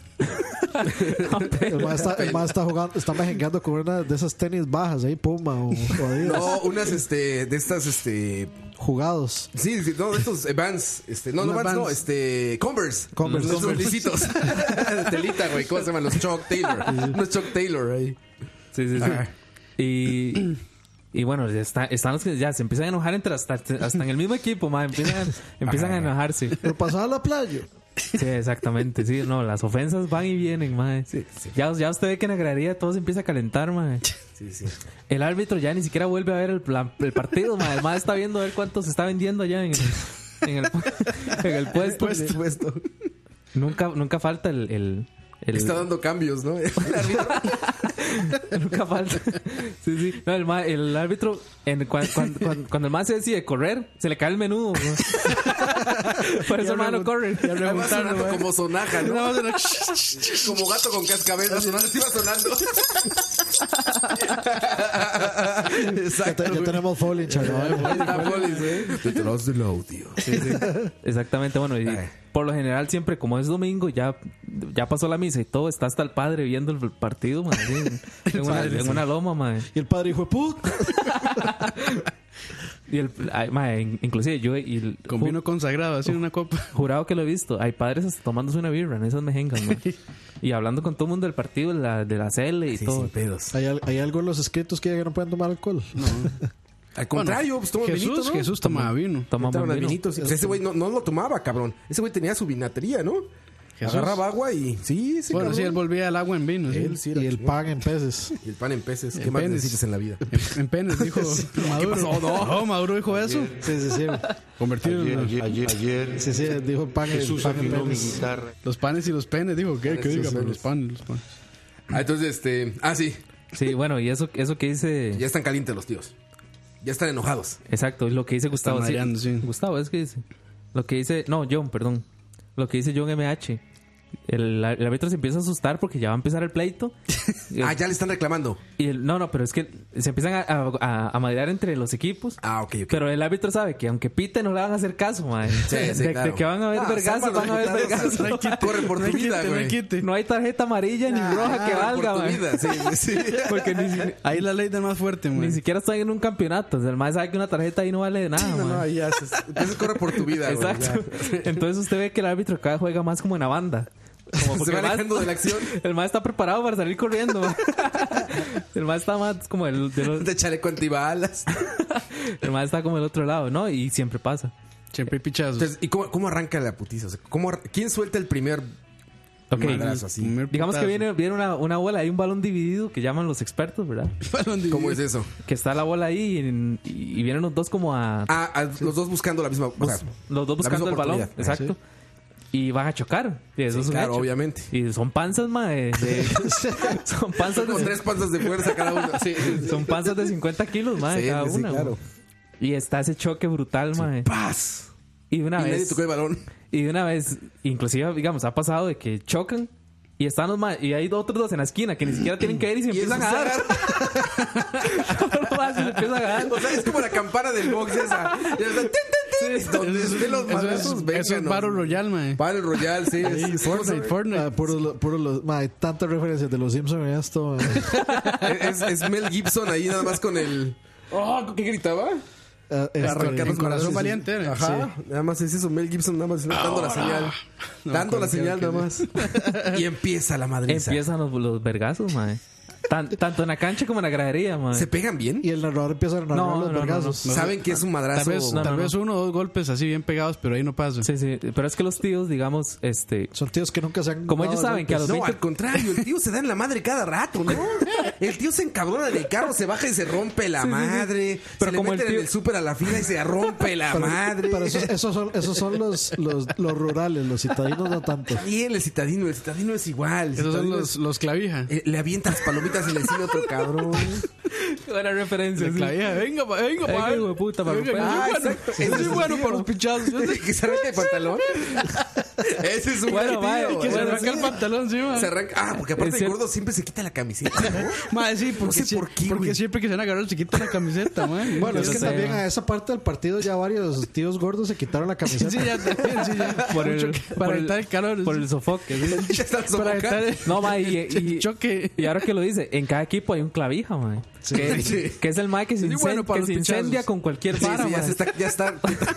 El más está, el mae está jugando, está mejengueando con una de esas tenis bajas ahí, Puma o, o Adidas. No, unas este, de estas, este. Jugados. Sí, sí, no, de estos eh, Vans. Este, no, no Unas Vans, no, Vans. este. Converse. Converse. Los Converse. lisitos. De telita, güey. ¿Cómo se llaman? Los Chuck Taylor. Unos Chuck Taylor ahí. Sí, sí, sí. Y, y bueno, ya está, están los que ya se empiezan a enojar entre hasta, hasta en el mismo equipo, man. Empiezan, empiezan a enojarse. Pero pasaba a la playa. Sí, exactamente. Sí, no, las ofensas van y vienen, man. Ya, ya usted ve que en la gradería todo se empieza a calentar, man. Sí, sí. El árbitro ya ni siquiera vuelve a ver el, la- el partido, man. El man está viendo a ver cuánto se está vendiendo allá en el, en el, en el puesto. Puesto, puesto. Nunca, nunca falta el... el, el- Está dando cambios, ¿no? El árbitro. Nunca falta. Sí, sí. No, el, ma- el árbitro, en, cuan- cuan- cuan- cuando el man se decide correr, se le cae el menudo. ¿No? Por eso el man no corre. Además sonando como sonaja, ¿no? Como gato con cascabel. ¿no? Sonando, sí va sonando. Ya, Exacto. te- ya güey. tenemos Foley, chaval. Ahí está Polis, ¿eh? Detrás del audio. Sí, sí. Exactamente. Bueno, y Ay. por lo general siempre, como es domingo, ya, ya pasó la misa y todo, está hasta el padre viendo el partido, man, así, en, en una, en una loma, man. Y el padre dijo, puta. Y el, ay, man, in- inclusive yo y el, Con vino consagrado, así en una copa. jurado que lo he visto. Hay padres hasta tomándose una birra en esas mejengas, man. Y hablando con todo el mundo del partido, de la, de la C L y Sí, todo. sin pedos. ¿Hay, al- hay algo en los escritos que digan que no pueden tomar alcohol? Al contrario, pues toma Jesús, vinito, ¿no? Jesús tomaba vino. Tomamos Estaban vino. vinitos. Pues ese güey no, no lo tomaba, cabrón. Ese güey tenía su vinatería, ¿no? Jesús. Agarraba agua y... Sí, sí, Bueno, cabrón. sí, él volvía el agua en vino. Sí. Él sí era Y el chingón. pan en peces. Y el pan en peces. ¿Qué En más penes. necesitas en la vida? En, en penes, dijo Maduro. pasó? No. No, Maduro dijo eso. Sí, sí, sí. Convertido en Ayer, ayer, ayer Sí, sí, dijo pan, en- Jesús pan en afinó mi peces. guitarra. los panes y los penes. Dijo, ¿qué? ¿Qué Panes y diga? los Pero penes. los panes, los panes. Ah, entonces, este... Ah, sí. Sí, bueno, y eso, eso que dice... Ya están calientes los tíos. Ya están enojados. Exacto, y lo que dice Gustavo. Están mareando, sí. Gustavo, es que dice. Lo que dice. No, John, perdón. Lo que dice John M H. El, el árbitro se empieza a asustar porque ya va a empezar el pleito. Y el- Ah, ya le están reclamando. y el- no, no, pero es que se empiezan a, a, a- a madrear entre los equipos. Ah, ok, ok. Pero el árbitro sabe que aunque pite no le van a hacer caso, man. Sí, sí, de, claro. de que van a haber Ah, vergazos, salva van a haber los vergazos. resultados. Corre por tu vida, No hay güey. quite. No hay tarjeta amarilla ni roja que Ah, valga, por tu man. vida, sí, sí, sí. Porque ni, si- Ahí la ley del más fuerte, ni man. siquiera están en un campeonato. O sea, el más sabe que una tarjeta ahí no vale de nada, No, man. no, ahí ya haces. Entonces corre por tu vida, güey. Exacto. ya. Entonces usted ve que el árbitro cada juega más como en la banda. Como Se porque va el mae- alejando de la acción. El más está preparado para salir corriendo. Man. El más está más como el de los- De chaleco antibalas. el más está como el otro lado, ¿no? Y siempre pasa. Siempre hay pichazos. Entonces, ¿y cómo, cómo arranca la putiza? O sea, ¿cómo ar- ¿quién suelta el primer Ok. madrazo así? Primer Digamos que putazo. viene, viene una, una bola, hay un balón dividido que llaman los expertos, ¿verdad? Balón ¿Cómo dividido. es eso? Que está la bola ahí y, y vienen los dos como a... Ah, a- los dos buscando la misma. O sea, los dos la buscando misma el balón. oportunidad. Exacto. Y van a chocar. Y eso Sí, es un claro, hecho. obviamente. Y son panzas, mae. de- son panzas Con de, tres panzas de fuerza cada uno. Sí, son panzas de cincuenta kilos, mae, sí, cada sí, una. claro. güey. Y está ese choque brutal, mae. ¡Paz! Y de Y una nadie vez... tocó el balón. Y de una vez, inclusive, digamos, ha pasado de que chocan y están los ma- y hay otros dos en la esquina que ni siquiera tienen que ir y se Y empiezan eso a se dar. No, más, se empiezan a dar. O sea, es como la campana del box esa. Y está, tin, tin, tin, donde estén los Eso madrazos, es, vengan, eso es ¿no? Battle Royale, man. Battle Royale, sí. Sí, es, Fortnite, Fortnite. Ah, puros lo- puros los- ma, hay tantas referencias de los Simpsons en esto. ma. es, es Mel Gibson ahí nada más con el... Oh, ¿qué gritaba? Ah, este, Arrancar Con corazón sí, sí. valiente, era. Ajá. Nada más es eso, Mel Gibson nada más dando la señal. dando la ok, señal ok, nada más. Y empieza la madriza. Empiezan los, los vergazos, mae. Tan- tanto en la cancha como en la gradería, mae. ¿Se pegan bien? Y el narrador empieza a narrar No, los no, no, vergazos. no. Saben que es un Tal madrazo. vez, no, tal no, vez uno o dos golpes así bien pegados, pero ahí no pasa. Sí, sí. Pero es que los tíos, digamos, este... Son tíos que nunca se han. Como ellos dado saben que a los No, veinte... al contrario, el tío se da en la madre cada rato, ¿no? El tío se encabrona del carro, se baja y se rompe la Sí, sí, sí. madre. Pero se como le el meten tío- en el súper a la fila y se rompe la Pero, madre. pero esos, esos son, esos son los, los, los rurales, los citadinos no tanto. Bien, el citadino, el citadino es igual. el Esos son citadino los, es- los clavija. eh, le avienta las palomitas clavijas y le encima otro cabrón. Buena referencia. La sí. clavija, venga, pa- venga, Venga, pa- hijo de puta, para venga, romper. yo soy Ah, bueno, exacto. yo soy Ese es bueno el para los tío. pichazos. Yo soy- Que se arranca el pantalón. Ese es un Bueno, buen mae, tío, Que se güey. arranca el pantalón, sí, ma. Se arranca. Ah, porque aparte Es el cierto. gordo siempre se quita la camiseta, ¿no? Ma, sí, porque, sé sie- por qué, porque güey. siempre que se van a agarrar se quitan la camiseta, ma. Bueno, Yo es que sé, también man. a esa parte del partido ya varios tíos gordos se quitaron la camiseta. Sí, ya también, sí, ya. Por el, Mucho que- por para el- evitar el calor. Por el sofoque. sí. Ya están Para evitar sofocando. el, No, ma, y, el y, choque. y ahora que lo dice, en cada equipo hay un clavija, ma. Que, Sí. que es el ma que se, Sí, incen- bueno, para que los se incendia pichazos. con cualquier Sí, vara, sí, ya ma. se está, ya está.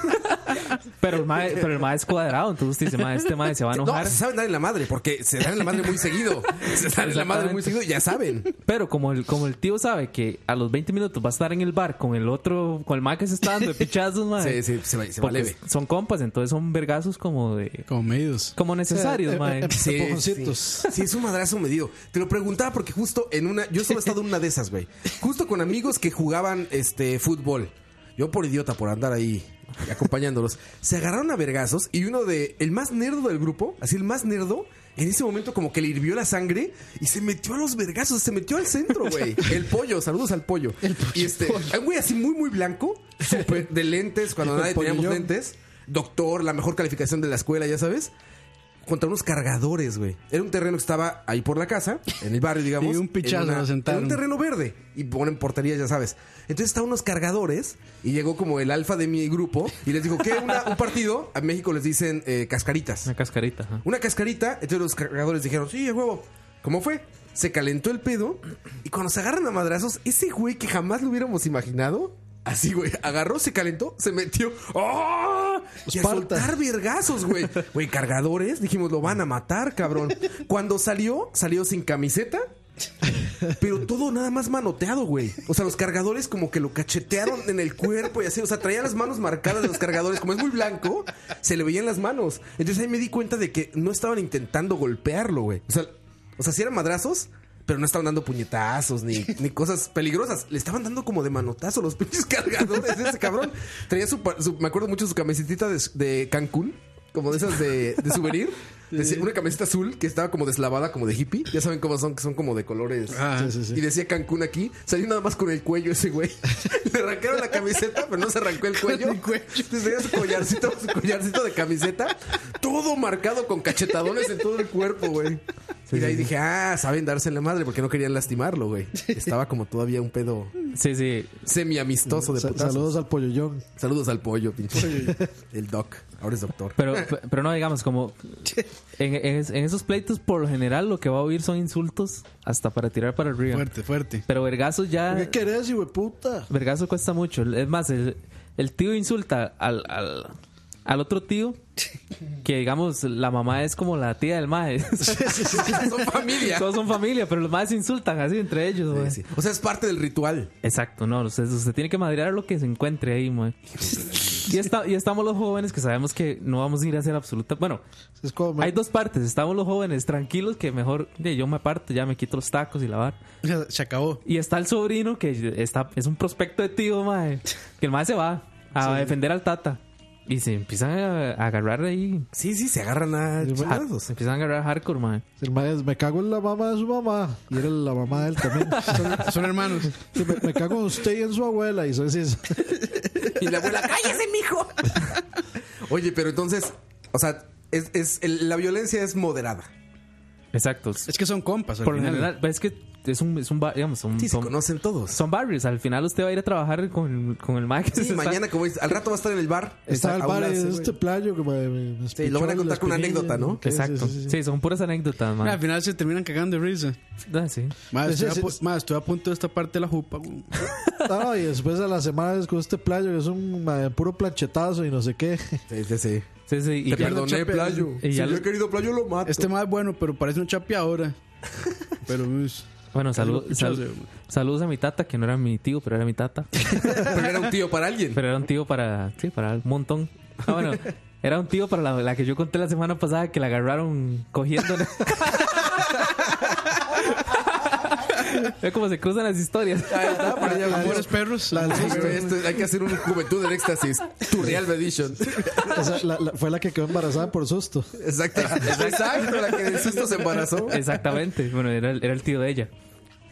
Pero el ma, pero el ma es cuadrado, entonces usted dice, ma, este ma se va a No, enojar. se saben dar en la madre, porque se dan en la madre muy seguido. Se dan en la madre muy seguido y ya saben. Pero como el, como el tío sabe que a los veinte minutos va a estar en el bar con el otro, con el ma que se está dando de pichazos, ma. Sí, sí, se va, se va porque leve. son compas, entonces son vergazos como de Como medios. como necesarios, Eh, ma. eh, eh, Sí, empujoncitos. sí. Sí, es un madrazo medido. Te lo preguntaba porque justo en una... Yo solo he estado en una de esas, güey. Justo con amigos que jugaban este fútbol. Yo por idiota, por andar ahí acompañándolos. Se agarraron a vergazos y uno de... El más nerdo del grupo, así el más nerdo... En ese momento como que le hirvió la sangre y se metió a los vergazos, se metió al centro, güey. El pollo, saludos al pollo. Y este, un güey así muy, muy blanco, súper de lentes, cuando nadie teníamos pollillón. lentes. Doctor, la mejor calificación de la escuela, ya sabes. Contra unos cargadores, güey. Era un terreno que estaba ahí por la casa, en el barrio, digamos. Y un pichazo en una- lo sentaron. en un terreno verde. Y ponen porterías, ya sabes. Entonces estaban unos cargadores y llegó como el alfa de mi grupo y les dijo, ¿qué? Una- un partido. A México les dicen eh, cascaritas. Una cascarita. ajá. Una cascarita. Entonces los cargadores dijeron, sí, a huevo. ¿Cómo fue? Se calentó el pedo y cuando se agarran a madrazos, ese güey que jamás lo hubiéramos imaginado... Así, güey, agarró, se calentó, se metió. ¡Oh! Y a Esparta. soltar vergazos, güey. Güey, cargadores, dijimos, lo van a matar, cabrón. Cuando salió, salió sin camiseta. Pero todo nada más manoteado, güey. O sea, los cargadores como que lo cachetearon en el cuerpo y así. O sea, traía las manos marcadas de los cargadores. Como es muy blanco, se le veían las manos. Entonces ahí me di cuenta de que no estaban intentando golpearlo, güey. O sea, o sea, sí eran madrazos, pero no estaban dando puñetazos ni, ni cosas peligrosas. Le estaban dando como de manotazo los pinches cargadores de ese cabrón. Traía su, pa- su- me acuerdo mucho su camiseta de, de Cancún. Como de esas de, de souvenir. Decía- una camiseta azul que estaba como deslavada, como de hippie. Ya saben cómo son, que son como de colores. Ah, Sí, sí, sí. Y decía Cancún aquí. Salió nada más con el cuello ese güey. Le arrancaron la camiseta, pero no se arrancó el cuello. Entonces veía su collarcito, su collarcito de camiseta. Todo marcado con cachetadones en todo el cuerpo, güey. Y de ahí dije, ah, saben darse en la madre porque no querían lastimarlo, güey. Estaba como todavía un pedo Sí, sí. semi-amistoso de Sa- putazos. saludos al pollollón. Saludos al pollo, pinche. El doc. Ahora es doctor. Pero, pero no digamos, como en, en, en esos pleitos, por lo general, lo que va a oír son insultos hasta para tirar para arriba. Fuerte, fuerte. Pero vergazos ya. ¿Qué querés, hijo de puta? Vergazo cuesta mucho. Es más, el, el tío insulta al, al, al otro tío, que digamos, la mamá es como la tía del mae. Son familia. Todos son familia, pero los maes se insultan así entre ellos, güey. Sí, sí. O sea, es parte del ritual. Exacto, no, usted, usted tiene que madrear lo que se encuentre ahí, mae. Y, está, y estamos los jóvenes que sabemos que no vamos a ir a hacer absoluta... Bueno, Es como... hay dos partes. Estamos los jóvenes tranquilos que mejor de, yo me aparto, ya me quito los tacos y lavar. Ya, se acabó. Y está el sobrino que está, es un prospecto de tío, mae. Que el mae se va a defender al tata. Y se empiezan a, a agarrar ahí. Sí, sí, se agarran a Ah, chingadazos. se empiezan a agarrar hardcore, mae. El mae es, me cago en la mamá de su mamá. Y era la mamá de él también. Son, son hermanos. Sí, me, me cago en usted y en su abuela. Y eso es eso. Y la abuela, cállese, mijo. Oye, pero entonces, o sea, es, es, el- la violencia es moderada. Exacto. Es que son compas. Al Por lo final. general, pues es que es un, es un bar- digamos, son, Sí, se son, conocen todos. son barrios. Al final usted va a ir a trabajar con, con el mae que Sí, se está- mañana, como dices, al rato va a estar en el bar. Está el a un bar lado, y sí, este güey. playo que me, me, me Sí, lo van a espichó contar la con una espinilla. anécdota, ¿no? Sí, Exacto. sí, Sí, sí, sí. son puras anécdotas, Mira, mae. al final se terminan cagando de risa. Ah, sí. Más, Sí, estoy, sí, a pu- sí. ma, estoy a punto de esta parte de la jupa. güey. Ah, y después a las semanas con este playo que es un mae, puro planchetazo y no sé qué. Sí, sí, sí. Sí, sí. Y Te ya- perdoné, chape- playo. y Si ya yo lo- he querido playo, lo mato. Este más es bueno, pero parece un chape ahora. Pero pues, Bueno, salud- Algo sal- pichoso. saludos a mi tata, que no era mi tío, pero era mi tata. Pero era un tío para alguien. Pero era un tío para, sí, para un montón. Ah, bueno, era un tío para la, la que yo conté la semana pasada que la agarraron cogiendo. Es como se cruzan las historias. Ahí está, por allá, amores perros. La del Sí, susto. güey, esto- hay que hacer un Juventud en Éxtasis. Tu Real Edition. Esa, la- la- fue la que quedó embarazada por susto. Exacto. Exacto, la que de susto se embarazó. Exactamente. Bueno, era, el- era el tío de ella.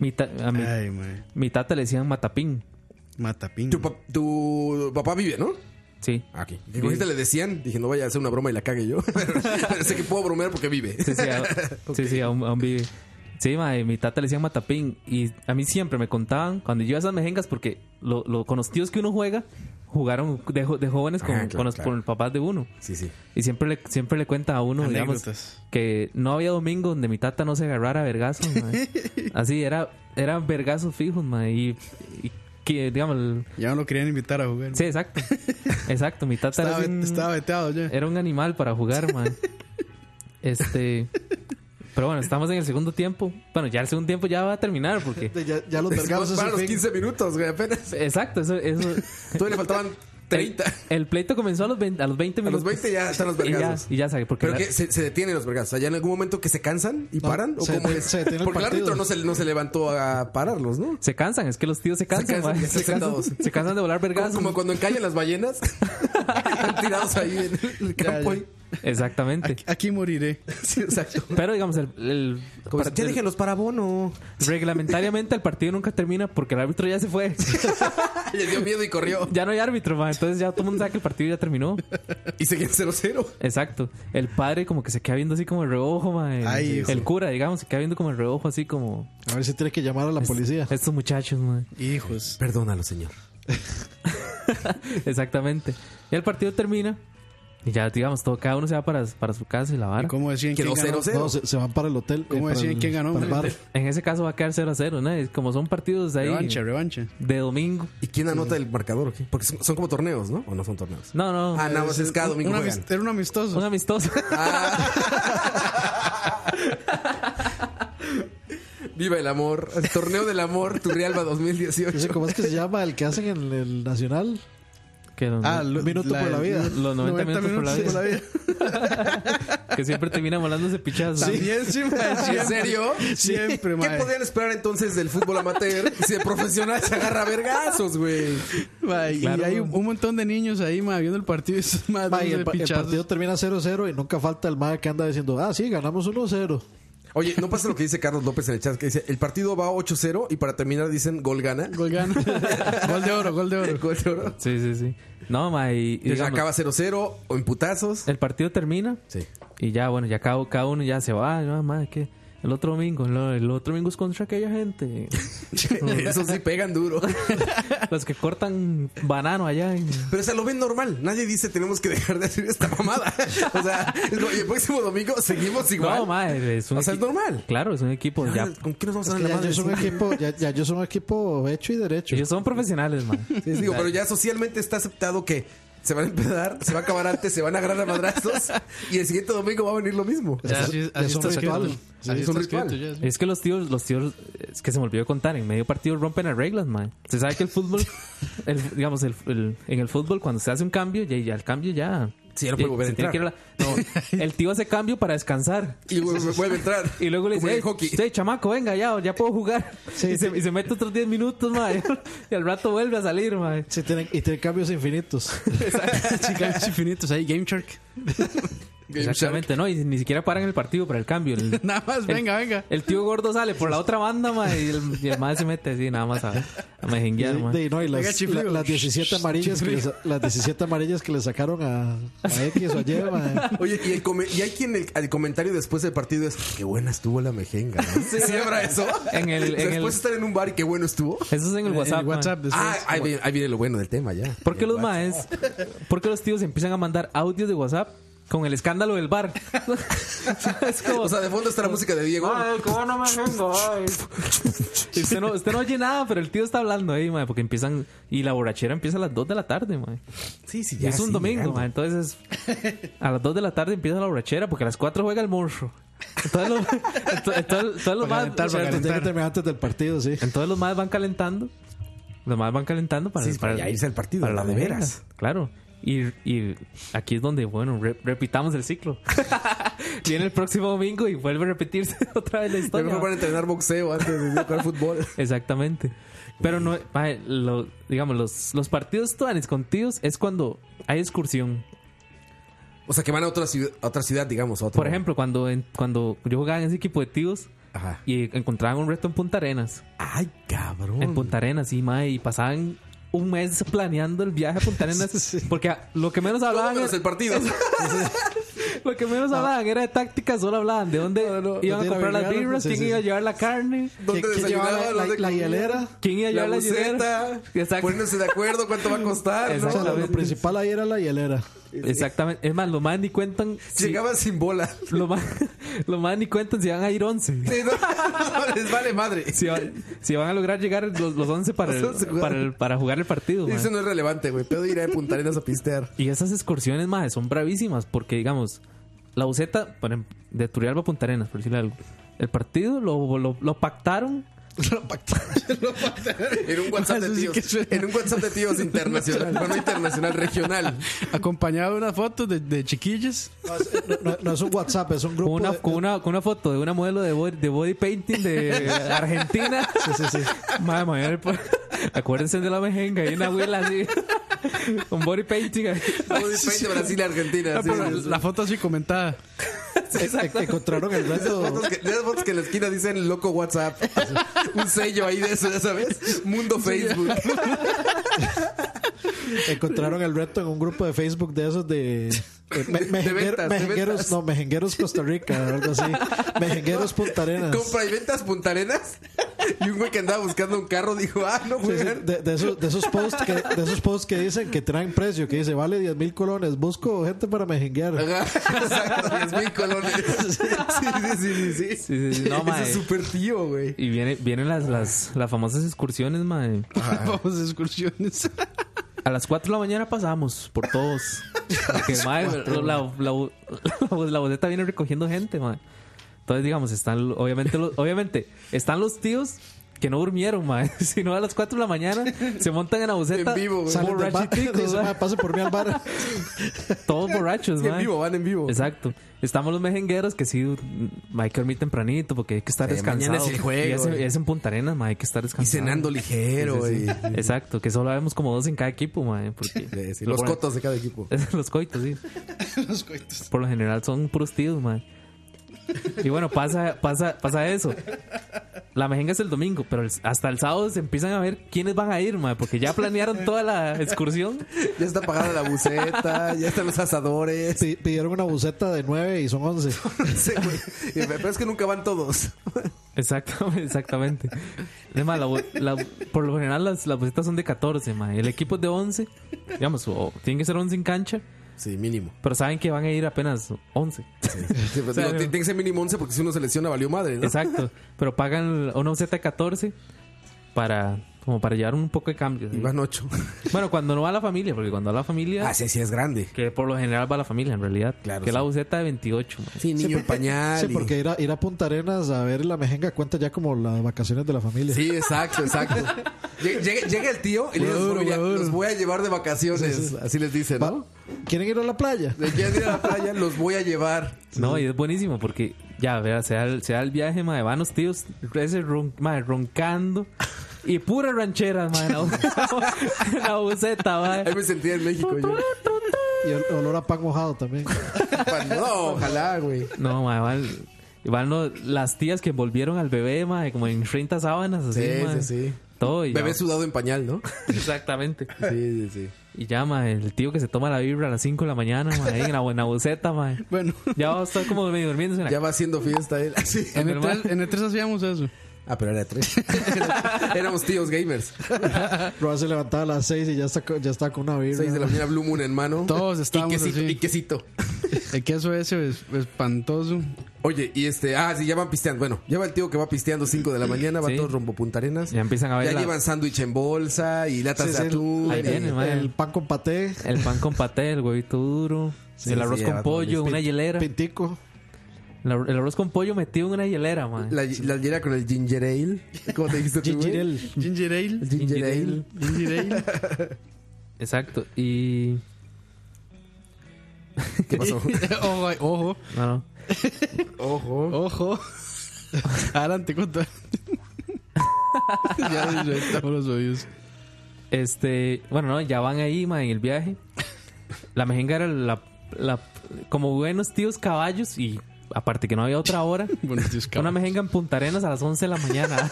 Mi, ta- a mi, Ay, mae. mi tata le decían Matapín. Matapín. Tu, pa- tu papá vive, ¿no? Sí. Ah, aquí. Digo, ahorita le decían, dije, no vaya a hacer una broma y la cague yo. pero, pero sé que puedo bromear porque vive. Sí, sí, a- sí, sí, aún, aún vive. Sí, mae, mi tata le decían Matapín. Y a mí siempre me contaban, cuando yo iba a esas mejengas, porque lo, lo, con los tíos que uno juega, jugaron de, jo- de jóvenes con, Ah, claro, con, los, claro. con los papás de uno. Sí, sí. Y siempre le, siempre le cuenta a uno, digamos, Anécdotas. que no había domingo donde mi tata no se agarrara a vergazos, mae. Así, era, eran vergazos fijos, mae. Y, y que, digamos, el- Ya no lo querían invitar a jugar. sí, exacto. Exacto, mi tata Estaba, era, un, estaba veteado ya. era un animal para jugar, man. Este... Pero bueno, estamos en el segundo tiempo. Bueno, ya el segundo tiempo ya va a terminar porque... Ya, ya los vergados es para el los fin. quince minutos, güey, apenas. Exacto, eso... eso Todavía le faltaban treinta. el pleito comenzó a los veinte, a los veinte A minutos. los veinte ya están los Y ya, vergazos. y ya sabe, porque... Pero la- que se, se detienen los vergazos. O sea, ya en algún momento que se cansan y No, paran. ¿O se cómo detiene- es? se detiene el Porque el partido. árbitro no se, no se levantó a pararlos, ¿no? Se cansan, es que los tíos se cansan, cansan, man. ya se, están cansan sentados. se cansan de volar Como, vergazos. como cuando encallan las ballenas. Están tirados ahí en el campo. ya. ahí. Exactamente. Aquí, aquí moriré. Sí, exacto. Pero digamos, el, el, Como para- ya déjenlos para abono. reglamentariamente el partido nunca termina porque el árbitro ya se fue. Le dio miedo y corrió. Ya no hay árbitro, man. Entonces ya todo el mundo sabe que el partido ya terminó. Y seguían cero cero. Exacto. El padre como que se queda viendo así como el reojo, man. El, Ay, hijo. el cura, digamos, se queda viendo como el reojo así como... A ver si tiene que llamar a la policía. Estos muchachos, man. Hijos. Perdónalo, señor. Exactamente. Y el partido termina. Y ya, digamos, todo, cada uno se va para, para su casa y la ¿Y vara. cómo decían quién Quedó ganó? cero cero. No, se, se van para el hotel. ¿Cómo para decían el- quién ganó? para el bar. En ese caso va a quedar cero a cero, ¿no? Es como son partidos ahí Revancha, revancha. de domingo. ¿Y quién anota el marcador o qué? Porque son, son como torneos, ¿no? ¿O no son torneos? No, no. Ah, nada más es cada domingo Un juegan. amist- Era un amistoso. Un amistoso. Viva el amor. El torneo del amor, Turrialba dos mil No sé dieciocho. cómo es que se llama el que hacen en el Nacional. Que los, Ah, Un lo- minuto por la vida. los noventa minutos por la vida. por la vida. que siempre termina volándose pichazos. También, sí, mae, ¿En siempre. serio? Siempre, ¿Qué mae. podían esperar entonces del fútbol amateur si de profesional se agarra a vergazos, güey? Mae, Claro. Y hay un, un montón de niños ahí, mae, viendo el partido. Y esos mae Ma, y dándose el, pa- el pichazos. partido termina cero cero y nunca falta el mae que anda diciendo, ah, sí, ganamos uno cero. Oye, ¿no pasa lo que dice Carlos López en el chat? Que dice, el partido va ocho cero y para terminar dicen gol gana. Gol gana. Gol de oro, gol de oro. Gol de oro. Sí, sí, sí. No, ma, y, y Y digamos, acaba cero cero o en putazos. el partido termina Sí. y ya, bueno, ya cada, cada uno ya se va. No, ma, que el otro domingo, el, el otro domingo es contra aquella gente. Eso sí, pegan duro. Los que cortan banano allá. En... Pero o sea, lo ven normal. Nadie dice tenemos que dejar de hacer esta mamada. O sea, es como, y el próximo domingo seguimos igual. No, ma, es un O sea, es equi- normal. Claro, es un equipo. Ya, ¿Con qué nos vamos a Es dar que la ya madre? yo soy un Sí. equipo, ya, ya yo soy un equipo hecho y derecho. ellos son profesionales, ma. Sí, digo, pero ya socialmente está aceptado que se van a empezar, se va a acabar antes, se van a agarrar a madrazos y el siguiente domingo va a venir lo mismo. Ya, así, Ya así es un está ritual. escrito. Sí, Así es un está ritual. escrito ya, sí. Es que los tíos, los tíos, es que se me olvidó contar, en medio partido rompen las reglas, man. Se sabe que el fútbol, el, digamos, el, el- en el fútbol cuando se hace un cambio, ya, ya el cambio ya... Sí, ya no puede volver a se tiene que ir a la- no, el tío hace cambio para descansar. Y vuelve vuelve a entrar. Y luego le Como dice, en el hockey. "Ey, chamaco, venga, ya, ya puedo jugar." y, se, y se mete otros diez minutos, man. Y al rato vuelve a salir, man. Sí, tienen, y tienen cambios infinitos. Sí, cambios infinitos ahí. Game Shark. Exactamente, ¿no? Y ni siquiera paran el partido para el cambio. El, Nada más, venga, venga. el tío gordo sale por la otra banda, man. Y el, y el man se mete así, nada más a, a mejenguear, man. De- no, y Venga, las, chiflido. la- las diecisiete amarillas que les, las diecisiete amarillas que le sacaron a, a X o a Y, mae. Oye, y, el come- y hay quien el, el comentario después del partido es qué buena estuvo la mejenga, ¿no? ¿Sí habrá eso? En el- O sea, en después el- estar en un bar y qué bueno estuvo. Eso es en el WhatsApp, El man. WhatsApp después. Ah, ahí viene, ahí viene lo bueno del tema ya. ¿Por qué El los WhatsApp. maes? ¿Por qué los tíos empiezan a mandar audios de WhatsApp con el escándalo del bar? Es como, O sea, de fondo está la música de Diego. ay, ¿cómo no me vengo? Ay. Y usted no, usted no oye nada, pero el tío está hablando ahí, mae, porque empiezan y la borrachera empieza a las dos de la tarde, mae. Sí, sí, Y es un sí, domingo, llegando. mae, entonces a las dos de la tarde empieza la borrachera porque a las cuatro juega el monstruo. Entonces los, ento- entonces- todos los Para maes- calentar, o sea, para Tiene que calentar. terminar antes del partido, sí. entonces los más van calentando. Los más van calentando para, Sí, para ya irse al partido, para la de mejenga, veras. Claro. Y, y aquí es donde, bueno, re- repitamos el ciclo. Viene el próximo domingo y vuelve a repetirse otra vez la Ya historia. mejor van a entrenar boxeo antes de jugar fútbol. Exactamente. Pero no, mae, lo- digamos, los, los partidos tuanis con tíos es cuando hay excursión. O sea, que van a otra ciudad, a otra ciudad digamos. A otro... Por ejemplo, cuando, en- cuando yo jugaba en ese equipo de tíos, Ajá. y encontraban un reto en Punta Arenas. Ay, cabrón. En Punta Arenas, sí, mae, y pasaban un mes planeando el viaje a Punta Arenas. Sí. Porque lo que menos Todo hablaban menos era, el partido. lo que menos hablaban era de tácticas, solo hablaban de dónde No, no, iban a dónde comprar iba a las llegar, birras, sí, quién sí, iba a sí. llevar la carne, ¿Dónde ¿Quién- quién llevaba desayunaba? la- ¿Dónde la comía? hielera? quién iba a La llevar la hielera. buceta. Exacto. Poniéndose de acuerdo cuánto va a costar, ¿no? O sea, lo, Exactamente. lo principal ahí era la hielera. Exactamente. Es más, los más ni cuentan. si- Llegaban sin bola. Los más, los más ni cuentan si van a ir once. Sí, no, no les vale madre. Si, va- si van a lograr llegar los, los once para, el- Los once jugar. para, el- para jugar el partido. Eso mae. no es relevante, güey. Puedo ir a Punta Arenas a pistear. Y esas excursiones, más son bravísimas. Porque, digamos, la buceta por ejemplo, de Turrialba a Punta Arenas, por decirle algo. El partido lo, lo, lo pactaron. En un WhatsApp de Eso sí tíos. que suena. En un WhatsApp de tíos internacional. Bueno, internacional, regional. Acompañado de unas fotos de, de chiquillas. No, es- no- no- no es un WhatsApp, es un Con grupo. una, de- con, una, con una foto de una modelo de body, de body painting de Argentina. Sí, sí, sí. Madre, madre, pues, acuérdense de la mejenga. Hay una abuela así. Con body painting. ahí. Body paint de Brasil y Argentina. Ah, sí, pero sí, sí. la foto así comentada. Eh, eh, encontraron el reto. Fotos que, de esas fotos que en la esquina dicen loco WhatsApp. Un sello ahí de eso, ya sabes. Mundo Facebook. Encontraron el reto en un grupo de Facebook de esos de. eh, me- mejenguero- ventas, de mejengueros, ventas. no, Mejengueros Costa Rica, algo así. Mejengueros Punta Arenas. Compra y ventas Punta Arenas. Y un güey que andaba buscando un carro dijo, ah, no, Sí, güey. sí, de, de esos, de esos posts que de esos posts que dicen que traen precio, que dice vale diez mil colones, busco gente para mejenguear. Ajá, exacto, diez mil colones. Sí, sí, sí, sí, sí. Sí, sí, sí. No, Ese mae. es súper tío, güey. Y viene, vienen las, las, las famosas excursiones, mae. Vamos a excursiones. A las cuatro de la mañana pasamos por todos. Porque, mae, la, la, la, la, la boleta viene recogiendo gente, mae. Entonces, digamos, están, obviamente, los, obviamente, están los tíos que no durmieron, mae. Si no, a las cuatro de la mañana se montan en la boceta. En vivo, güey. Salen del bar, borrachiticos, dice, mae. "Ma, pase por mí al bar". Todos borrachos, Sí, en mae. vivo, van en vivo. Exacto. Estamos los mejengueros que sí, mm, hay que dormir tempranito porque hay que estar Sí, descansado. mañana es el juego, y es, eh. es en Punta Arenas, mae, hay que estar Y descansado. cenando ligero, Sí, sí, sí. y- Exacto, que solo vemos como dos en cada equipo, mae, porque Sí, sí, lo los ponen- cotos de cada equipo. los coitos, sí. Los coitos. Por lo general son puros tíos, mae. Y bueno, pasa, pasa, pasa eso. La mejenga es el domingo, pero el- hasta el sábado se empiezan a ver quiénes van a ir, mae, porque ya planearon toda la excursión. Ya está pagada la buceta, ya están los asadores. Pi- Pidieron una buceta de nueve y son once. Sí, güey. Y- Pero es que nunca van todos. Exactamente, exactamente. Además, la, bu- la- por lo general las, las bucetas son de catorce, mae. El equipo es de once. Digamos, o tienen que ser once en cancha, Sí, mínimo. pero saben que van a ir apenas once. Sí, pero O sea, digo, tiene que ser mínimo once porque si uno se lesiona valió madre, ¿no? Exacto. Pero pagan una buceta de catorce para, como para llevar un poco de cambio. Y van ocho. Bueno, cuando no va la familia, porque cuando va la familia, Ah, sí, sí, es grande. que por lo general va la familia en realidad, Claro, que es la sí. buceta de veintiocho. mae. Sí, niño en pañal. Sí, y- porque ir a, ir a Punta Arenas a ver la mejenga cuenta ya como las vacaciones de la familia. Sí, exacto, exacto. Llega, llega- llega el tío y le dice a su Maduro, familia, maduro. los voy a llevar de vacaciones. Sí, sí. Así les dicen, Va- ¿no? ¿Quieren ir a la playa? De quieren ir a la playa, los voy a llevar. No, y es buenísimo porque ya, vea, se da el, se da el viaje, madre, van los tíos ese ron, madre, roncando y pura ranchera, madre, en la, en la buceta, madre. Ahí me sentía en México yo. Y ol- olor a pan mojado también. No, ojalá, güey. No, madre, van, y van los- las tías que envolvieron al bebé, madre, como en treinta sábanas, así, Sí, madre. sí, sí. Todo y ya- Bebé sudado en pañal, ¿no? exactamente. Sí, sí, sí. Y ya, madre, el tío que se toma la vibra a las cinco de la mañana, madre, ahí en la buena buceta, madre. Bueno, Ya va a estar como medio durmiendo en la Ya va haciendo fiesta él. Sí. en mi el, tres, en el tres hacíamos eso. Ah, pero era tres. Éramos tíos gamers. Roa se levantaba a las seis y ya está, co- ya está con una birra. Seis de la mañana, Blue Moon en mano. Todos y estábamos quesito, así. y quesito. El queso ese es espantoso. Oye, y este, ah, sí, ya van pisteando. Bueno, lleva el tío que va pisteando cinco de la mañana, va Sí. todo rumbo Punta Arenas. Ya empiezan a ver Ya la- llevan sándwich en bolsa y latas Sí, de sí, atún. Ahí y- viene, el, madre. el pan con paté, El pan con paté, el huevito duro, Sí, el arroz sí, con ya, pollo, pin- una hielera. pintico. El, ar- el arroz con pollo metido en una hielera, man. La, la hielera con el ginger ale. ¿Cómo te dijiste tú, güey? Ginger ale. Ginger ale. El ginger ale. Ginger ale. Exacto. Y. ¿Qué pasó? ojo, ojo, No, no. Ojo. ojo. Adelante, conta. Ya desventamos los oídos. Este. Bueno, no, ya van ahí, man, en el viaje. La mejenga era la. la como buenos tíos caballos y aparte que no había otra hora, Buenos días, una cabrón. mejenga en Punta Arenas a las once de la mañana.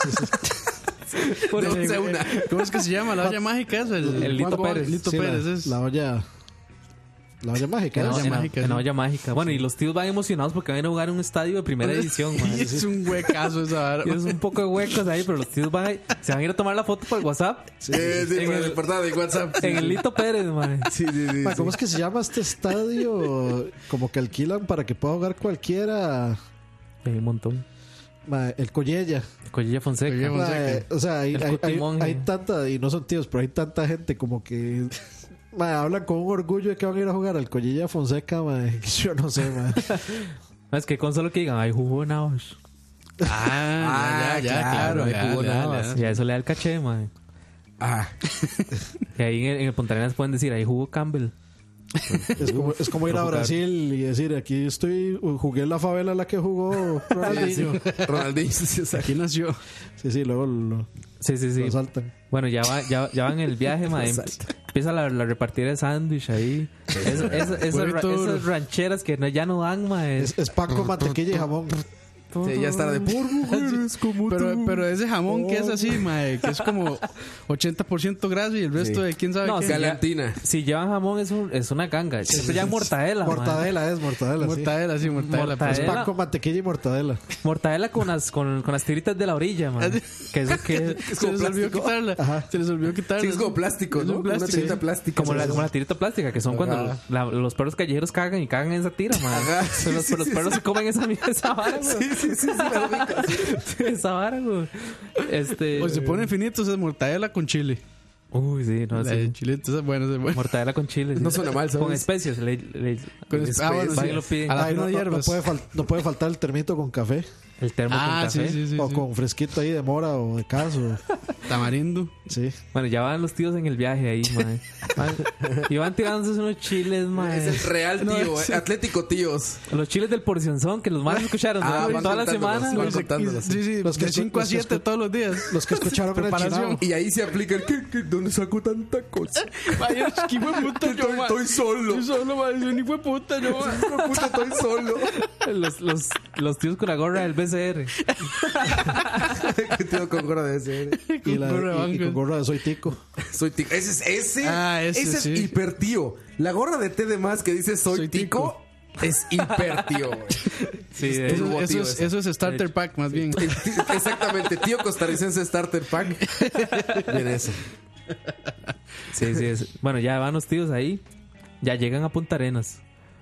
Por- De once a una. ¿Cómo es que se llama? La olla mágica esa. El, El Lito ¿cuál? Pérez. Lito Sí, Pérez la, es. la olla. La olla mágica. En la ¿es? olla en la- mágica, en la sí. olla mágica. Bueno, y los tíos van emocionados porque van a jugar en un estadio de primera edición, man. Y es un huecazo esa vara. Tienes un poco de huecos ahí, pero los tíos van a, se van a ir a tomar la foto por WhatsApp Sí, sí, En por el- el portada de WhatsApp. en el Lito Pérez, man. Sí, sí, sí. Ma, sí. ¿Cómo es que se llama este estadio? Como que alquilan para que pueda jugar cualquiera. Hay un montón. Ma, el Collella. Collella Fonseca. Collella Ma, Fonseca. o sea, hay, El hay, hay, Cutimonje. hay tanta, y no son tíos, pero hay tanta gente como que ma, hablan con un orgullo de que van a ir a jugar al Collella Fonseca. Ma. Yo no sé, ma. No, es que con solo que digan, hay jugo Navas. Ah, ya, ya, claro, claro. hay ya, jugo ya, Navas. ya. Y a eso le da el caché, man. Ah, Y ahí en el, en el Punta Arenas pueden decir, hay jugo Campbell. Es como, es como ir a Provocar. Brasil y decir, aquí estoy, jugué en la favela la que jugó Ronaldinho. Ronaldinho. Sí, exacto. Aquí nació. Sí, sí, luego lo, Sí, sí, sí. lo saltan. Bueno, ya va, ya, ya van en el viaje, man. Empieza la, la repartida de sándwich ahí. Es- es- esas, ra- Huevito duro. esas rancheras que no- ya no dan, man. Es, es pan con mantequilla y jamón. Sí, ya estará de por mujeres como Pero, tú. pero ese jamón que es así, mae, que es como ochenta por ciento grasa y el resto Sí. de quién sabe No, qué. sí, Galantina. Si llevan jamón es, un, es una ganga. Esto ya es mortadela, man. Mortadela es, mortadela. sí. Mortadela, sí, mortadela. Mortadela. Es pan con mantequilla y mortadela. Mortadela con las, con, con las tiritas de la orilla, man. Que eso que pues. Se les olvidó quitarla. Ajá. Se les olvidó quitarla. Sí, es como plástico, Es ¿no? un Como una plástico, tirita sí. plástica. como la, Sí, como la tirita plástica, que son cuando Ajá. la- los perros callejeros cagan y cagan en esa tira, man. Ajá. Pero los, pero los perros se comen esa, esa vara, güey. sí, sí, sí, la ubico, sí. Esa vara, güey. Este. Pues se ponen finitos, es mortadela con chile. Uy, sí, no La sé. de chilito, esa es buena, esa es buena. Mortadela con chile. sí. No suena mal, ¿sabes? Con especias. Le, le- Con especies. ah, bueno, Van sí. y lo piden. A la Ay, no, no, no, no hierbas. puede fal- no puede faltar el termito con café. el termo Ah, con sí, café. sí, sí. o sí. con fresquito ahí de mora o de caso. Tamarindo. Sí. Bueno, ya van los tíos en el viaje ahí, man. Van- y van tirándose unos chiles, man. Es el real tío, eh, Atlético Tíos. Los chiles del porcionzón que los más escucharon Ah, durante van toda la contándolos, semana. van Y se- contándolos. Sí, sí, Los que de escu- cinco a los que siete escu- todos los días. Los que escucharon en el Preparación. chinao. Y ahí se aplica el ¿qué, qué, ¿dónde saco tanta cosa? Vaya, que hijo de puta, yo, Estoy, ma. estoy solo. Yo solo, ma, soy un hijo de puta, yo, ma. Hijo de puta, estoy solo. Los, los, los tíos con la gorra del B C R. ¿Qué tío con gorra de ese? Y, la- Con gorra de y- y banco. con gorra de soy tico. Soy tico. Ese es ese. Ah, ese es sí. hiper tío. La gorra de té de más que dice soy, Soy tico, es hiper tío, güey. Sí, de- Eso, turbo, eso tío, es, ese. eso es starter pack, más bien. El tío- Exactamente, tío costarricense starter pack. Viene eso. sí, sí. es- Bueno, ya van los tíos ahí. Ya llegan a Punta Arenas.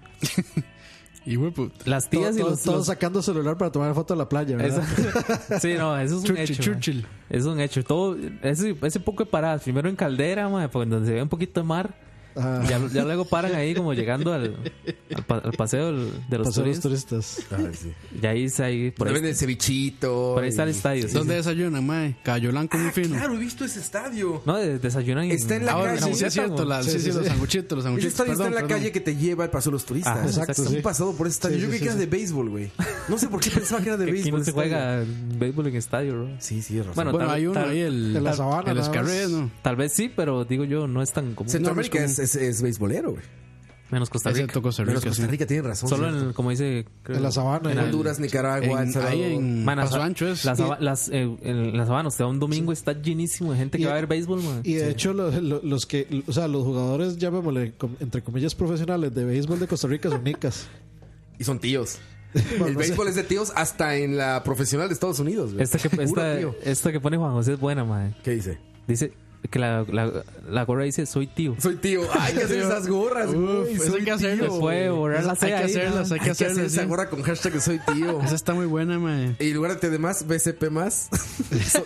Y güey, puta. Las tías Todos, y todos- los... todos los- sacando celular para tomar foto de la playa, ¿verdad? Esa- sí, no, eso es un Churchill, hecho. man. Churchill. Es un hecho. Todo, ese, ese poco de paradas. Primero en Caldera, man, por donde se ve un poquito de mar. Ajá. Ya, ya luego paran ahí como llegando al, al, pa- al paseo del- de los Paseo de los turistas. turistas. Ay, sí. Y ahí está ahí, por Por ahí, venden cevichito. por ahí está el y- estadio. sí, ¿Dónde sí. desayunan, mae? Cayolán con un Ah, fino. claro, he visto ese estadio. No, de- desayunan en, Está en la Ah, bueno, calle. sí, sí, Buceta, es cierto. ¿no? la- sí, Sí, sí, sí, los sí. sanguchitos, los El sanguchitos. estadio está en la Perdón, calle que te lleva al Paso de los Turistas. Ajá, Exacto, Está sí. un pasado por ese estadio. Sí, Yo sí, creí sí, que era sí. de béisbol, güey. No sé por qué pensaba que era de Que béisbol. aquí no se ese estadio. juega béisbol en estadio, bro. Sí, sí, es razón. Bueno, Bueno, tal- hay uno tal- ahí, el, en la sabana, el nada más. Escarré, ¿no? Tal vez sí, pero digo yo, no es tan común. Centroamérica no, es, es es, es beisbolero, güey. Menos Costa Rica. Excepto Costa Menos Rica, Costa sí. Rica tiene razón. Solo ¿cierto? en, como dice... creo- En la sabana. En ¿eh? Honduras, Nicaragua, El En, Salvador. ahí en Man, Paso asa- Ancho es. la saba- las, eh, en la sabana, usted va un domingo está llenísimo de gente que Y- va a ver béisbol, man. Y de hecho, los, los- los que, o sea, los jugadores, llamémosle, com- entre comillas, profesionales de béisbol de Costa Rica son nicas. Y son tíos. Bueno, El no sé. béisbol es de tíos hasta en la profesional de Estados Unidos, güey. Esta que, Puro esta, tío. esta que pone Juan José es buena, man. ¿Qué dice? Dice que la, la, la gorra dice soy tío. Soy tío. Ay, que hacer esas gorras, Uf, güey. eso Soy hay que hacerlo. tío. Se puede borrar la Hay C que ahí, hacerlas, ¿no? hay que Hay que hacer hacerlas. esa sí. gorra con hashtag que soy tío. Esa está muy buena, mae. Y en lugar de demás, B C P más. Soy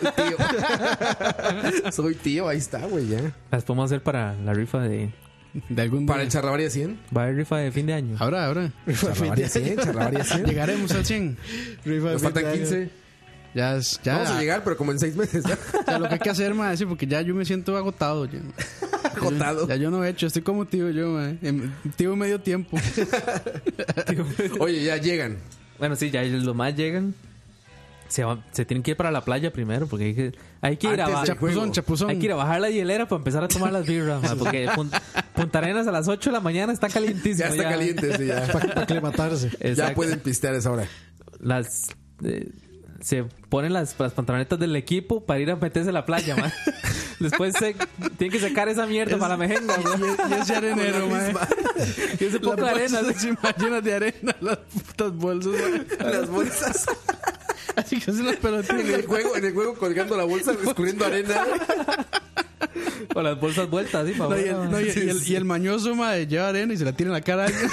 tío. Soy tío, ahí está, güey, ya. Las podemos hacer para la rifa de... De algún Para el día. Charlavaria cien. Va a haber rifa de fin de año. Ahora, ahora. Charlavaria cien, Charlavaria cien. Llegaremos al cien. Rifa de Nos faltan fin de año. quince. Ya, es- ya. Vamos a llegar, pero como en seis meses. ¿ya? O sea, lo que hay que hacer, mae, sí, porque ya yo me siento agotado. Ya, Agotado. ya yo no he hecho, estoy como tío yo, mae. Em, Tío medio tiempo. Oye, ya llegan. Bueno, sí, ya los más llegan. se, va- se tienen que ir para la playa primero porque hay que, hay que ir a Antes ba- del juego. Chapuzón, chapuzón. hay que ir a bajar la hielera para empezar a tomar las birras, ma, porque Pun- Punta Arenas a las ocho de la mañana está calientísimo. Ya está caliente, sí, ya. Para aclimatarse. Ya Exacto. pueden pistear a esa hora. Las eh, se ponen las, las pantalonetas del equipo para ir a meterse a la playa, man. Después se tienen que sacar esa mierda para la mejenga, güey. Y ese arenero, mae. Y ese poco de arena. Las bolsas llenas de arena, las putas bolsas, mae. Las bolsas. Así que hacen las En pelotitas. el juego, en el juego colgando la bolsa, escurriendo arena. Con las bolsas vueltas, así, para No, y, el, no, y, y el, y el mañoso, mae, lleva arena y se la tira en la cara a alguien.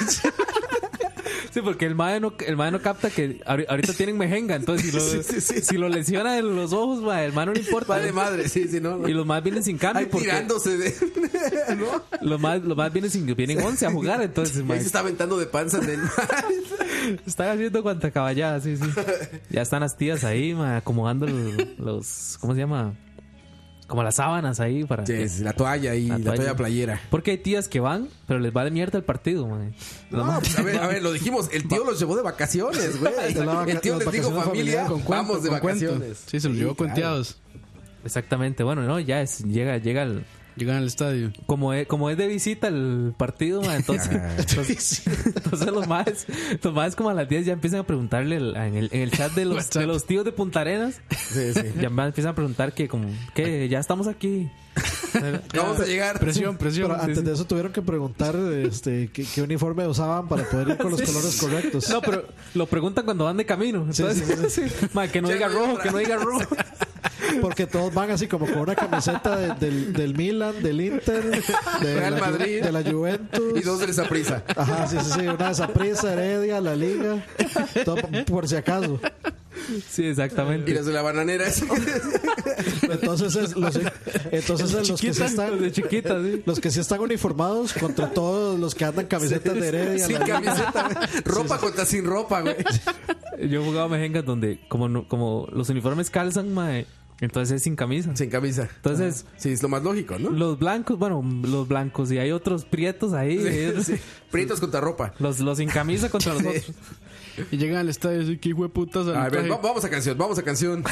Sí, porque el mae no, el mae no capta que ahori- ahorita tienen mejenga, entonces si lo, Sí, sí, sí. si lo lesiona en los ojos, mae, el mae no le importa. Vale madre, sí, sí, no. no. Y los más vienen sin cambio Ahí porque tirándose de. ¿No? los más, los más vienen sin vienen once a jugar, entonces Ahí mae, se está aventando de panza en el mar. están haciendo cuanta caballada, sí, sí. Ya están las tías ahí, mae, acomodando el- los ¿cómo se llama? Como las sábanas ahí para Sí, sí, la toalla y La la toalla. toalla, playera. porque hay tías que van, pero les va de mierda el partido, mae. Los No, más- pues, a ver, a ver, lo dijimos. El tío los llevó de vacaciones, güey. De la vaca- El tío las les dijo vacaciones familia, familiares. vamos de Con cuento. vacaciones. Sí, se los llevó claro. cuenteados. Exactamente, bueno, no, ya es, llega llega el Llegan al estadio. como es, como es de visita el partido, ma, entonces, entonces, entonces los más los más como a las diez ya empiezan a preguntarle el- en, el, en el chat de los, de los tíos de Punta Arenas, Sí, sí. ya más empiezan a preguntar que como que ya estamos aquí. Vamos a llegar. Presión, presión. Pero antes de eso tuvieron que preguntar este, qué, qué uniforme usaban para poder ir con los colores correctos. No, pero lo preguntan cuando van de camino. Entonces, sí, sí, ma, que no Ya diga no hay rojo, otra. que no diga rojo. Porque todos van así como con una camiseta de- del, del Milan, del Inter, de Real la, Ju- Madrid. de la Juventus. Y dos de esa prisa. Ajá, sí, sí, sí. Una de Saprissa, Heredia, la Liga. Todo por- por si acaso. Sí, Y exactamente. las de la bananera. esa. Entonces, es los, entonces es los que sí están, De chiquita, sí. los que sí están uniformados contra todos los que andan camisetas de Heredia. Sin la Liga. camiseta. güey. Ropa contra sin ropa, güey. Yo jugaba mejengas donde como no- como los uniformes calzan, mae, entonces es sin camisa. Sin camisa. Entonces, Sí, es lo más lógico, ¿no? los blancos, bueno, los blancos y hay otros prietos ahí, eh, Sí. Prietos contra ropa. los, los sin camisa contra los otros. Y llegan al estadio y dicen, ¿qué hijo de putas? A ver, va- vamos a canción, vamos a canción.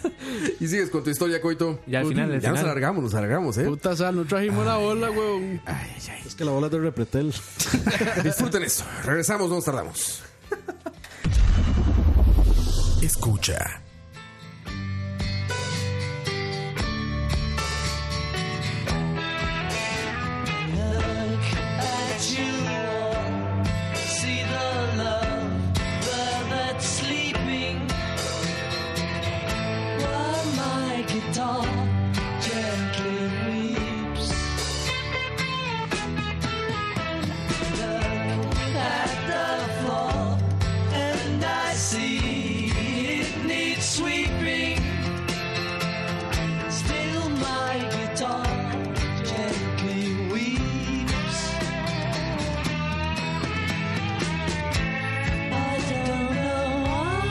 Y sigues con tu historia, Coito. Y al final, al Ya nos final. alargamos, nos alargamos, ¿eh? Puta sal, no trajimos la bola, weón. Es que la bola es de Repretel. Disfruten esto. Regresamos, no nos tardamos. Escucha. See the love that's sleeping while my guitar gently weeps. Look at the floor and I see it needs sweeping. Still my guitar gently weeps. I don't know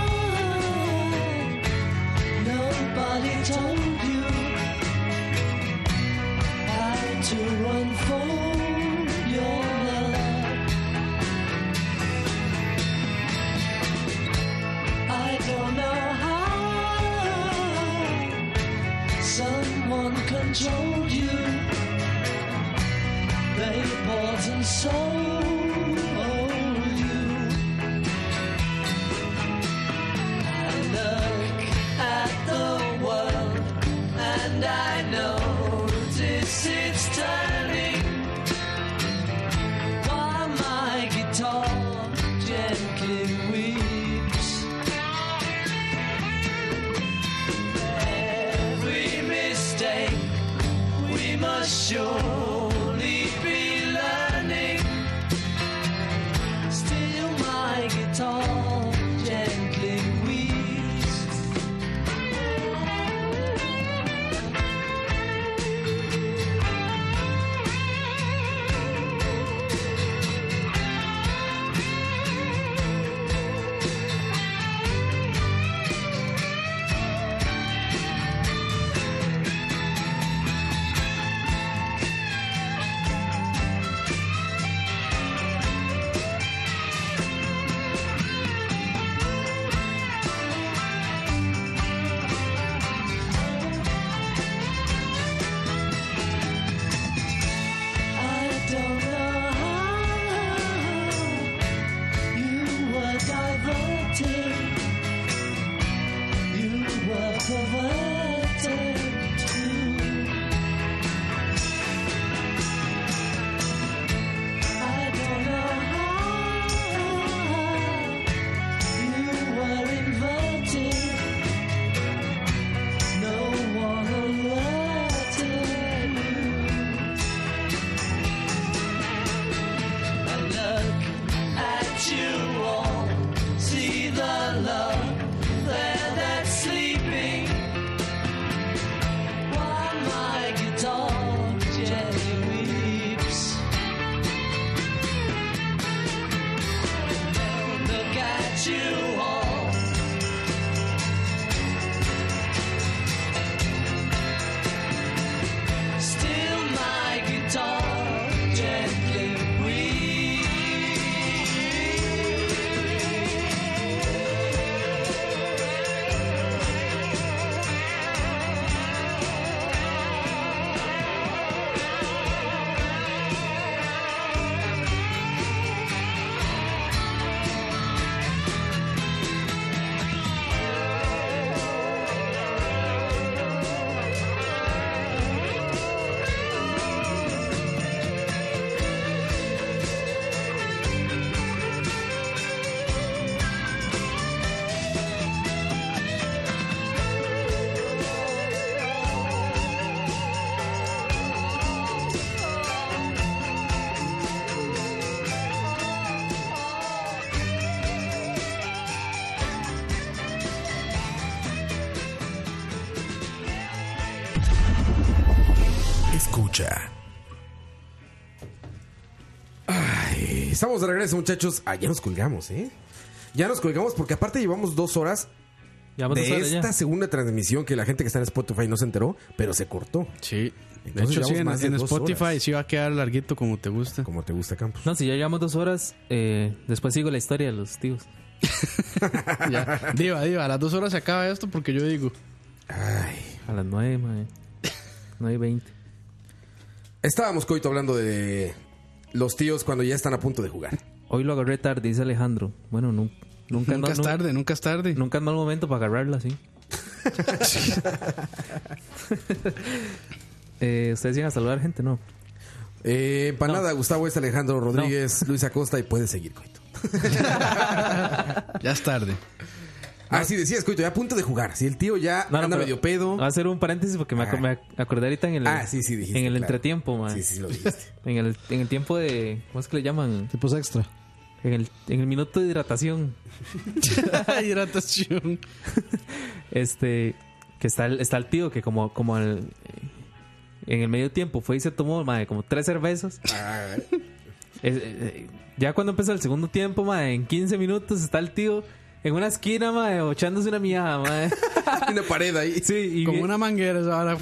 why nobody told you how to unfold your love. I don't know how someone controlled you. They bought and sold you. I look at the world and I notice it's turning while my guitar gently weeps. Every mistake we must surely be learning. Still my guitar gently weeps. escucha. Ay, estamos de regreso, muchachos. Ah, ya nos colgamos, ¿eh? Ya nos colgamos porque aparte llevamos dos horas Llevamos de dos horas esta ya. segunda transmisión que la gente que está en Spotify no se enteró, pero se cortó. Sí. De Entonces hecho, sí, llevamos en, más de en dos Spotify horas. sí va a quedar larguito como te gusta. Como te gusta, Campos. No, si ya llevamos dos horas, eh, después sigo la historia de los tíos. Ya. Diva, diva, a las dos horas se acaba esto porque yo digo. Ay. A las nueve, mae. nueve y veinte. Estábamos, Coito, hablando de los tíos cuando ya están a punto de jugar. Hoy lo agarré tarde, dice Alejandro. Bueno, nu- nunca, Nunca no- es nu- tarde, nunca es tarde. Nunca es mal momento para agarrarla, sí. eh, ¿Ustedes llegan a saludar gente? No. Eh, para nada, Gustavo es Alejandro Rodríguez, Luis Acosta y puedes seguir, Coito. Ya es tarde. Ah, sí, decías, Coito, ya a punto de jugar. Si el tío ya No, no, anda pero medio pedo. Voy a hacer un paréntesis porque me, ac- Ah. me ac- acordé ahorita en el, Ah, sí, sí, dijiste, en el claro. entretiempo, man. Sí, sí, lo dijiste. En el, en el tiempo de... ¿Cómo es que le llaman? Tipos extra. En el, en el minuto de hidratación. Hidratación. Este... Que está el, está el tío que como, como el, en el medio tiempo fue y se tomó, madre, como tres cervezas. Ah, Es- eh, ya cuando empezó el segundo tiempo, madre, en quince minutos está el tío en una esquina, madre, echándose una mijada, madre. una pared ahí. Sí, y, Como vi- una manguera esa vara.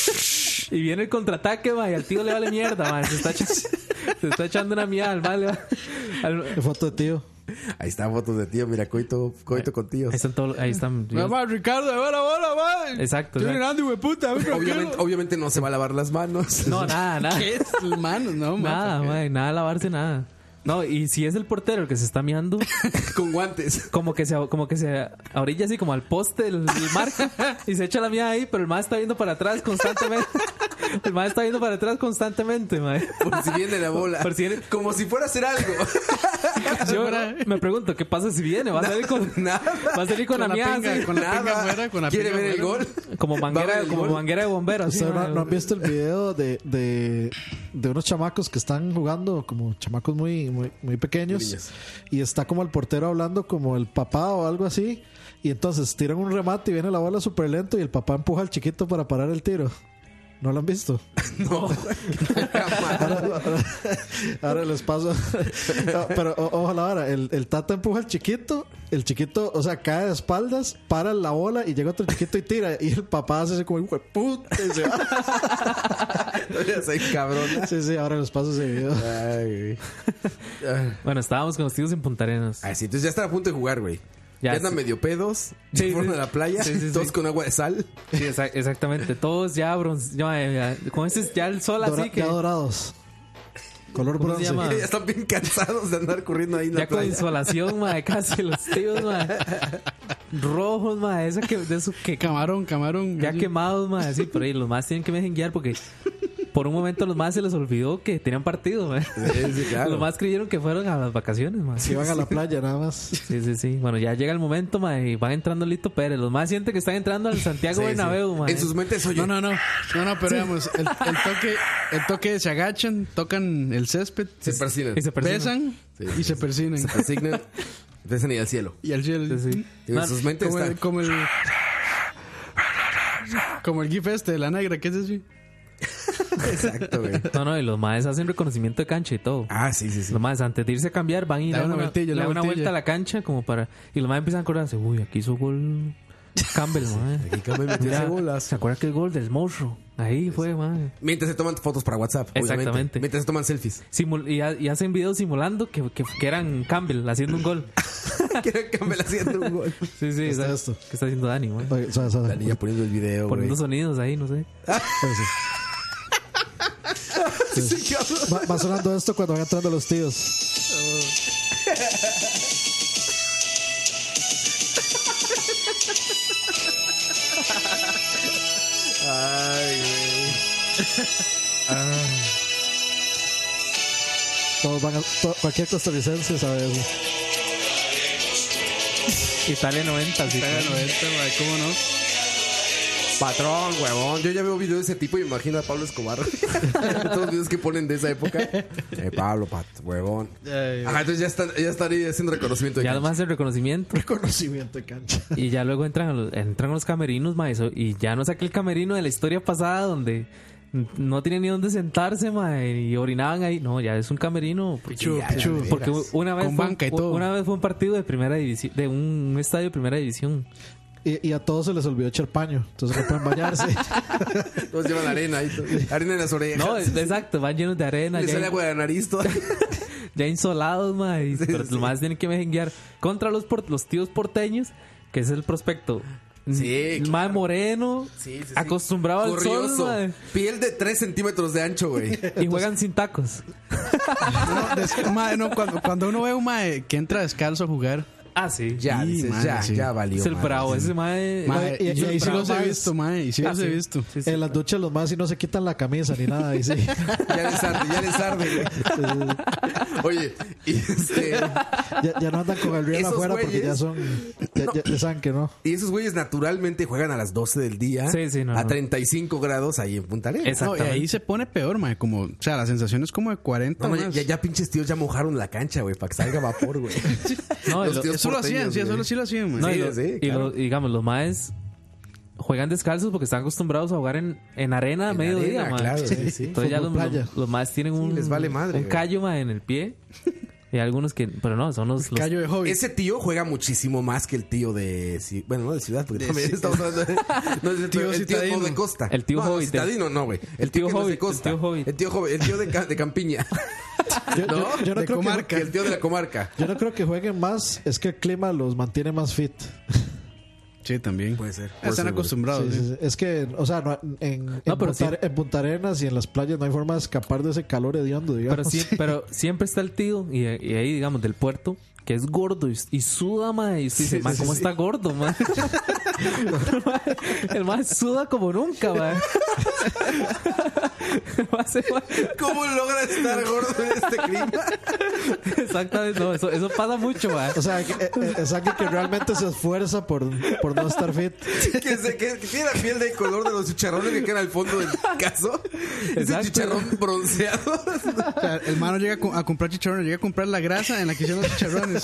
y viene el contraataque, madre, y al tío le vale mierda, madre. Se está, echa- se está echando una mijada al vale. Al, Qué foto de tío. Ahí están fotos de tío, mira, Coito, Coito con tíos. ahí están todos, ahí están. Mamá, Ricardo, hola, hola, madre. Exacto, Estoy exacto. grande, güey, puta. ven, Obviamente, tranquilo. obviamente no se va a lavar las manos. No, nada, nada. ¿Qué es? Manos, no, Nada, ma, ¿por qué? madre, nada de lavarse, nada. No, y si es el portero el que se está miando, Con guantes. como que se como que se orilla así como al poste del, del marco y se echa la mía ahí, pero el más está viendo para atrás constantemente. El más está viendo para atrás constantemente, mae. Por si viene la bola. Por si viene- Como si fuera a hacer algo. Yo me pregunto, ¿qué pasa si viene? ¿Va a salir con, Nada. va a salir con, Con la la mía pinga, así? con la Nada. pinga afuera, con la ¿Quiere pinga ver el afuera. gol? Como Va a ver manguera, el como gol. manguera de bombero, así, ¿Ustedes no, mae. no han visto el video de, de, de unos chamacos que están jugando como chamacos muy, muy, muy pequeños? Niños. Y está como el portero hablando como el papá o algo así. Y entonces tiran un remate y viene la bola súper lento y el papá empuja al chiquito para parar el tiro. ¿No lo han visto? No. Ahora, ahora- ahora les paso. No, pero o- ojalá ahora, el, el tata empuja al chiquito, el chiquito, o sea, cae de espaldas, para la bola y llega otro chiquito y tira. Y el papá hace así como hijo de puta y se va. Ya soy cabrona. Sí, sí, ahora les paso ese video. Ay, güey. Ah. Bueno, estábamos con los tíos en Punta Arenas. Ah, sí, entonces ya están a punto de jugar, güey. Ya, Ya, andan sí. medio pedos. Sí, Se fueron sí. a la playa. Sí, sí, todos sí. con agua de sal. Sí, exa- exactamente. Todos ya bronce, ya, ya, con ese ya el sol Dora- así que Ya dorados. Color ¿Cómo se bronce. llama? Ya están bien cansados de andar corriendo ahí en la ya con playa. insolación, mae, casi los tíos, mae. Rojos, mae, eso que de eso que Camarón, camarón. ya así. quemados, mae, así, pero ahí los más tienen que me dejen guiar porque por un momento los más se les olvidó que tenían partido, mae. Sí, sí, claro. Los más creyeron que fueron a las vacaciones, mae. Si van a la playa nada más. Sí, sí, sí. Bueno, ya llega el momento, mae, y van entrando Lito Pérez. Los más sienten que están entrando al Santiago Sí, sí. Bernabéu, mae. En sus mentes, oye. No, no, no. No, no, pero digamos, el, el toque, el toque se agachan, tocan el césped, Se persignan. Y se persignan. besan Sí. y se persignan. Se persignan. Besan y al cielo. Y al cielo. Sí, sí. Y en No, sus mentes Como está. el, como el. Como el gif este de la negra, ¿qué es eso? Exacto, güey. No, no, y los maes hacen reconocimiento de cancha y todo. Ah, sí, sí, sí. Los maes antes de irse a cambiar van y le Da dan una una, vueltilla, le una dan una vueltilla. vuelta a la cancha como para... Y los maes empiezan a acordarse, uy, aquí hizo gol Campbell, mae. Aquí Campbell metió Mira, ese golazo. ¿se acuerda que el gol del monstruo? Ahí fue, mae. Mientras se toman fotos para WhatsApp, obviamente. Exactamente. Mientras se toman selfies. Simul- y, ha- y hacen videos simulando que, que, que eran Campbell haciendo un gol. Quieren Campbell haciendo un gol. Sí, sí, está ¿sabes? esto? ¿Qué está haciendo Dani, mae? Oye, o sea, o sea, La niña poniendo el video, güey. Poniendo sonidos ahí, no sé. espérese. Sí, cabrón. Va, va sonando esto cuando van entrando los tíos. Ay, güey. Todos van a, to- cualquier costarricense sabe eso. Italia noventa, sí. Italia noventa, mae, ¿cómo no? Patrón, huevón. Yo ya veo videos de ese tipo y me imagino a Pablo Escobar. Todos los videos que ponen de esa época. Eh, Pablo, pat, huevón. Ajá, entonces ya están, ya están ahí haciendo reconocimiento de Ya cancha. además el reconocimiento. Conocimiento de cancha. Y ya luego entran a los, entran a los camerinos, ma, eso, y ya no saqué el camerino de la historia pasada donde no tenían ni dónde sentarse, mae, y orinaban ahí. No, ya es un camerino. Porque, Pichu, ya, pichu. de porque veras. una vez Con fue, banca y todo. una vez fue un partido de primera división, de un, un estadio de primera división. Y, y a todos se les olvidó echar paño. Entonces no pueden bañarse. Todos llevan arena ahí. todo. Arena en las orejas. No, es- exacto, van llenos de arena, Le ya, sale agua de la nariz todo. ya insolados, mae, y- Sí, pero sí. los más tienen que mejenguear contra los, por- los tíos porteños, que es el prospecto. Sí, El claro. mae moreno, Sí, sí, sí. acostumbrado al sol, Corrioso. mae, Piel de tres centímetros de ancho, güey. y juegan sin tacos. No, des- mae, no, cuando, cuando uno ve un mae que entra descalzo a jugar, Ah, sí. Ya, Sí, dices, madre, ya, sí. ya valió. Es el madre. bravo, ese mae. mae, y- y, y- ahí y- sí los he más- visto, mae, y sí Ah, los sí. he visto. Sí, sí. En las duchas los más y no se quitan la camisa ni nada. Y sí. Ya les arde, ya les arde, güey. Oye, y este. ya, ya no andan con el riel Esos afuera porque güeyes- ya son. Ya, ya- ya saben que no. Y esos güeyes naturalmente juegan a las doce del día. Sí, sí, no, a no. treinta y cinco grados ahí en Punta Arenas. No, y Exactamente. ahí se pone peor, mae, como, o sea, la sensación es como de cuarenta No, no, ya, más. ya, ya pinches tíos ya mojaron la cancha, güey, para que salga vapor, güey. No, y Los lo- tíos Eso lo hacían, porteños, sí, eso güey. sí lo hacían, mae. no, y sí, lo- sí, y claro. lo- y digamos, los maes juegan descalzos porque están acostumbrados a jugar en, en arena a En mediodía, arena, mae. claro, sí, sí. Entonces ya los, Fútbol playa. los, los maes tienen un, les vale madre, un güey. callo, mae, en el pie. Y hay algunos que, pero no, son los, los- Callo de hobby. Ese tío juega muchísimo más que el tío de... ci- Bueno, no de ciudad, porque también estamos hablando de... No, es el tío, Tío el tío no citadino. de costa. El tío no, no, hobbit. citadino, no, güey. El tío, tío que no es de hobbit, el costa. tío hobbit. El tío hobbit, el tío de, ca- de Campiña. Yo, ¿No? yo- yo no De creo comarca. Que que, el tío de la comarca. yo no creo que jueguen más. Es que el clima los mantiene más fit. Sí, también. Puede ser. puede Están ser, acostumbrados. Sí, sí. sí, sí. Es que, o sea, no, en, en, No, pero Punta, sí. en Punta Arenas y en las playas no hay forma de escapar de ese calor hediondo, digamos. pero, sí- pero siempre está el tío, y, y ahí, digamos, del puerto, que es gordo y, y suda, mae. Y usted dice, Sí, mae, sí, ¿cómo sí. está gordo, mae? El mae suda como nunca, mae. El mae se va- ¿Cómo logra estar gordo en este clima? Exactamente, no, eso, eso pasa mucho, mae. O sea, que, eh, eh, es alguien que realmente se esfuerza por, por no estar fit. Que, se- que- que tiene la piel de color de los chicharrones que quedan al fondo del caso. Ese Exacto. chicharrón bronceado. O sea, el mano llega a, co- a comprar chicharrones, llega a comprar la grasa en la que hicieron los chicharrones.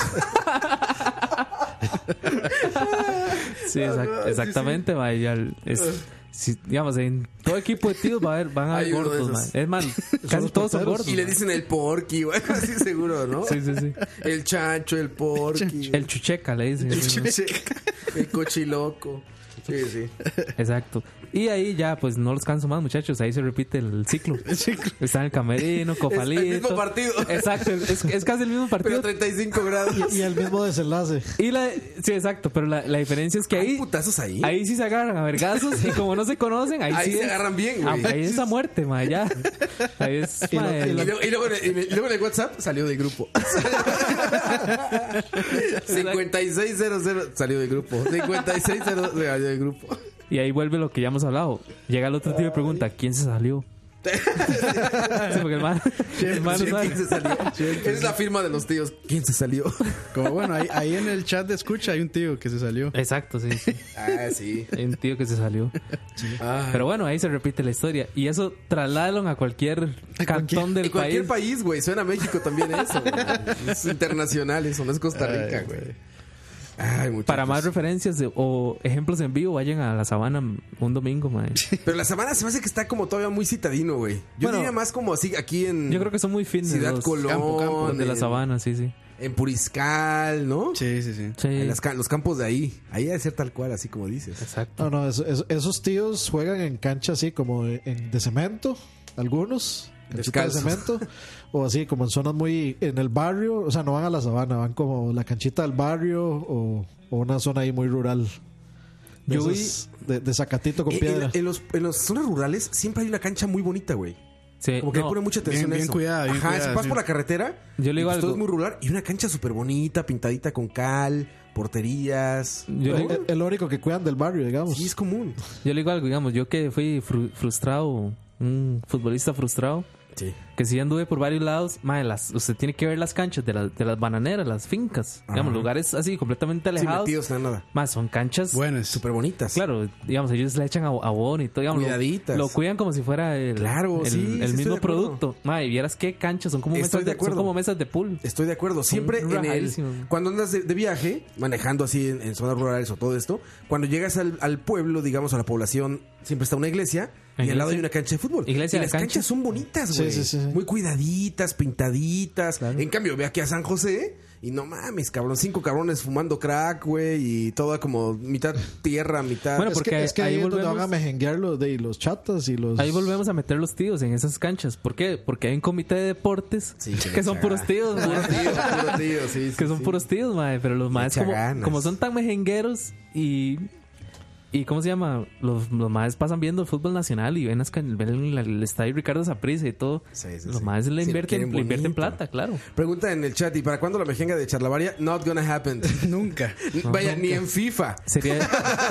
Sí, exact- exactamente, mae. ya el- es- si- digamos, en todo equipo de tíos va a haber, van a haber Hay uno de gordos, esos. mae. Es más, casi los todos son porteros. gordos. Y le mae. dicen el porky, güey. Así seguro, ¿no? Sí, sí, sí. El chancho, el porky. El chucheca, le dicen. El cochiloco. Sí, sí. Exacto. Y ahí ya, pues no los canso más, muchachos. Ahí se repite el ciclo. Está en el camerino, copalito. Es el mismo partido. Exacto, es, es casi el mismo Pero partido. a treinta y cinco grados. Y el mismo desenlace. Y la, sí, exacto, pero la, la diferencia es que Hay ahí, putazos ahí. ahí sí se agarran a vergazos y como no se conocen, ahí, Ahí sí se es- agarran bien, Ah, güey. ahí es a muerte, ma, ya. Ahí es, Y lo- ma, y Y lo- luego, y luego en el, y luego en el WhatsApp salió del grupo. cincuenta y seis cero cero salió del grupo. cincuenta y seis cero salió del grupo. y ahí vuelve lo que ya hemos hablado. Llega el otro tío y pregunta, ¿quién se salió? Sí, porque el man, el man no Sí, sabe. ¿quién se salió? Esa es la firma de los tíos. ¿Quién se salió? Como bueno, ahí, ahí en el chat de escucha hay un tío que se salió. Exacto, sí, sí. Ah, sí. Hay un tío que se salió. Ay. Pero bueno, ahí se repite la historia. Y eso trasládalo a cualquier cantón del En cualquier país. país, güey. Suena a México también eso, güey. Es internacional eso, no es Costa Rica, güey. Ay, muchachos. Para más referencias de- o ejemplos en vivo, vayan a la sabana un domingo, man. Pero la sabana se me hace que está como todavía muy citadino, güey. Yo Bueno, diría más como así aquí en... Yo creo que son muy fitness Ciudad los Colón, campo, campo, de la en- sabana, sí, sí. En Puriscal, ¿no? Sí, sí, sí. Sí, En las ca- los campos de ahí. Ahí ha de ser tal cual, así como dices. exacto. No, no, eso- eso- esos tíos juegan en cancha así como de, en- de cemento, algunos. Canchita de Descalzos. cemento. O así como en zonas muy... En el barrio, o sea, no van a la sabana, van como la canchita del barrio o, o una zona ahí muy rural. De, Yo vi- esas- de, de zacatito con En, piedra. en- en los, en las zonas rurales siempre hay una cancha muy bonita, güey. Sí, Como que no, le pone mucha atención bien- a bien eso. cuidada, bien Ajá, cuidada, si vas sí. por la carretera, Yo le digo y pues todo algo. es muy rural y una cancha súper bonita, pintadita con cal, porterías. Yo le, Es es lo único que cuidan del barrio, digamos. Sí, es común. yo le digo algo, digamos, yo que fui fru- frustrado, un futbolista frustrado, Sí. que sí anduve por varios lados, madre, las, usted tiene que ver las canchas de, las de las bananeras, las fincas, digamos, Ajá. lugares así completamente Sí, alejados. metidos en nada. Más son canchas, Buenas. Súper bonitas. claro, digamos, ellos le echan ab- abono y todo, digamos, lo- Cuidaditas. Lo, cuidan como si fuera el, Claro, el, sí, sí, el estoy mismo de acuerdo. producto. Madre, vieras qué canchas, son como, Estoy mesas de de, son acuerdo. como mesas de pool. Estoy de acuerdo. Siempre en el, rajadísimos. cuando andas de, de viaje, manejando así en, en zonas rurales o todo esto, cuando llegas al, al pueblo, digamos, a la población, siempre está una iglesia Y al lado Iglesia. hay una cancha de fútbol. Iglesia y de las cancha. canchas son bonitas, Sí, güey. sí, sí, sí. Muy cuidaditas, pintaditas. En cambio, ve aquí a San José y no mames, cabrón. Cinco cabrones fumando crack, güey. Y toda como mitad tierra, mitad... Bueno, Es porque que, es que ahí ahí es donde volvemos- van a mejenguear los, de, los chatas y los... Ahí volvemos a meter los tíos en esas canchas. ¿Por qué? Porque hay un comité de deportes Sí, que, que le son echa puros tíos, Puro mae. tío, puro tío, sí, sí, Que son sí. puros tíos, mae. Pero los maes echa como, ganas. como son tan mejengueros y... ¿Y cómo se llama? Los, los maes pasan viendo el fútbol nacional y ven, las can- ven el, el estadio Ricardo Saprissa y todo. Sí, sí, los sí. maes le Sí, invierten, quieren le invierten bonito. plata, claro. Pregunta en el chat, ¿y para cuándo la mejenga de Charlavaria? Not gonna happen. Nunca. Vaya, ni en FIFA. Sería,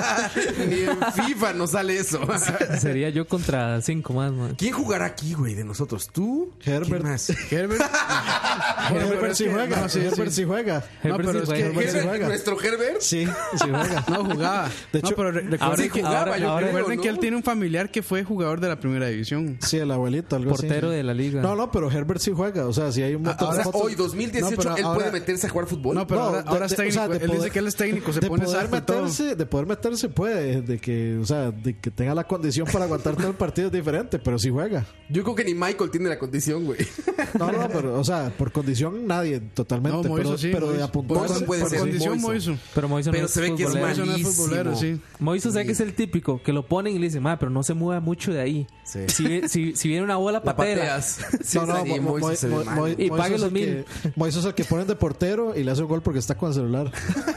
Ni en FIFA no sale eso. sería yo contra cinco más, mae. ¿Quién jugará aquí, güey, de nosotros? ¿Tú? Herbert. ¿Quién más? Herbert. Herbert es sí que- juega, no, sí, Herbert sí. sí juega. Herbert pero sí es que- juega. Herbert sí ¿Herbert, juega. ¿Nuestro Herbert? Sí, sí juega. No jugaba. De hecho, no, pero re- recuerden, ahora sí que, jugaba, ahora- yo creo, recuerden ¿no? que él tiene un familiar que fue jugador de la primera división. Sí, el abuelito, algo así. Portero de la liga. No, no, pero Herbert sí juega. O sea, si hay un montón O sea, de fotos. hoy, dos mil dieciocho, No, pero él ahora- puede meterse a jugar fútbol. No, pero No, ahora, de- ahora es de- o técnico. sea, de él dice poder- que él es técnico, se de pone poder saco y todo. meterse, de poder meterse puede, de que, o sea, de que tenga la condición para aguantar todo el partido es diferente, pero sí juega. Yo creo que ni Michael tiene la condición, güey. No, no, pero, o sea, por condición nadie, totalmente. No, Moiso pero, sí, pero de Moiso. apuntarse. Moiso puede Por ser condición Moiso. Moiso. Pero Moiso no Pero es se ve que es futbolero. Moiso no es malísimo. futbolero, sí. Moiso sé que es el típico que lo ponen y le dicen, ma, pero no se mueva mucho de ahí. Sí. Si, si, si viene una bola, La patea. pateas. No, no, Sí, Mo- Mo- Moiso Mo- se ve Mo- mal. Mo- Y Moiso pague es los el mil. que- Moiso es el que ponen de portero y le hace un gol porque está con el celular.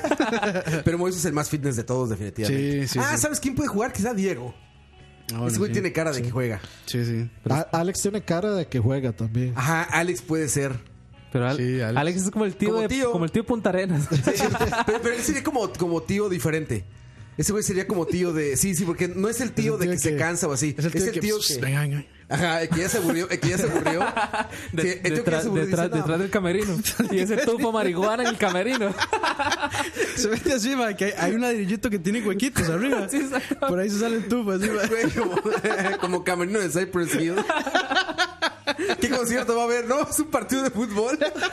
Pero Moiso es el más fitness de todos, definitivamente. Sí, sí, ah, sí. ¿sabes quién puede jugar? Quizá Diego. Ah, bueno, Ese güey sí. tiene cara de que juega. Sí, sí. A- Alex tiene cara de que juega también. Ajá, Alex puede ser. Pero Al- Sí, Alex. Alex. es como el tío, Como de, tío. como el tío Punta Arenas. Sí, pero, pero él sería como, como tío diferente. Ese güey sería como tío de... Sí, sí, porque no es el tío el de tío que, se que- cansa o así. Es el tío, que, que... venga, venga. Ajá, el que ya se aburrió. El que ya se aburrió. De- que- el tío que ya detrás, se aburrió detrás, dice, "No, detrás del camerino. Y ese tufo marihuana en el camerino. Se mete así, ma, que hay, hay un ladrillito que tiene huequitos arriba. Sí, exacto. Por ahí se sale el tufo así, ma. güey, como, como camerino de Cypress Hill. ¿Qué concierto va a haber? No, es un partido de fútbol.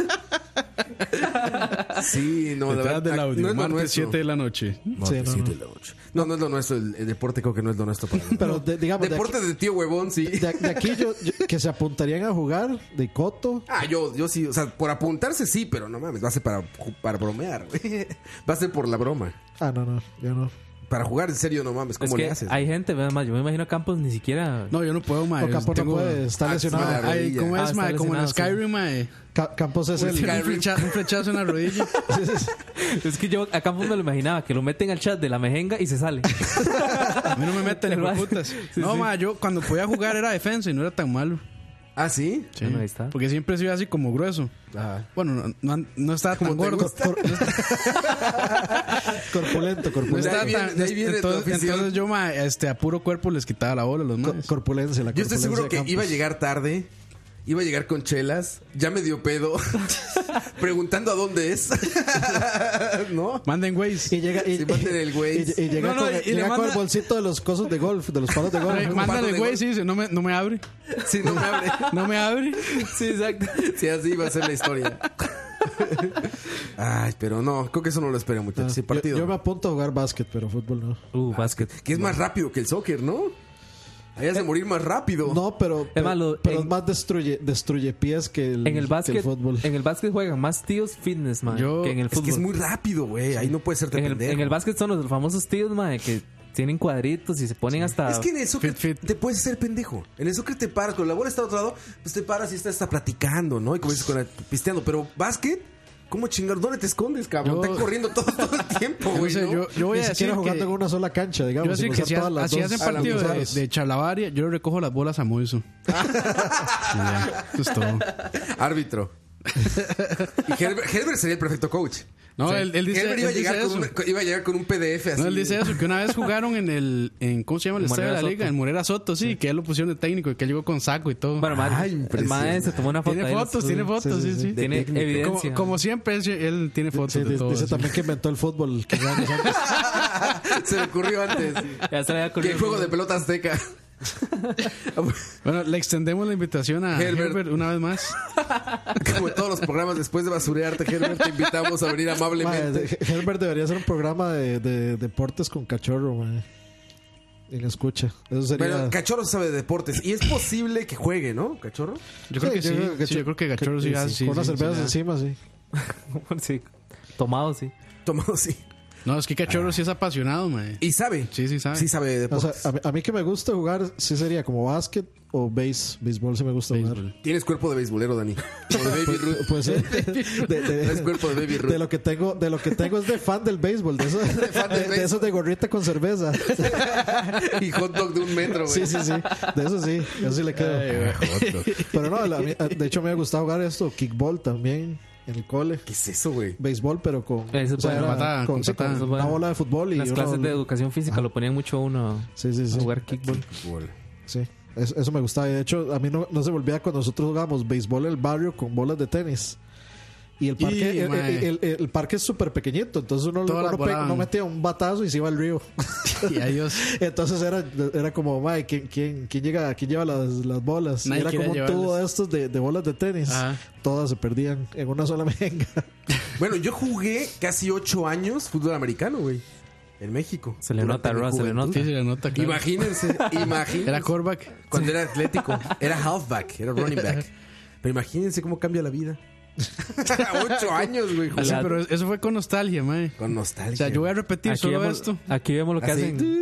Sí, no, la Detrás verdad, del audio, no es lo martes nuestro. siete de la noche. Martes Sí, no, siete no. de la noche. No, no es lo nuestro. El, el deporte creo que no es lo nuestro. Para mí. Pero de- digamos, de Deporte de tío huevón, sí. De, de aquí yo, yo- que se apuntarían a jugar de coto. Ah, yo, yo sí, o sea, por apuntarse sí, pero no mames, va a ser para, para bromear, güey. Va a ser por la broma. Ah, no, no, yo no. Para jugar en serio, no mames, Es ¿cómo que le haces? hay gente, además, yo me imagino a Campos ni siquiera... No, yo no puedo, ma. O Campos no Tengo- puede, está Ah, lesionado. sí, Ay, rodilla. ¿cómo Ah, es, está ma? Como en lesionado, sí. Skyrim, ma. eh. Ca- Campos es el. Tiene un, flecha- un flechazo en la rodilla. Es que yo a Campos me lo imaginaba, que lo meten al chat de la mejenga y se sale. A mí no me meten El en ma- putas. Sí, No, sí. ma, yo cuando podía jugar era defensa y no era tan malo. Ah, ¿sí? Sí. Bueno, ahí está. Porque siempre he sido así como grueso. Ajá. Bueno, no, no, no estaba tan Como te gordo. gusta. Corpulento, No corpulento. De estaba ahí viene- tan- de ahí viene tu entonces, afición. entonces yo, ma, este, a puro cuerpo les quitaba la bola a los Co- más. corpulencia, la Yo estoy corpulencia seguro de que Campos. iba a llegar tarde. Iba a llegar con chelas. Ya me dio pedo. Preguntando a dónde es. ¿No? Manden güeyes. Y llega, y, Sí, manden el güey. y- y llega, No, no, con, y- y le llega con manda- el bolsito de los cosos de golf, de los palos de golf. Ay, un Mándale palo de güey, gol. sí, dice, no me, no me abre. Sí, no me abre. No me abre. Sí, exacto. Sí, así iba a ser la historia. Ay, pero no, creo que eso no lo espera, muchachos. Sí, Yo, partido. yo me apunto a jugar básquet, pero fútbol no. Uh, básquet. Que es más rápido que el soccer, ¿no? Ahí has de morir más rápido. No, pero, pero, malo, pero en- es más destruye, destruye pies que el, En el que básquet, el fútbol. en el básquet juegan más tíos fitness, man, Yo- que en el Es fútbol. que es muy rápido, güey. Ahí no puedes serte en, el, pendejo. en el básquet son los famosos tíos, man, que tienen cuadritos y se ponen hasta... Es que en el soccer Fit, fit. te puedes hacer pendejo. En el soccer te paras, cuando la bola está a otro lado, pues te paras y estás hasta platicando, ¿no? Y como dices, con la- pisteando. Pero básquet, ¿cómo chingar? ¿Dónde te escondes, cabrón? Yo- Están corriendo todo, todo el tiempo, No güey. sé, ¿no? yo, yo voy Ni a decir siquiera que... jugando en una sola cancha, Yo digamos. voy a decir sin que usar si, todas ha- las así dos hacen a la partido de, misma. de charlavaria, yo le recojo las bolas a Moiso. Y ya, eso es todo. Árbitro. Y Herbert, Herbert sería el perfecto coach. No, O sea, él, él dice, Herbert iba, a él dice llegar con eso. un, iba a llegar con un P D F así. No, él dice eso, que una vez jugaron en el... En, ¿Cómo se llama el En estadio de la Morera liga? Soto. En Morera Soto, sí, que él lo pusieron de técnico y que él llegó con saco y todo. Bueno, man, Ay, el impresionante. man se tomó una foto. tiene ahí, fotos, los- tiene fotos, sí, sí, sí. sí. Tiene técnico. evidencia. Como, como siempre, él, él tiene fotos Sí, de dice todo. dice sí. también que inventó el fútbol. Que años antes. Se le ocurrió antes. Ya se le había Que ocurrido. el juego de pelota azteca. Bueno, le extendemos la invitación a Herbert. Herbert, una vez más. Como en todos los programas, después de basurearte, Herbert, te invitamos a venir amablemente. Mae, Herbert debería ser un programa de, de deportes con cachorro, mae. y lo escucha. Eso sería. Bueno, Cachorro sabe de deportes. Y es posible que juegue, ¿no, Cachorro? Yo creo Sí, que sí. yo creo que Sí, sí. yo creo que Cachorro sí, Sí, hace, sí, sí, con unas sí, cervezas sí, encima, sí. Sí. Tomado, sí. Tomado, sí. No, es que Cachorro sí es apasionado, mae. Y sabe. Sí, sí sabe. Sí sabe de O sea, deportes. a mí, a mí que me gusta jugar, sí sería como básquet o base. Béisbol sí me gusta jugar. Béisbol. Tienes cuerpo de beisbolero, Dani. O de Baby Ruth. Pues sí. De, de- Tienes cuerpo de Baby Ruth. de lo que tengo, de lo que tengo es de fan del béisbol, de eso, de, fan del de béisbol. esos de gorrita con cerveza. Y hot dog de un metro, güey. Sí, sí, sí. De eso sí, eso sí le quedo. Ay, güey. Pero no, la- de hecho me ha gustado jugar esto, kickball también en el cole. ¿Qué es eso, güey? Béisbol, pero con, Eso es bueno. era Patada, con sí, patada. Eso es una bueno. bola de fútbol y Las uno- clases de educación física lo ponían mucho uno Sí, sí, a sí. jugar kickball. Sí, eso, eso me gustaba. Y de hecho, a mí no, no se me olvida cuando nosotros jugábamos béisbol en el barrio con bolas de tenis. Y el parque, Y, el, mae. el- el- el parque es súper pequeñito. Entonces uno, Todas uno las pe- volaban. uno metía un batazo y se iba al río. Y adiós. Entonces era, era como, mae, ¿quién, quién, quién llega, quién lleva las, las bolas? Y Nadie era quiere como un tubo llevarlas. de estos de, de bolas de tenis. Ajá. Todas se perdían en una sola menga. Bueno, yo jugué casi ocho años fútbol americano, güey. En México. Se le Durante nota, mi Roa, se le juventud. nota. Sí, se le nota, claro. Imagínense, imagínense. Era quarterback. Cuando era atlético. Era halfback, era running back. Pero imagínense cómo cambia la vida. Ocho años, güey. Sí, jugando. pero eso fue con nostalgia, mae. Con nostalgia. O sea, yo voy a repetir Aquí solo vemos, esto. aquí vemos lo que Así. hacen.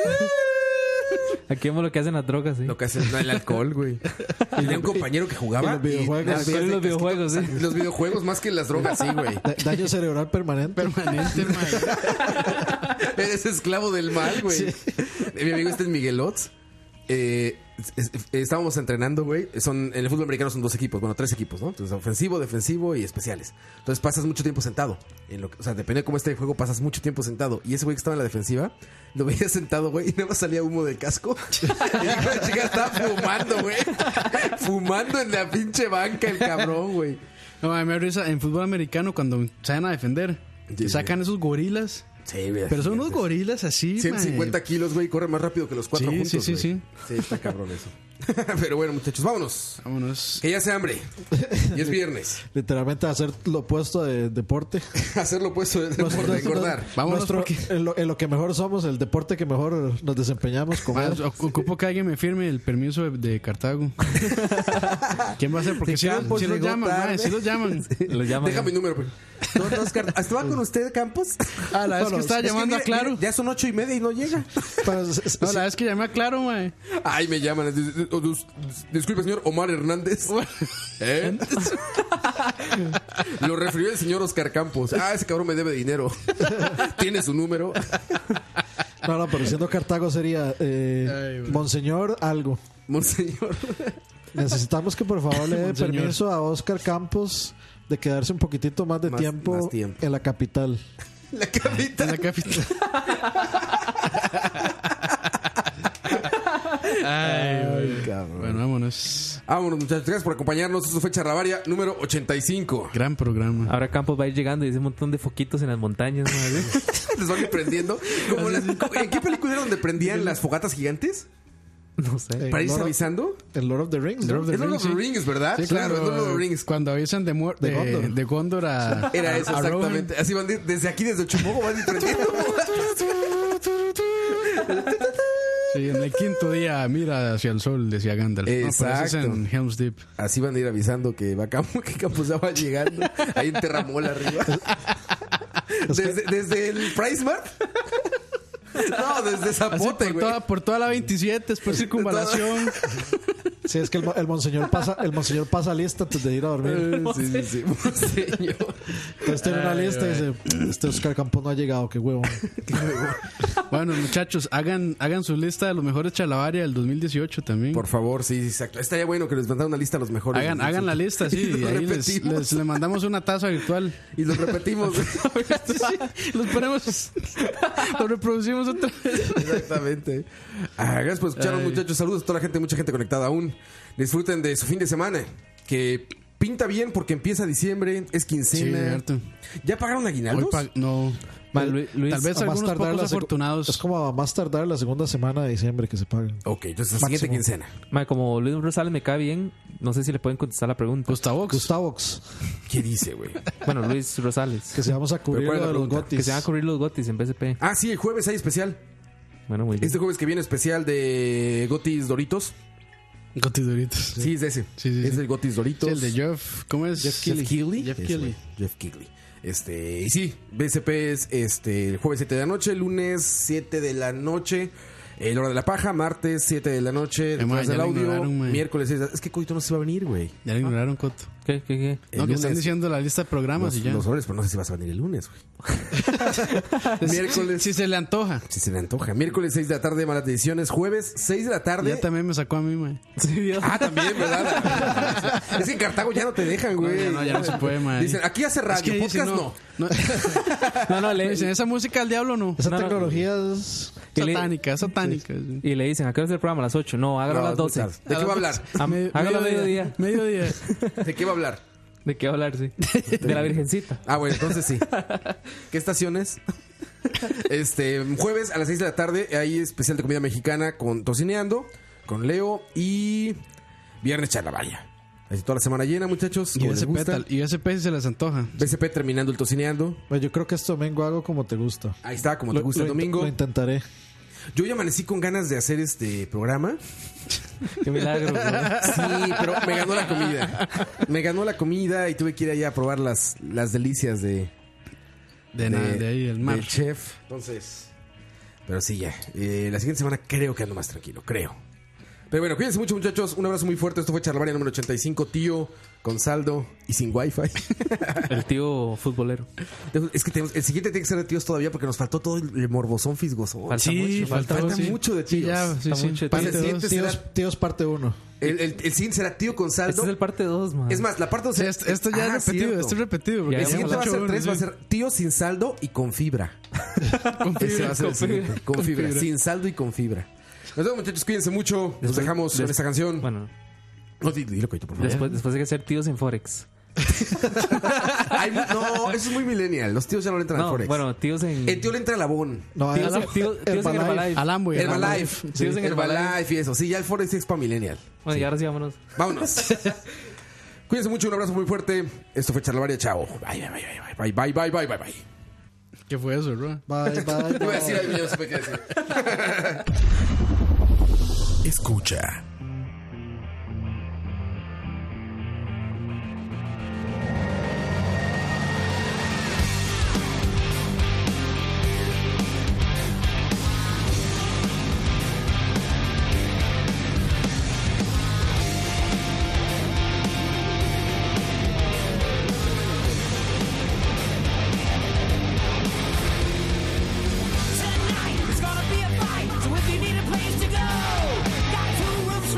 Aquí vemos lo que hacen las drogas, sí. Lo que hace no, el alcohol, güey. Tenía un compañero que jugaba. y los videojuegos. y- Alcohol y los videojuegos, sí. Los videojuegos más que las drogas, sí, güey. Da- Daño cerebral permanente. Permanente, mae. Eres esclavo del mal, güey. Mi amigo este es Miguelotz. Eh, es- es- estábamos entrenando, güey. Son, en el fútbol americano son dos equipos, bueno, tres equipos, ¿no? Entonces, ofensivo, defensivo y especiales. Entonces pasas mucho tiempo sentado. En lo que- o sea, depende de cómo esté el juego, pasas mucho tiempo sentado. Y ese güey que estaba en la defensiva, lo veía sentado, güey, y nada más salía humo del casco. Y la chica estaba fumando, güey. Fumando en la pinche banca el cabrón, güey. No, mae, me da risa. En fútbol americano, cuando salen a defender, Sí, sacan esos gorilas. Sí, güey. Pero son unos gorilas así, ciento cincuenta mae. kilos, güey, corre más rápido que los cuatro Sí, juntos, sí, sí, güey. sí. Sí, está cabrón eso. Pero bueno, muchachos, vámonos. Vámonos. Que ya se hambre. Y es viernes. Literalmente hacer lo opuesto de deporte. Hacerlo puesto de, Nuestro- por engordar. Vámonos Nuestro- porque- en, lo, en lo que mejor somos, el deporte que mejor nos desempeñamos. Comer. Mae, ocu- ocupo que alguien me firme el permiso de, de Cartago. ¿Quién va a ser? Porque De si, lo- Campos si los llegó llaman, tarde. mae, si los llaman. Lo llaman. Deja mi número, pues. Don Oscar, ¿estaba con usted, Campos? Ah, la vez Bueno, que estaba Es que llamando mire, a Claro. mire, ya son ocho y media y no llega. Pero, s- s- No, la vez que llamé a Claro, mae. Ay, me llaman. Dis- dis- dis- Disculpe, señor Omar Hernández. ¿Eh? Lo refirió el señor Oscar Campos. Ah, ese cabrón me debe dinero. ¿Tiene su número? no, no, pero siendo Cartago sería eh, Ay, bueno. Monseñor algo. Monseñor. Necesitamos que por favor le dé Monseñor. permiso a Oscar Campos de quedarse un poquitito más de Más- tiempo, más tiempo. en la capital. La En capita. la capital. Ay, güey. cabrón. Bueno, vámonos. Vámonos, muchachos. Gracias por acompañarnos. Esto fue Charravaria número ochenta y cinco. Gran programa. Ahora Campos va a ir llegando y dice un montón de foquitos en las montañas, madre. Les van a ir prendiendo. Como las- ¿En qué película era donde prendían las fogatas gigantes? No sé. Eh, ¿Para irse Lord of- avisando? El Lord of the Rings. ¿no? Lord of the Es Lord of the Rings, Rings, ¿verdad? Sí, claro, claro. es Lord of the Rings. Cuando avisan de, muer- De de, Gondor. de Gondor a. Era a- eso, a Rohan. exactamente. Así van de- desde aquí, desde Chumogo, van a ir prendiendo. Sí, en el quinto día mira hacia el sol, decía Gandalf. No, pero eso es Exacto. en Helm's Deep. Así van a ir avisando que va Campo, que Campos ya va llegando. Ahí en Terramola arriba. Desde, desde el Price Mart. No, desde Así Zapote, por güey. toda, por toda la veintisiete, después circunvalación. Sí, es que el, mo- el monseñor pasa, el monseñor pasa lista antes de ir a dormir. Sí, sí, sí. Monseñor. Entonces tiene una lista y dice, este Oscar Campos no ha llegado, qué huevo. Bueno, muchachos, hagan, hagan su lista de los mejores Chalabaria del dos mil dieciocho también. Por favor, sí, exacto. Estaría bueno que les mandaran una lista de los mejores. Hagan, hagan la lista, sí. Y Y lo ahí les, repetimos. les- le mandamos una taza virtual. Y los repetimos. Los ponemos, los reproducimos otra vez. Exactamente. Ah, gracias por escucharnos, Ay. muchachos. Saludos a toda la gente, mucha gente conectada aún. Disfruten de su fin de semana, que pinta bien porque empieza diciembre, es Sí, quincena. cierto. ¿Ya pagaron Hoy aguinaldos? pa- no. Ma, Lu- Luis, Tal vez A más algunos tardar pocos la segu- afortunados. Es como a más tardar la segunda semana de diciembre que se pagan. Ok, entonces la siguiente Máximo. quincena. ma, como Luis Rosales me cae bien, no sé si le pueden contestar la pregunta. Gustavo. Gustavox, ¿Qué dice, güey? Bueno, Luis Rosales. que se vamos a cubrir ¿cuál es lo la de los pregunta? gotis. Que se van a cubrir los gotis en B C P. Ah, sí, el jueves hay especial. Bueno, muy bien. Este jueves que viene especial de Gotis Doritos. Gotis Doritos. Sí, es ese. Sí, sí, es sí. el Gotis Doritos. Sí, el de Jeff. ¿Cómo es? Jeff Keighley. Jeff Keighley. Jeff Eso, Keighley. güey. Jeff Keighley. Este, y sí, B S P es este, el jueves siete de la noche, lunes siete de la noche, el hora de la paja, martes siete de la noche, Eh, ma, detrás ya del lo audio, ignoraron, ma. miércoles seis. Es que Coito no se va a venir, güey. Ya lo ignoraron, Coto. ¿Qué, qué, qué? El No, que están lunes. diciendo la lista de programas Los, y ya. los horarios, pero no sé si vas a venir el lunes, güey. Miércoles. Si se le antoja. Si se le antoja. Miércoles seis de la tarde, malas decisiones. Jueves seis de la tarde. Ya también me sacó a mí, man. Sí, Ah, también, ¿verdad? Es que en Cartago ya no te dejan, güey. No, ya no, ya no se puede, man. Dicen, aquí hace Es radio, que dicen, podcast no. no. no. No, no, le, Dicen, esa música al diablo no. Esa No, no. tecnología es... y le- Satánica, satánica. sí. y le dicen, ¿a qué hora es el programa? A las ocho. No, hágalo No, a las es muy doce. tarde. ¿De qué va a hablar? Ah, Me- hágalo a mediodía. Mediodía. ¿De qué va a hablar? ¿De qué hablar, sí? De la Virgencita. Ah, bueno, entonces sí. ¿Qué estaciones? Este, jueves a las seis de la tarde hay especial de comida mexicana con Tocineando, con Leo y viernes charlavaria. Así toda la semana llena, muchachos. Y como les ese gusta. tal. Y ese pez se les antoja. B C P terminando el Tocineando. Pues yo creo que este domingo hago como te gusta. Ahí está, como te Lo- gusta el lo int- domingo. Lo intentaré. Yo ya amanecí con ganas de hacer este programa. Qué milagro, bro. Sí, pero me ganó la comida. Me ganó la comida y tuve que ir allá a probar las, las delicias de, De, nada, de ahí, el mar. del chef. Entonces, pero sí, ya. Eh, la siguiente semana creo que ando más tranquilo, creo. Pero bueno, cuídense mucho, muchachos. Un abrazo muy fuerte. Esto fue Charlavaria número ochenta y cinco, tío, con saldo y sin wifi. El tío futbolero. Es que tenemos, el siguiente tiene que ser de tíos todavía porque nos faltó todo el morbosón fisgosón. Falta Sí, mucho, falta, falta sí. mucho de Sí, tíos. ya, sí, Falta sí. mucho de Parte tíos. dos. Siguiente Tíos, será- tíos parte uno. El, el, el siguiente será tío con saldo. Este es el parte dos, man. Es más, la parte dos Sí, esto, esto ya Ah, es repetido, cierto. esto es repetido. Porque Ya El ya siguiente va hemos a ser hecho tres, uno, va a sí. ser tío sin saldo y con fibra. Con Ese fibra, va a ser el con siguiente. fibra. Con fibra. fibra. Sin saldo y con fibra. Nos vemos, muchachos, cuídense mucho. Nos dejamos con des- esta canción. Bueno, No, di- dilo, Coito, por favor. después, después hay que ser tíos en Forex. Ay, no, eso es muy millennial. Los tíos ya no le entran al No, Forex. bueno, tíos en... El tío le entra al Avon. No, tíos, a- en- tíos- tíos en Herbalife. Herbalife. Al Amway. Herbalife. Sí, es en Herbalife. Herbalife y eso. Sí, ya el Forex es para millennial. Bueno, y ahora sí, vámonos. Vámonos. Cuídense mucho, un abrazo muy fuerte. Esto fue Charlavaria, chao. Bye, bye, bye, bye, bye, bye, bye, bye, bye. ¿Qué fue eso, bro? Bye, bye, Iba a decir, bye. ay, ya no supe qué decir. Escucha. Tonight, it's gonna be a fight. So if you need a place to go, got two rooms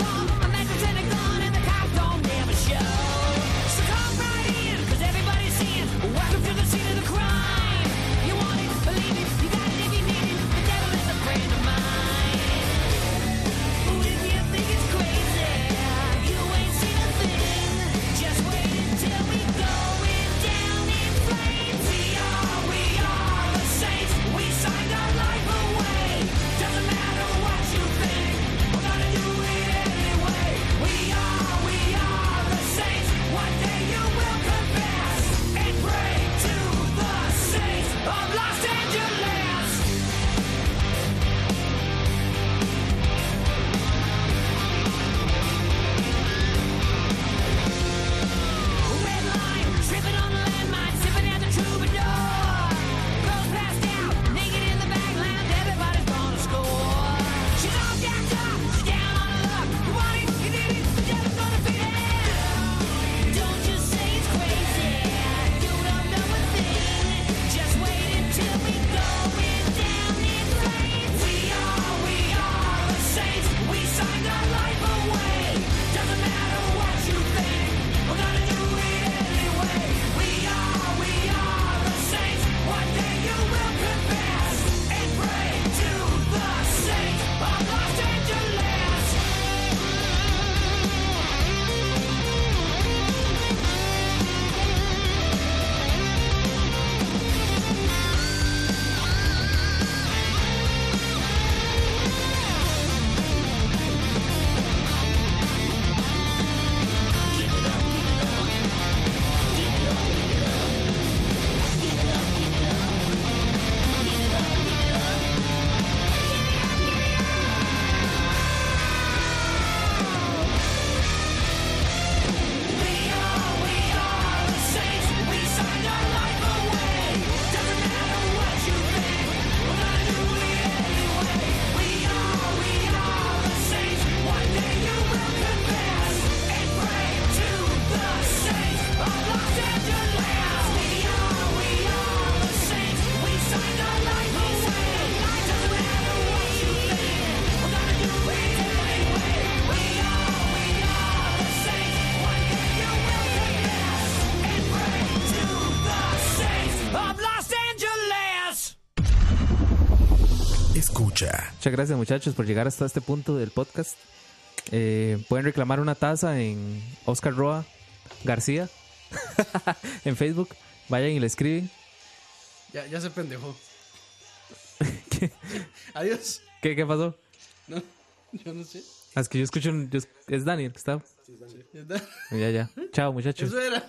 Muchas gracias, muchachos, por llegar hasta este punto del podcast. Eh, pueden reclamar una taza en Oscar Roa García en Facebook. Vayan y le escriben. Ya, ya se pendejó. ¿Qué? Adiós. ¿Qué, qué pasó? No, yo no sé. Ah, es que yo escucho un... yo- es Daniel que está. Ya, ya. Chao, muchachos. Eso era.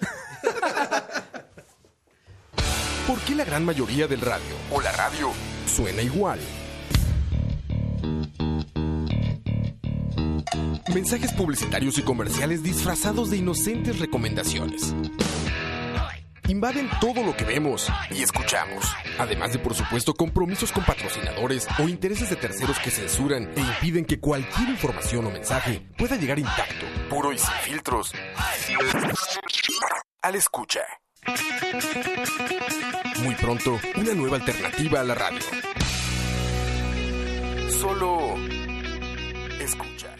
¿Por qué la gran mayoría del radio o la radio suena igual? Mensajes publicitarios y comerciales disfrazados de inocentes recomendaciones. Invaden todo lo que vemos y escuchamos. Además de, por supuesto, compromisos con patrocinadores o intereses de terceros que censuran e impiden que cualquier información o mensaje pueda llegar intacto, puro y sin filtros al escucha. Muy pronto, una nueva alternativa a la radio. Solo escucha.